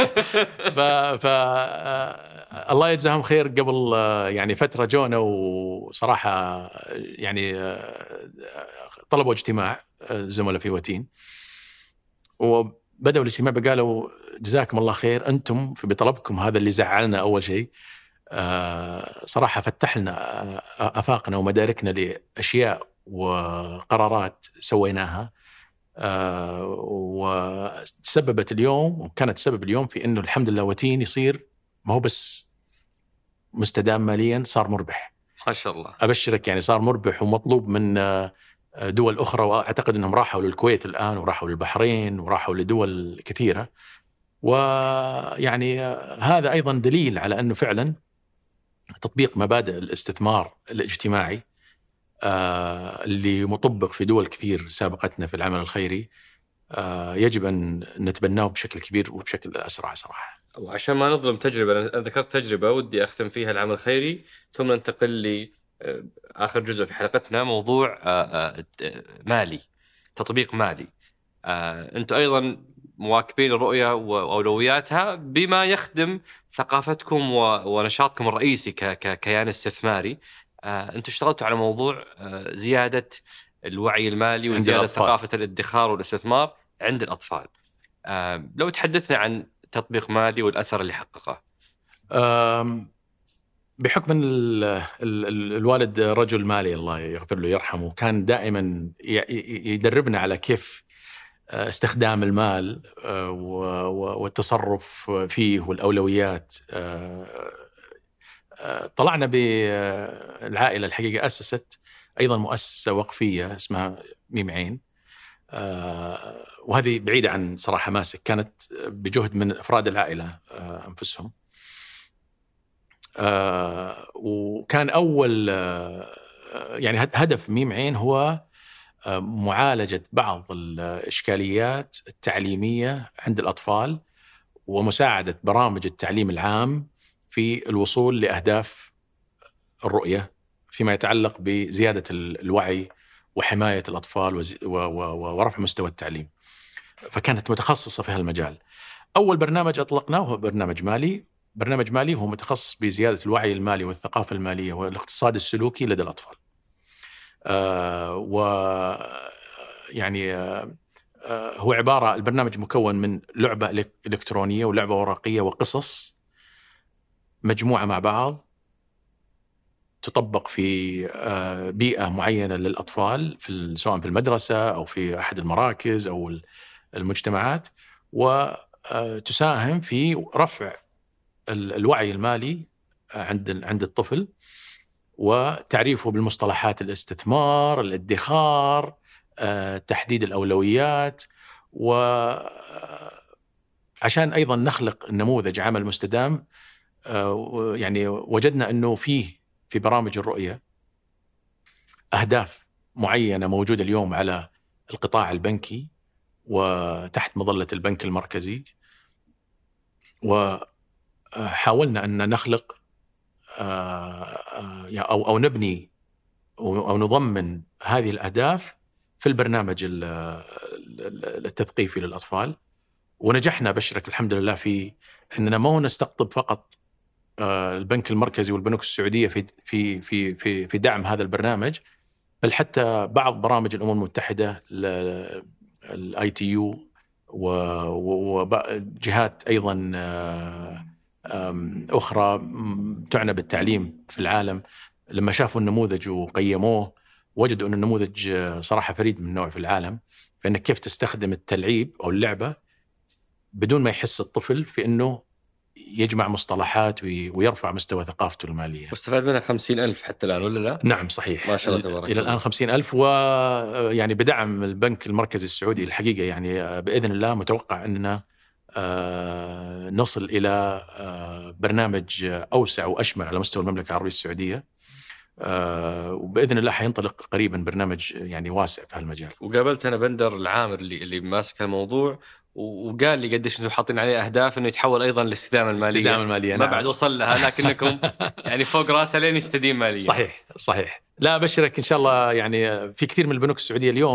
الله يجزاهم خير. قبل يعني فترة جونا وصراحة يعني طلبوا اجتماع زملاء في وتين، وبدأوا الاجتماع بقالوا جزاكم الله خير أنتم في بطلبكم هذا اللي زعلنا أول شيء. صراحة فتح لنا آفاقنا ومداركنا لأشياء وقرارات سويناها، وتسببت اليوم وكانت سبب اليوم في أنه الحمد لله وتين يصير ما هو بس مستدام ماليا، صار مربح ما شاء الله. أبشرك، يعني صار مربح ومطلوب من دول أخرى، وأعتقد أنهم راحوا للكويت الآن وراحوا للبحرين وراحوا لدول كثيرة. ويعني هذا أيضا دليل على أنه فعلا تطبيق مبادئ الاستثمار الاجتماعي اللي مطبق في دول كثير سابقتنا في العمل الخيري يجب أن نتبناه بشكل كبير وبشكل أسرع صراحة. وعشان ما نظلم تجربة، أنا ذكرت تجربة ودي أختم فيها العمل الخيري ثم ننتقل لي آخر جزء في حلقتنا، موضوع مالي، تطبيق مالي. أنتم أيضا مواكبين الرؤية وأولوياتها بما يخدم ثقافتكم ونشاطكم الرئيسي ككيان استثماري. أنتم اشتغلتوا على موضوع زيادة الوعي المالي وزيادة ثقافة الادخار والاستثمار عند الأطفال. لو تحدثنا عن تطبيق مالي والأثر اللي حققه. بحكم أن الوالد رجل مالي الله يغفر له يرحمه، كان دائما يدربنا على كيف استخدام المال والتصرف فيه والأولويات. طلعنا بالعائلة الحقيقة أسست أيضا مؤسسة وقفية اسمها ميم عين، وهذه بعيدة عن صراحة ماسك، كانت بجهد من أفراد العائلة أنفسهم. وكان أول يعني هدف ميم عين هو معالجة بعض الإشكاليات التعليمية عند الأطفال ومساعدة برامج التعليم العام في الوصول لأهداف الرؤية فيما يتعلق بزيادة الوعي وحماية الأطفال ورفع مستوى التعليم. فكانت متخصصة في هالمجال. أول برنامج أطلقناه هو برنامج مالي. برنامج مالي هو متخصص بزيادة الوعي المالي والثقافة المالية والاقتصاد السلوكي لدى الأطفال. هو عبارة، البرنامج مكون من لعبة إلكترونية ولعبة ورقية وقصص مجموعة مع بعض تطبق في بيئة معينة للأطفال سواء في المدرسة أو في أحد المراكز أو المجتمعات، وتساهم في رفع الوعي المالي عند الطفل وتعريفه بالمصطلحات الاستثمار، الادخار، تحديد الأولويات، وعشان أيضا نخلق نموذج عمل مستدام. يعني وجدنا أنه في برامج الرؤية أهداف معينة موجودة اليوم على القطاع البنكي وتحت مظلة البنك المركزي، وحاولنا أن نخلق أو نبني أو نضمن هذه الأهداف في البرنامج التثقيفي للأطفال. ونجحنا بشرك الحمد لله في أننا ما نستقطب فقط البنك المركزي والبنوك السعودية في في في في دعم هذا البرنامج، بل حتى بعض برامج الأمم المتحدة الITU وجهات أيضا أخرى تعنى بالتعليم في العالم، لما شافوا النموذج وقيموه وجدوا أن النموذج صراحة فريد من نوعه في العالم، فإنك كيف تستخدم التلعيب أو اللعبة بدون ما يحس الطفل في أنه يجمع مصطلحات ويرفع مستوى ثقافته المالية. واستفاد منها 50,000 حتى الآن ولا لا؟ نعم صحيح، ما شاء الله تبارك إلى الآن 50,000، ويعني بدعم البنك المركزي السعودي الحقيقة يعني بإذن الله متوقع أننا نصل إلى برنامج أوسع وأشمل على مستوى المملكة العربية السعودية، وبإذن الله حينطلق قريبا برنامج يعني واسع في هالمجال. وقابلت أنا بندر العامر اللي ماسك الموضوع وقال لي قديش انتم حاطين عليه اهداف انه يتحول ايضا للاستدامه الماليه. ما بعد وصل لها لكنكم يعني فوق راسه لين يستديم ماليا. صحيح. لا بشرك ان شاء الله، يعني في كثير من البنوك السعوديه اليوم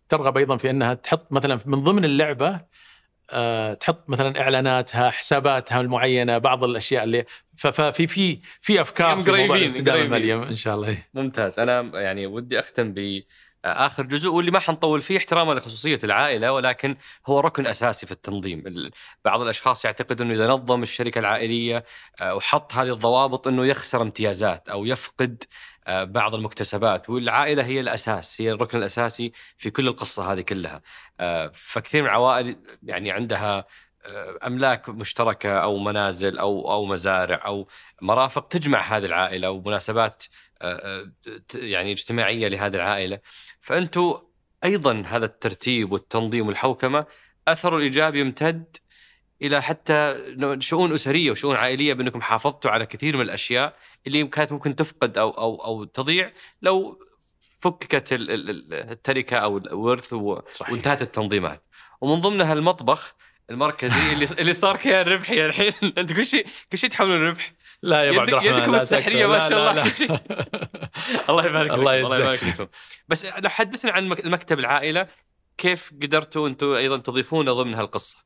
ترغب أيضا في أنها تحط مثلا من ضمن اللعبة تحط مثلا إعلاناتها، حساباتها المعينة، بعض الأشياء اللي في أفكار في موضوع الاستدامة المالية إن شاء الله. ممتاز. أنا يعني ودي أختم بآخر جزء واللي ما حنطول فيه، احتراما لخصوصية العائلة، ولكن هو ركن أساسي في التنظيم. بعض الأشخاص يعتقد أنه إذا نظم الشركة العائلية وحط هذه الضوابط أنه يخسر امتيازات أو يفقد بعض المكتسبات، والعائلة هي الأساس، هي الركن الأساسي في كل القصة هذه كلها. فكثير من العوائل يعني عندها أملاك مشتركة أو منازل أو مزارع أو مرافق تجمع هذه العائلة، ومناسبات يعني اجتماعية لهذه العائلة. فأنتوا أيضا هذا الترتيب والتنظيم والحوكمة أثره الإيجابي يمتد إلى حتى شؤون أسرية وشؤون عائلية، بأنكم حافظتوا على كثير من الأشياء اللي كانت ممكن تفقد أو تضيع لو فككت التركة أو الورث وانتهت التنظيمات. ومن ضمنها المطبخ المركزي اللي صار كيان ربحي الحين. أنت كل شيء تحولون ربح. لا يا عبد الرحمن، يدكم السحرية ما شاء الله. لا. الله يبارك الله يبارك فيكم. بس لو حدثنا عن المكتب العائلة، كيف قدرتوا أنتوا أيضا تضيفون ضمن هالقصة؟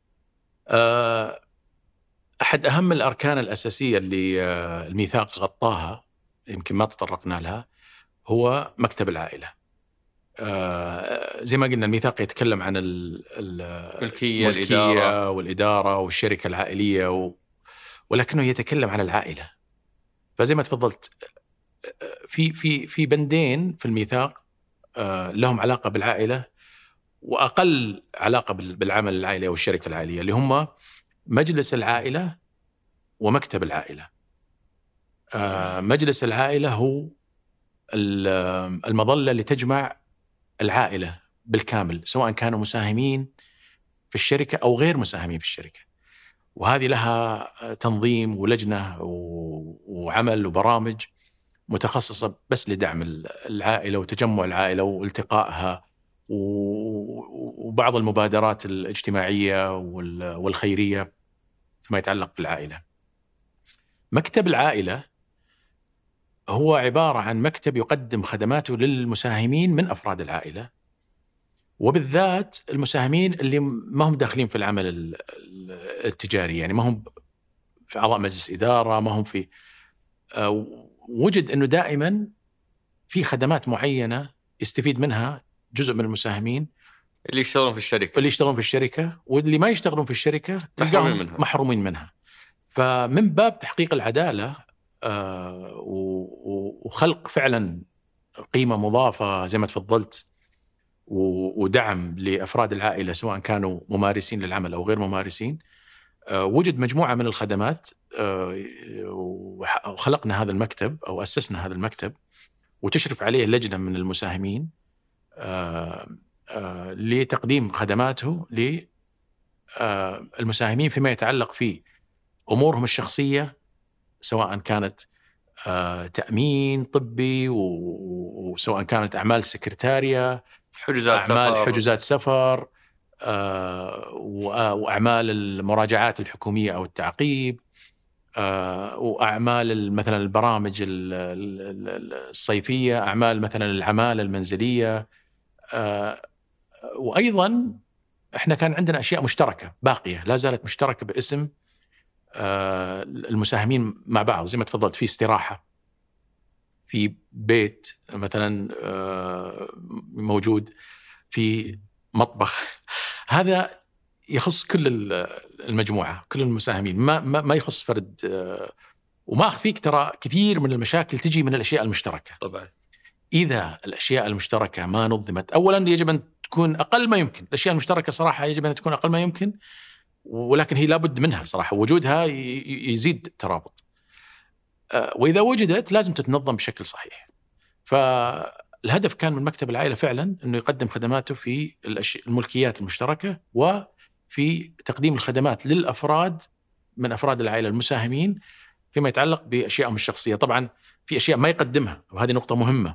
أحد أهم الأركان الأساسية اللي الميثاق غطاها، يمكن ما تطرقنا لها، هو مكتب العائلة. زي ما قلنا الميثاق يتكلم عن الملكية والإدارة والشركة العائلية ولكنه يتكلم عن العائلة. فزي ما تفضلت في بندين في الميثاق لهم علاقة بالعائلة وأقل علاقة بالعمل العائلي أو الشركة العائلية، اللي هم مجلس العائلة ومكتب العائلة. مجلس العائلة هو المظلة اللي تجمع العائلة بالكامل، سواء كانوا مساهمين في الشركة أو غير مساهمين في الشركة، وهذه لها تنظيم ولجنة وعمل وبرامج متخصصة بس لدعم العائلة وتجمع العائلة والتقائها وبعض المبادرات الاجتماعية والخيرية فيما يتعلق بالعائلة. مكتب العائلة هو عبارة عن مكتب يقدم خدماته للمساهمين من أفراد العائلة، وبالذات المساهمين اللي ما هم داخلين في العمل التجاري، يعني ما هم في أعضاء مجلس إدارة، ما هم في وجد أنه دائما في خدمات معينة يستفيد منها جزء من المساهمين اللي يشتغلون في الشركة واللي ما يشتغلون في الشركة محرومين منها. فمن باب تحقيق العدالة وخلق فعلا قيمة مضافة زي ما تفضلت ودعم لأفراد العائلة سواء كانوا ممارسين للعمل أو غير ممارسين، وجد مجموعة من الخدمات وخلقنا هذا المكتب أو أسسنا هذا المكتب وتشرف عليه لجنة من المساهمين لتقديم خدماته للمساهمين فيما يتعلق في أمورهم الشخصية، سواء كانت تأمين طبي وسواء كانت أعمال سكرتارية، حجوزات سفر وأعمال المراجعات الحكومية أو التعقيب، وأعمال مثلا البرامج الصيفية، أعمال مثلا العمالة المنزلية. وأيضا إحنا كان عندنا أشياء مشتركة باقية لا زالت مشتركة باسم المساهمين مع بعض، زي ما تفضلت في استراحة، في بيت مثلا موجود، في مطبخ. هذا يخص كل المجموعة، كل المساهمين، ما يخص فرد. وما أخفيك ترى كثير من المشاكل تجي من الأشياء المشتركة. طبعا إذا الأشياء المشتركة ما نظمت، أولا يجب أن تكون أقل ما يمكن. الأشياء المشتركة صراحة يجب أن تكون أقل ما يمكن، ولكن هي لابد منها صراحة، وجودها يزيد الترابط. وإذا وجدت لازم تتنظم بشكل صحيح. فالهدف كان من مكتب العائلة فعلا أنه يقدم خدماته في الملكيات المشتركة وفي تقديم الخدمات للأفراد من أفراد العائلة المساهمين فيما يتعلق بأشيائهم الشخصية. طبعا في أشياء ما يقدمها، وهذه نقطة مهمة.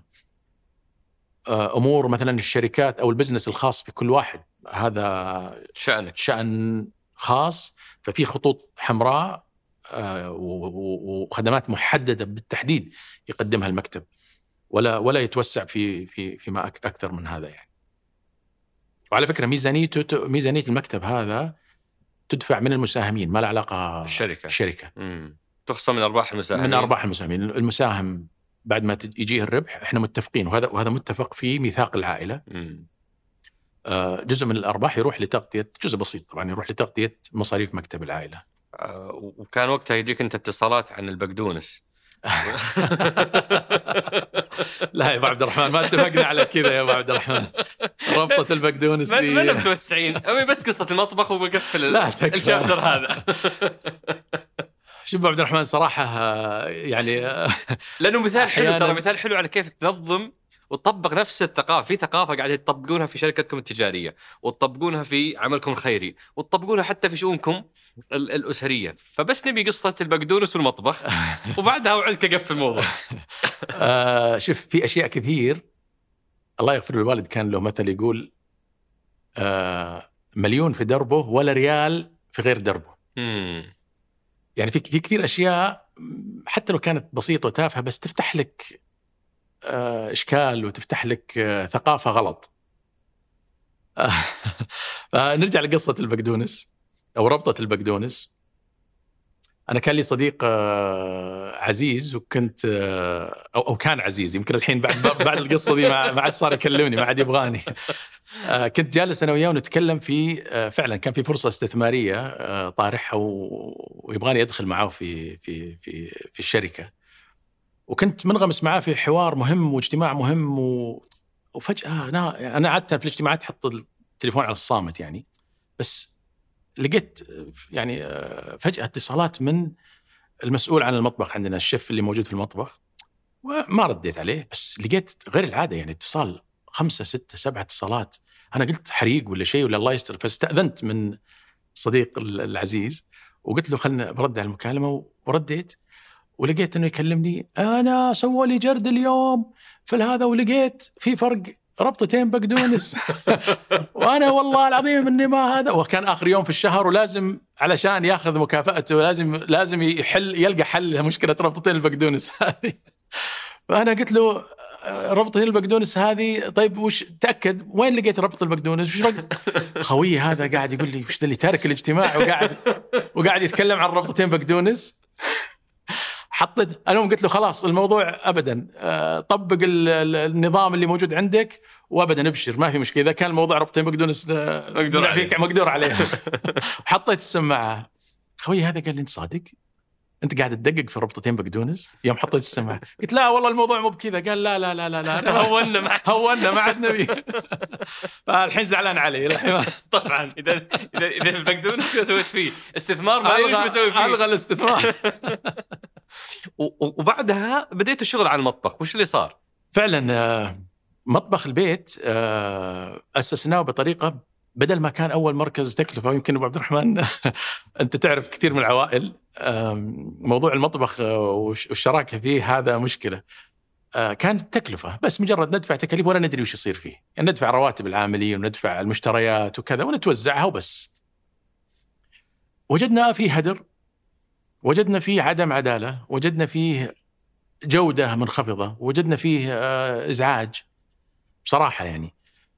أمور مثلا الشركات أو البزنس الخاص في كل واحد، هذا شأن خاص، ففي خطوط حمراء وخدمات محددة بالتحديد يقدمها المكتب، ولا يتوسع في ما أكثر من هذا يعني. وعلى فكرة ميزانية المكتب هذا تدفع من المساهمين، ما له علاقة الشركة. تخصم من أرباح المساهمين. من أرباح المساهمين. المساهم بعد ما يجيه الربح احنا متفقين، وهذا متفق في ميثاق العائلة. جزء من الأرباح يروح لتغطية، جزء بسيط طبعا يروح لتغطية مصاريف مكتب العائلة. وكان وقتها يجيك أنت اتصالات عن البقدونس. لا يا أبو عبد الرحمن، ما اتفقنا على كذا يا أبو عبد الرحمن. ربطة البقدونس دي ما متوسعين، أمي بس قصة المطبخ وبقفل الشابتر هذا. شوف أبو عبد الرحمن صراحة يعني لأنه مثال حلو، ترى مثال حلو على كيف تنظم وتطبق نفس الثقافة. في ثقافة قاعدة تطبقونها في شركتكم التجارية، وتطبقونها في عملكم الخيري، وتطبقونها حتى في شؤونكم الأسرية. فبس نبي قصة البقدونس والمطبخ وبعدها وعدك أقفل الموضوع. شوف في أشياء كثير. الله يغفر الوالد كان له مثل يقول مليون في دربه ولا ريال في غير دربه. يعني في كثير أشياء حتى لو كانت بسيطة وتافهة بس تفتح لك إشكال وتفتح لك ثقافة غلط. نرجع لقصة البقدونس أو ربطة البقدونس. أنا كان لي صديق عزيز، وكنت أو كان عزيز، يمكن الحين بعد القصة دي ما عاد صار يكلمني، ما عاد يبغاني. كنت جالس أنا وياه ونتكلم في فعلا كان في فرصة استثمارية طارحها ويبغاني أدخل معه في الشركة، وكنت منغمس معاه في حوار مهم واجتماع مهم وفجأة أنا عادة في الاجتماعات حط التليفون على الصامت يعني، بس لقيت يعني فجأة اتصالات من المسؤول عن المطبخ عندنا، الشيف اللي موجود في المطبخ، وما رديت عليه. بس لقيت غير العادة يعني اتصال 5 6 7 اتصالات. أنا قلت حريق ولا شيء ولا الله يستر، فاستأذنت من صديق العزيز وقلت له خلنا برد على المكالمة، ورديت ولقيت انه يكلمني انا سووا لي جرد اليوم في هذا، ولقيت في فرق ربطتين بقدونس. وانا والله العظيم اني ما هذا، وكان اخر يوم في الشهر ولازم علشان ياخذ مكافأته لازم يلقى حل لمشكله ربطتين البقدونس هذه. فانا قلت له ربطتين البقدونس هذه طيب وش تاكد وين لقيت ربط البقدونس؟ وش خوي هذا قاعد يقول لي وش اللي تارك الاجتماع وقاعد يتكلم عن ربطتين بقدونس. حطيت انا قلت له خلاص الموضوع ابدا طبق النظام اللي موجود عندك وابدا ابشر ما في مشكله، اذا كان الموضوع ربطين بقدونس مقدور عليه. حطيت السماعه، خوي هذا قال لي انت صادق انت قاعد تدقق في ربطتين بقدونس؟ يوم حطيت السماعه قلت لا والله الموضوع مو بكذا. قال لا لا لا لا, لا هونا ما عاد نبي. الحين زعلان علي طبعا اذا البقدونس كذا سويت فيه استثمار ما يمشي بسوي فيه، الغى الاستثمار. وبعدها بديت الشغل على المطبخ. وش اللي صار؟ فعلا مطبخ البيت أسسناه بطريقة، بدل ما كان أول مركز تكلفة، يمكن أبو عبد الرحمن أنت تعرف كثير من العوائل موضوع المطبخ والشراكة فيه هذا مشكلة. كانت تكلفة بس مجرد ندفع تكاليف ولا ندري وش يصير فيه، يعني ندفع رواتب العاملين وندفع المشتريات وكذا ونتوزعها وبس. وجدنا فيه هدر، وجدنا فيه عدم عدالة، وجدنا فيه جودة منخفضة، وجدنا فيه إزعاج بصراحة يعني.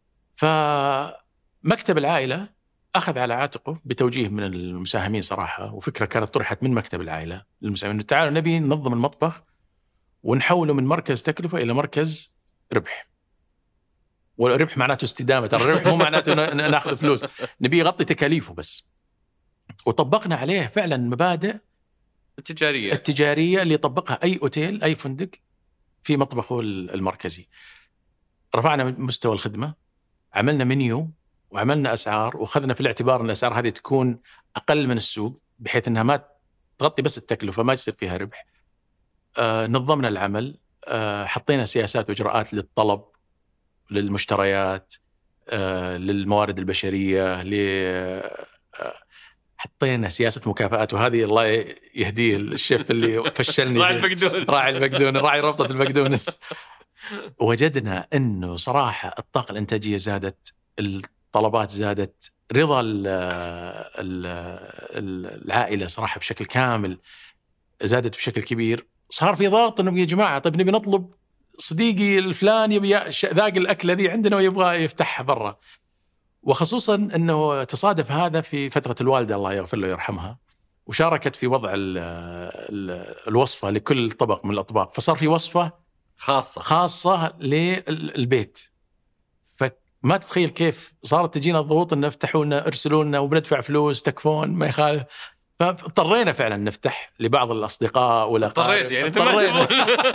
فمكتب العائلة أخذ على عاتقه بتوجيه من المساهمين صراحة، وفكرة كانت طرحت من مكتب العائلة للمساهمين، تعالوا نبي ننظم المطبخ ونحوله من مركز تكلفة إلى مركز ربح. والربح معناته استدامة، الربح مو معناته ناخذ فلوس، نبي يغطي تكاليفه بس. وطبقنا عليه فعلا مبادئ التجارية اللي يطبقها أي أوتيل أي فندق في مطبخه المركزي. رفعنا مستوى الخدمة، عملنا منيو وعملنا أسعار، وخذنا في الاعتبار أن الأسعار هذه تكون أقل من السوق بحيث أنها ما تغطي بس التكلفة ما يصير فيها ربح. نظمنا العمل، حطينا سياسات وإجراءات للطلب، للمشتريات، للموارد البشرية، حطينا سياسة مكافآت. وهذه الله يهديه الشيف اللي فشلني راعي البقدونس، راعي ربطة البقدونس. وجدنا أنه صراحة الطاقة الإنتاجية زادت، الطلبات زادت، رضا العائلة صراحة بشكل كامل زادت بشكل كبير. صار في ضغط أنه يا جماعة طيب نبي نطلب صديقي الفلان يبي ذاق الأكلة ذي عندنا ويبغى يفتحها برا. وخصوصا أنه تصادف هذا في فترة الوالدة الله يغفر له ويرحمها، وشاركت في وضع الوصفة لكل طبق من الأطباق، فصار في وصفة خاصة للبيت. فما تتخيل كيف صارت تجينا الضغوط أن افتحوا لنا ارسلوا لنا وبندفع فلوس تكفون ما يخالف. فاضطرينا فعلا نفتح لبعض الأصدقاء والأقارب. اضطرينا.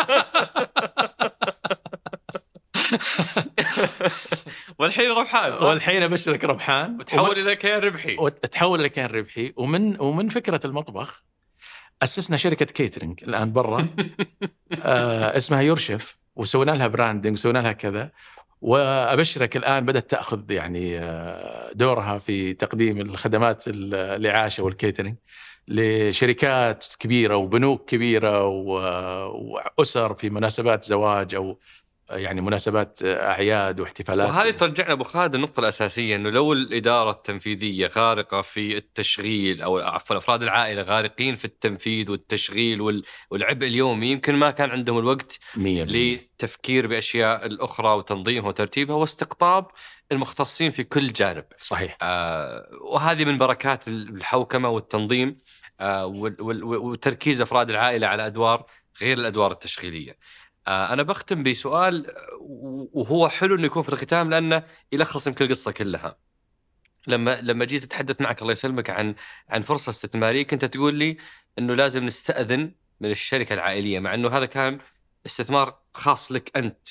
والحين ربحان، والحين أبشرك ربحان، وتحول إلى كيان ربحي. وتحول إلى كيان ربحي. ومن فكرة المطبخ أسسنا شركة كيترينج الآن برا اسمها يرشف، وسوينا لها براندنج وسوينا لها كذا. وأبشرك الآن بدأت تأخذ يعني دورها في تقديم الخدمات الإعاشة والكيترينج لشركات كبيرة وبنوك كبيرة وأسر في مناسبات زواج أو يعني مناسبات أعياد واحتفالات. وهذه ترجعنا أبو خالد النقطة الأساسية، أنه لو الإدارة التنفيذية غارقة في التشغيل، أو عفوا أفراد العائلة غارقين في التنفيذ والتشغيل والعبء اليومي، يمكن ما كان عندهم الوقت لتفكير بأشياء الأخرى وتنظيمها وترتيبها واستقطاب المختصين في كل جانب. صحيح. وهذه من بركات الحوكمة والتنظيم وتركيز أفراد العائلة على أدوار غير الأدوار التشغيلية. أنا بختم بسؤال، وهو حلو إنه يكون في الختام لأنه يلخص يمكن القصة كلها. لما جيت أتحدث معك الله يسلمك عن فرصة استثمارية، كنت تقول لي إنه لازم نستأذن من الشركة العائلية، مع إنه هذا كان استثمار خاص لك أنت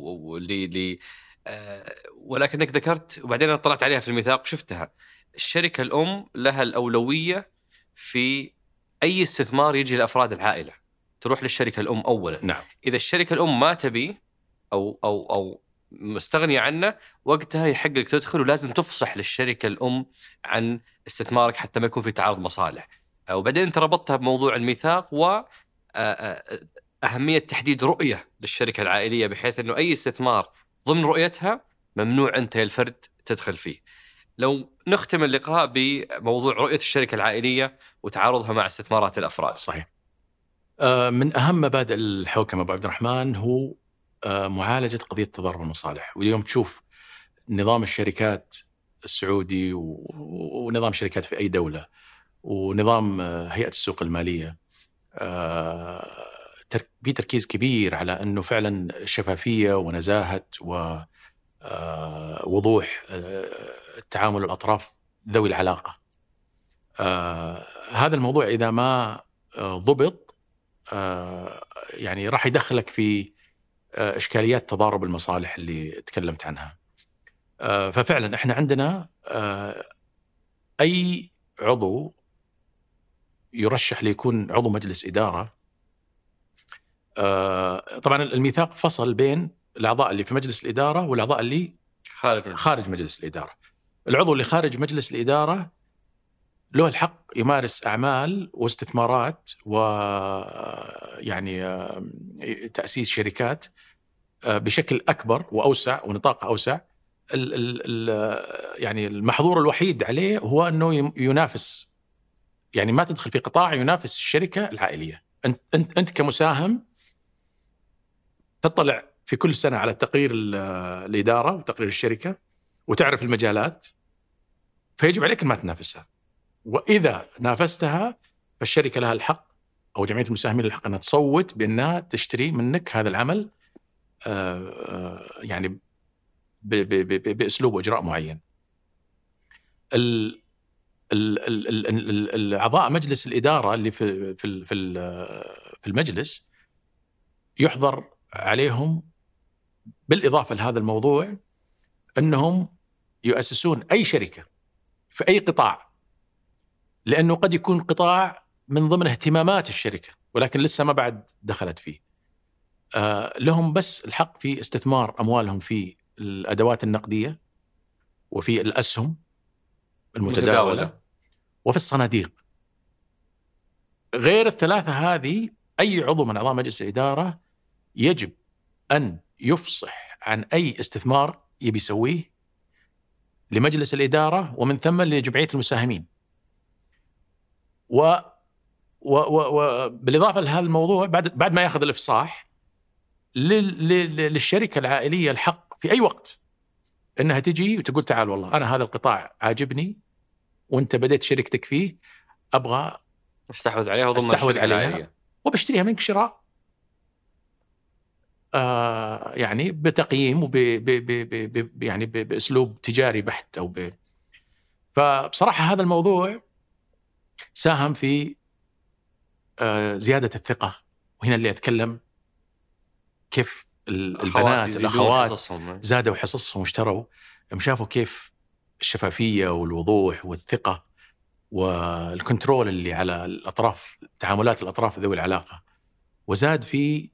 ولكنك ذكرت، وبعدين أنا طلعت عليها في الميثاق وشفتها، الشركة الأم لها الأولوية في أي استثمار يجي لأفراد العائلة، تروح للشركة الأم أولا. نعم. إذا الشركة الأم ما تبي أو مستغنية عنه، وقتها يحق لك تدخل، ولازم تفصح للشركة الأم عن استثمارك حتى ما يكون في تعارض مصالح. وبعدين أنت ربطتها بموضوع الميثاق وأهمية تحديد رؤية للشركة العائلية، بحيث أنه أي استثمار ضمن رؤيتها ممنوع أنت الفرد تدخل فيه. لو نختم اللقاء بموضوع رؤية الشركة العائلية وتعارضها مع استثمارات الأفراد. صحيح. من أهم مبادئ الحوكمة أبو عبد الرحمن هو معالجة قضية تضارب المصالح. واليوم تشوف نظام الشركات السعودي ونظام الشركات في أي دولة ونظام هيئة السوق المالية في تركيز كبير على أنه فعلا شفافية ونزاهة ووضوح التعامل الأطراف ذوي العلاقة. هذا الموضوع إذا ما ضبط يعني راح يدخلك في إشكاليات تضارب المصالح اللي تكلمت عنها. ففعلا احنا عندنا أي عضو يرشح ليكون عضو مجلس إدارة. طبعا الميثاق فصل بين الأعضاء اللي في مجلس الإدارة والأعضاء اللي خارج مجلس الإدارة. العضو اللي خارج مجلس الإدارة له الحق يمارس أعمال واستثمارات ويعني تأسيس شركات بشكل أكبر وأوسع ونطاق أوسع. يعني المحظور الوحيد عليه هو أنه ينافس، يعني ما تدخل في قطاع ينافس الشركة العائلية. أنت كمساهم تطلع في كل سنة على تقرير الإدارة وتقرير الشركة وتعرف المجالات، فيجب عليك ما تنافسها. وإذا نافستها فالشركة لها الحق أو جمعية المساهمين الحق أنها تصوت بأنها تشتري منك هذا العمل يعني بأسلوب وإجراء معين. الأعضاء مجلس الإدارة اللي في المجلس يحضر عليهم بالإضافة لهذا الموضوع أنهم يؤسسون أي شركة في أي قطاع، لأنه قد يكون قطاع من ضمن اهتمامات الشركة ولكن لسه ما بعد دخلت فيه. لهم بس الحق في استثمار أموالهم في الأدوات النقدية وفي الأسهم المتداولة وفي الصناديق. غير الثلاثة هذه أي عضو من أعضاء مجلس الإدارة يجب أن يفصح عن أي استثمار يبي يسويه لمجلس الإدارة ومن ثم لجمعية المساهمين. وبالإضافة لهذا الموضوع بعد ما يأخذ الإفصاح للشركة العائلية الحق في أي وقت انها تجي وتقول تعال والله انا هذا القطاع عاجبني وانت بديت شركتك فيه، ابغى استحوذ عليها وضم استحوذ الشركة عليها العائلية وبشتريها منك شراء يعني بتقييم يعني باسلوب تجاري بحت فبصراحه هذا الموضوع ساهم في زياده الثقه. وهنا اللي اتكلم كيف البنات الاخوات زادوا حصصهم واشتروا، يوم شافوا كيف الشفافيه والوضوح والثقه والكنترول اللي على الاطراف، تعاملات الاطراف ذوي العلاقه، وزاد في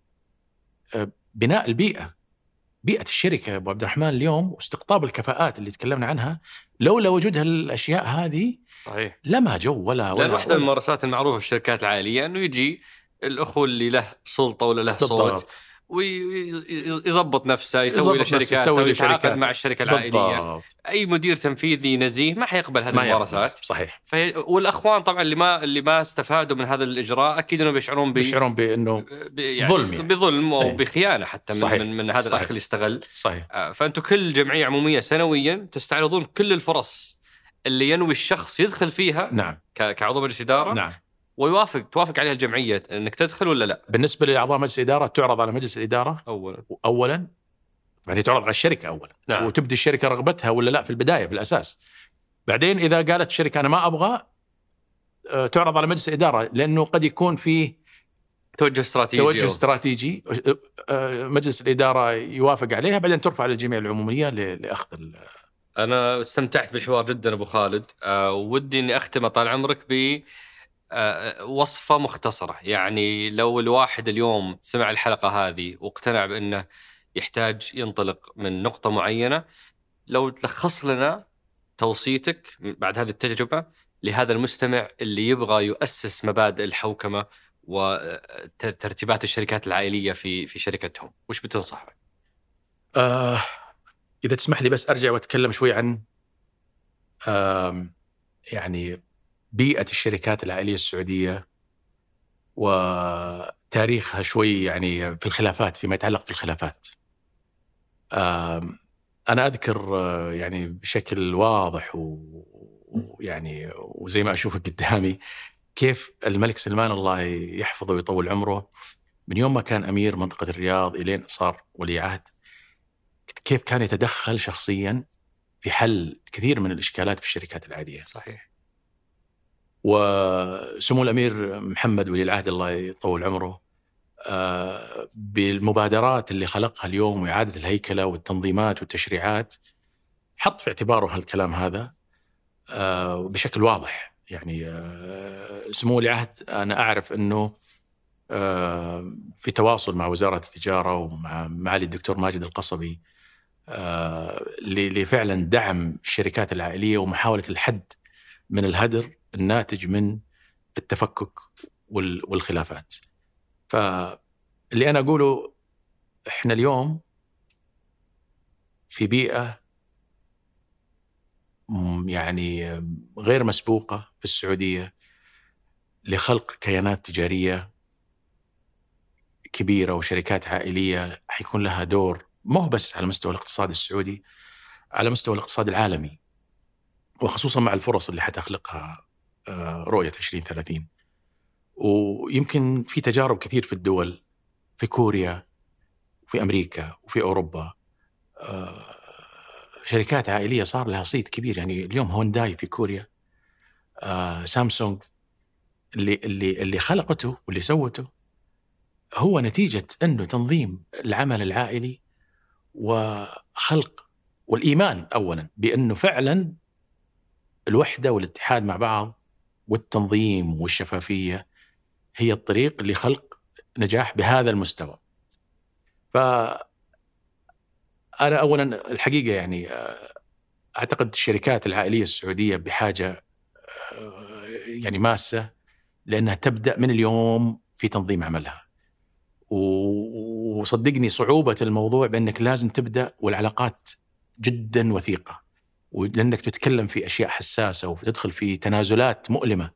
بناء البيئه، بيئه الشركه ابو عبد الرحمن اليوم، واستقطاب الكفاءات اللي تكلمنا عنها. لولا وجود هالاشياء هذه صحيح لما جو ولا واحده من الممارسات المعروفه في الشركات العائليه انه يجي الاخو اللي له سلطه ولا له صوت ويضبط نفسه، يسوي له شركات او يتعاقد مع الشركه العائليه. بالضبط. اي مدير تنفيذي نزيه ما حيقبل هذه الممارسات. صحيح. والاخوان طبعا اللي ما استفادوا من هذا الاجراء اكيد انه بيشعرون بانه يعني ظلم، يعني بظلم او بخيانه حتى من هذا الاخ اللي استغل. صحيح. فانتم كل جمعيه عموميه سنويا تستعرضون كل الفرص اللي ينوي الشخص يدخل فيها. نعم. كعضو مجلس اداره. نعم. توافق عليها الجمعيه انك تدخل ولا لا؟ بالنسبه لاعضاء مجلس الاداره تعرض على مجلس الاداره اولا، يعني تعرض على الشركه اولا. نعم. وتبدي الشركه رغبتها ولا لا في البدايه في الاساس. بعدين اذا قالت الشركه انا ما ابغى، تعرض على مجلس الاداره، لانه قد يكون فيه توجه استراتيجي مجلس الاداره يوافق عليها، بعدين ترفع للجمعيه العموميه لاخذ أنا استمتعت بالحوار جدا أبو خالد. ودي إني أختم طال عمرك بوصفة مختصرة. يعني لو الواحد اليوم سمع الحلقة هذه واقتنع بأنه يحتاج ينطلق من نقطة معينة، لو تلخص لنا توصيتك بعد هذه التجربة لهذا المستمع اللي يبغى يؤسس مبادئ الحوكمة وترتيبات الشركات العائلية في شركتهم، وش بتنصحه؟ إذا تسمح لي بس أرجع وأتكلم شوي عن يعني بيئة الشركات العائلية السعودية وتاريخها شوي، يعني في الخلافات، فيما يتعلق في الخلافات. أنا أذكر يعني بشكل واضح ويعني وزي ما أشوفه قدامي كيف الملك سلمان الله يحفظه ويطول عمره من يوم ما كان أمير منطقة الرياض إلين صار ولي عهد، كيف كان يتدخل شخصيا في حل كثير من الإشكالات في الشركات العادية. صحيح. وسمو الأمير محمد ولي العهد الله يطول عمره بالمبادرات اللي خلقها اليوم وإعادة الهيكلة والتنظيمات والتشريعات حط في اعتباره هالكلام هذا بشكل واضح. يعني سمو ولي العهد أنا أعرف أنه في تواصل مع وزارة التجارة ومع معالي الدكتور ماجد القصبي لفعلا دعم الشركات العائلية ومحاولة الحد من الهدر الناتج من التفكك والخلافات. فاللي أنا أقوله إحنا اليوم في بيئة يعني غير مسبوقة في السعودية لخلق كيانات تجارية كبيرة وشركات عائلية حيكون لها دور مو بس على مستوى الاقتصاد السعودي، على مستوى الاقتصاد العالمي، وخصوصا مع الفرص اللي حتخلقها رؤية 2030. ويمكن في تجارب كثير في الدول، في كوريا وفي أمريكا وفي أوروبا، شركات عائلية صار لها صيت كبير. يعني اليوم هونداي في كوريا، سامسونج اللي خلقته واللي سوته هو نتيجة أنه تنظيم العمل العائلي وخلق والإيمان أولا بأنه فعلا الوحدة والاتحاد مع بعض والتنظيم والشفافية هي الطريق اللي خلق نجاح بهذا المستوى. فأنا أولا الحقيقة يعني أعتقد الشركات العائلية السعودية بحاجة يعني ماسة لأنها تبدأ من اليوم في تنظيم عملها. وصدقني صعوبة الموضوع بأنك لازم تبدأ والعلاقات جدا وثيقة، ولأنك تتكلم في أشياء حساسة وتدخل في تنازلات مؤلمة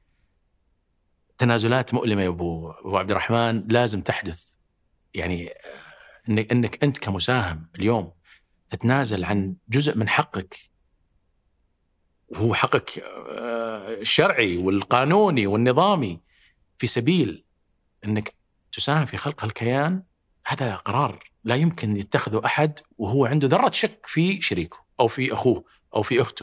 يا أبو عبد الرحمن لازم تحدث. يعني إنك أنت كمساهم اليوم تتنازل عن جزء من حقك، وهو حقك الشرعي والقانوني والنظامي، في سبيل أنك تساهم في خلق الكيان، هذا قرار لا يمكن يتخذه أحد وهو عنده ذرة شك في شريكه أو في أخوه أو في أخته.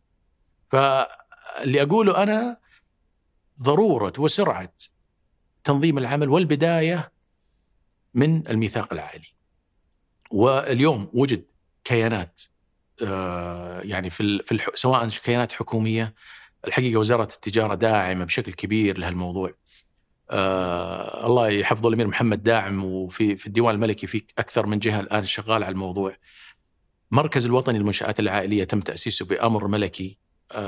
فاللي أقوله أنا ضرورة وسرعة تنظيم العمل، والبداية من الميثاق العائلي. واليوم وجد كيانات يعني سواء كيانات حكومية، الحقيقة وزارة التجارة داعمة بشكل كبير لهالموضوع. الله يحفظه الأمير محمد داعم، وفي الديوان الملكي في أكثر من جهة الآن شغال على الموضوع. مركز الوطني للمنشآت العائلية تم تأسيسه بأمر ملكي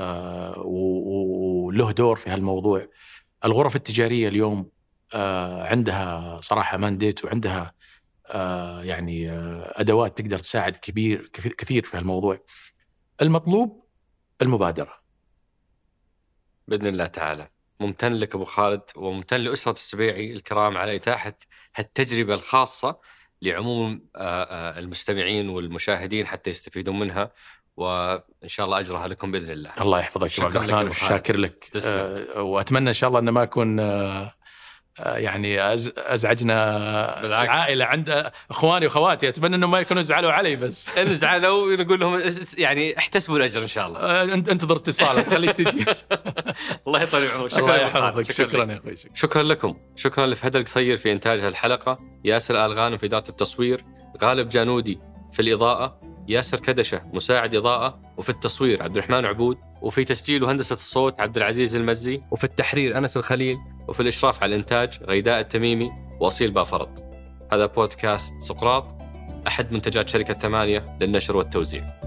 وله دور في هالموضوع. الغرف التجارية اليوم عندها صراحة مانديت، وعندها يعني أدوات تقدر تساعد كثير في هالموضوع. المطلوب المبادرة بإذن الله تعالى. ممتن لك أبو خالد، وممتن لأسرة السبيعي الكرام على إتاحة هالتجربة الخاصة لعموم المستمعين والمشاهدين حتى يستفيدون منها، وإن شاء الله أجرها لكم بإذن الله. الله يحفظك يا عبد الرحمن، شاكر لك. وأتمنى إن شاء الله أن ما أكون يعني أزعجنا العائلة عند إخواني وأخواتي. أتمنى أنهم ما يكونوا زعلوا علي، بس إن زعلوا نقول لهم يعني احتسبوا الأجر إن شاء الله. انتظر اتصالك، خليك تجي. الله يطول عمرك. شكرا يا أخوي. شكرا لكم. شكرا لفهد القصير في إنتاج هالحلقة، ياسر آل غانم في إدارة التصوير، غالب جانودي في الإضاءة، ياسر كدشة مساعد إضاءة، وفي التصوير عبد الرحمن عبود، وفي تسجيل وهندسة الصوت عبد العزيز المزي، وفي التحرير أنس الخليل، وفي الإشراف على الإنتاج غيداء التميمي وأصيل بافرط. هذا بودكاست سقراط، أحد منتجات شركة 8 للنشر والتوزيع.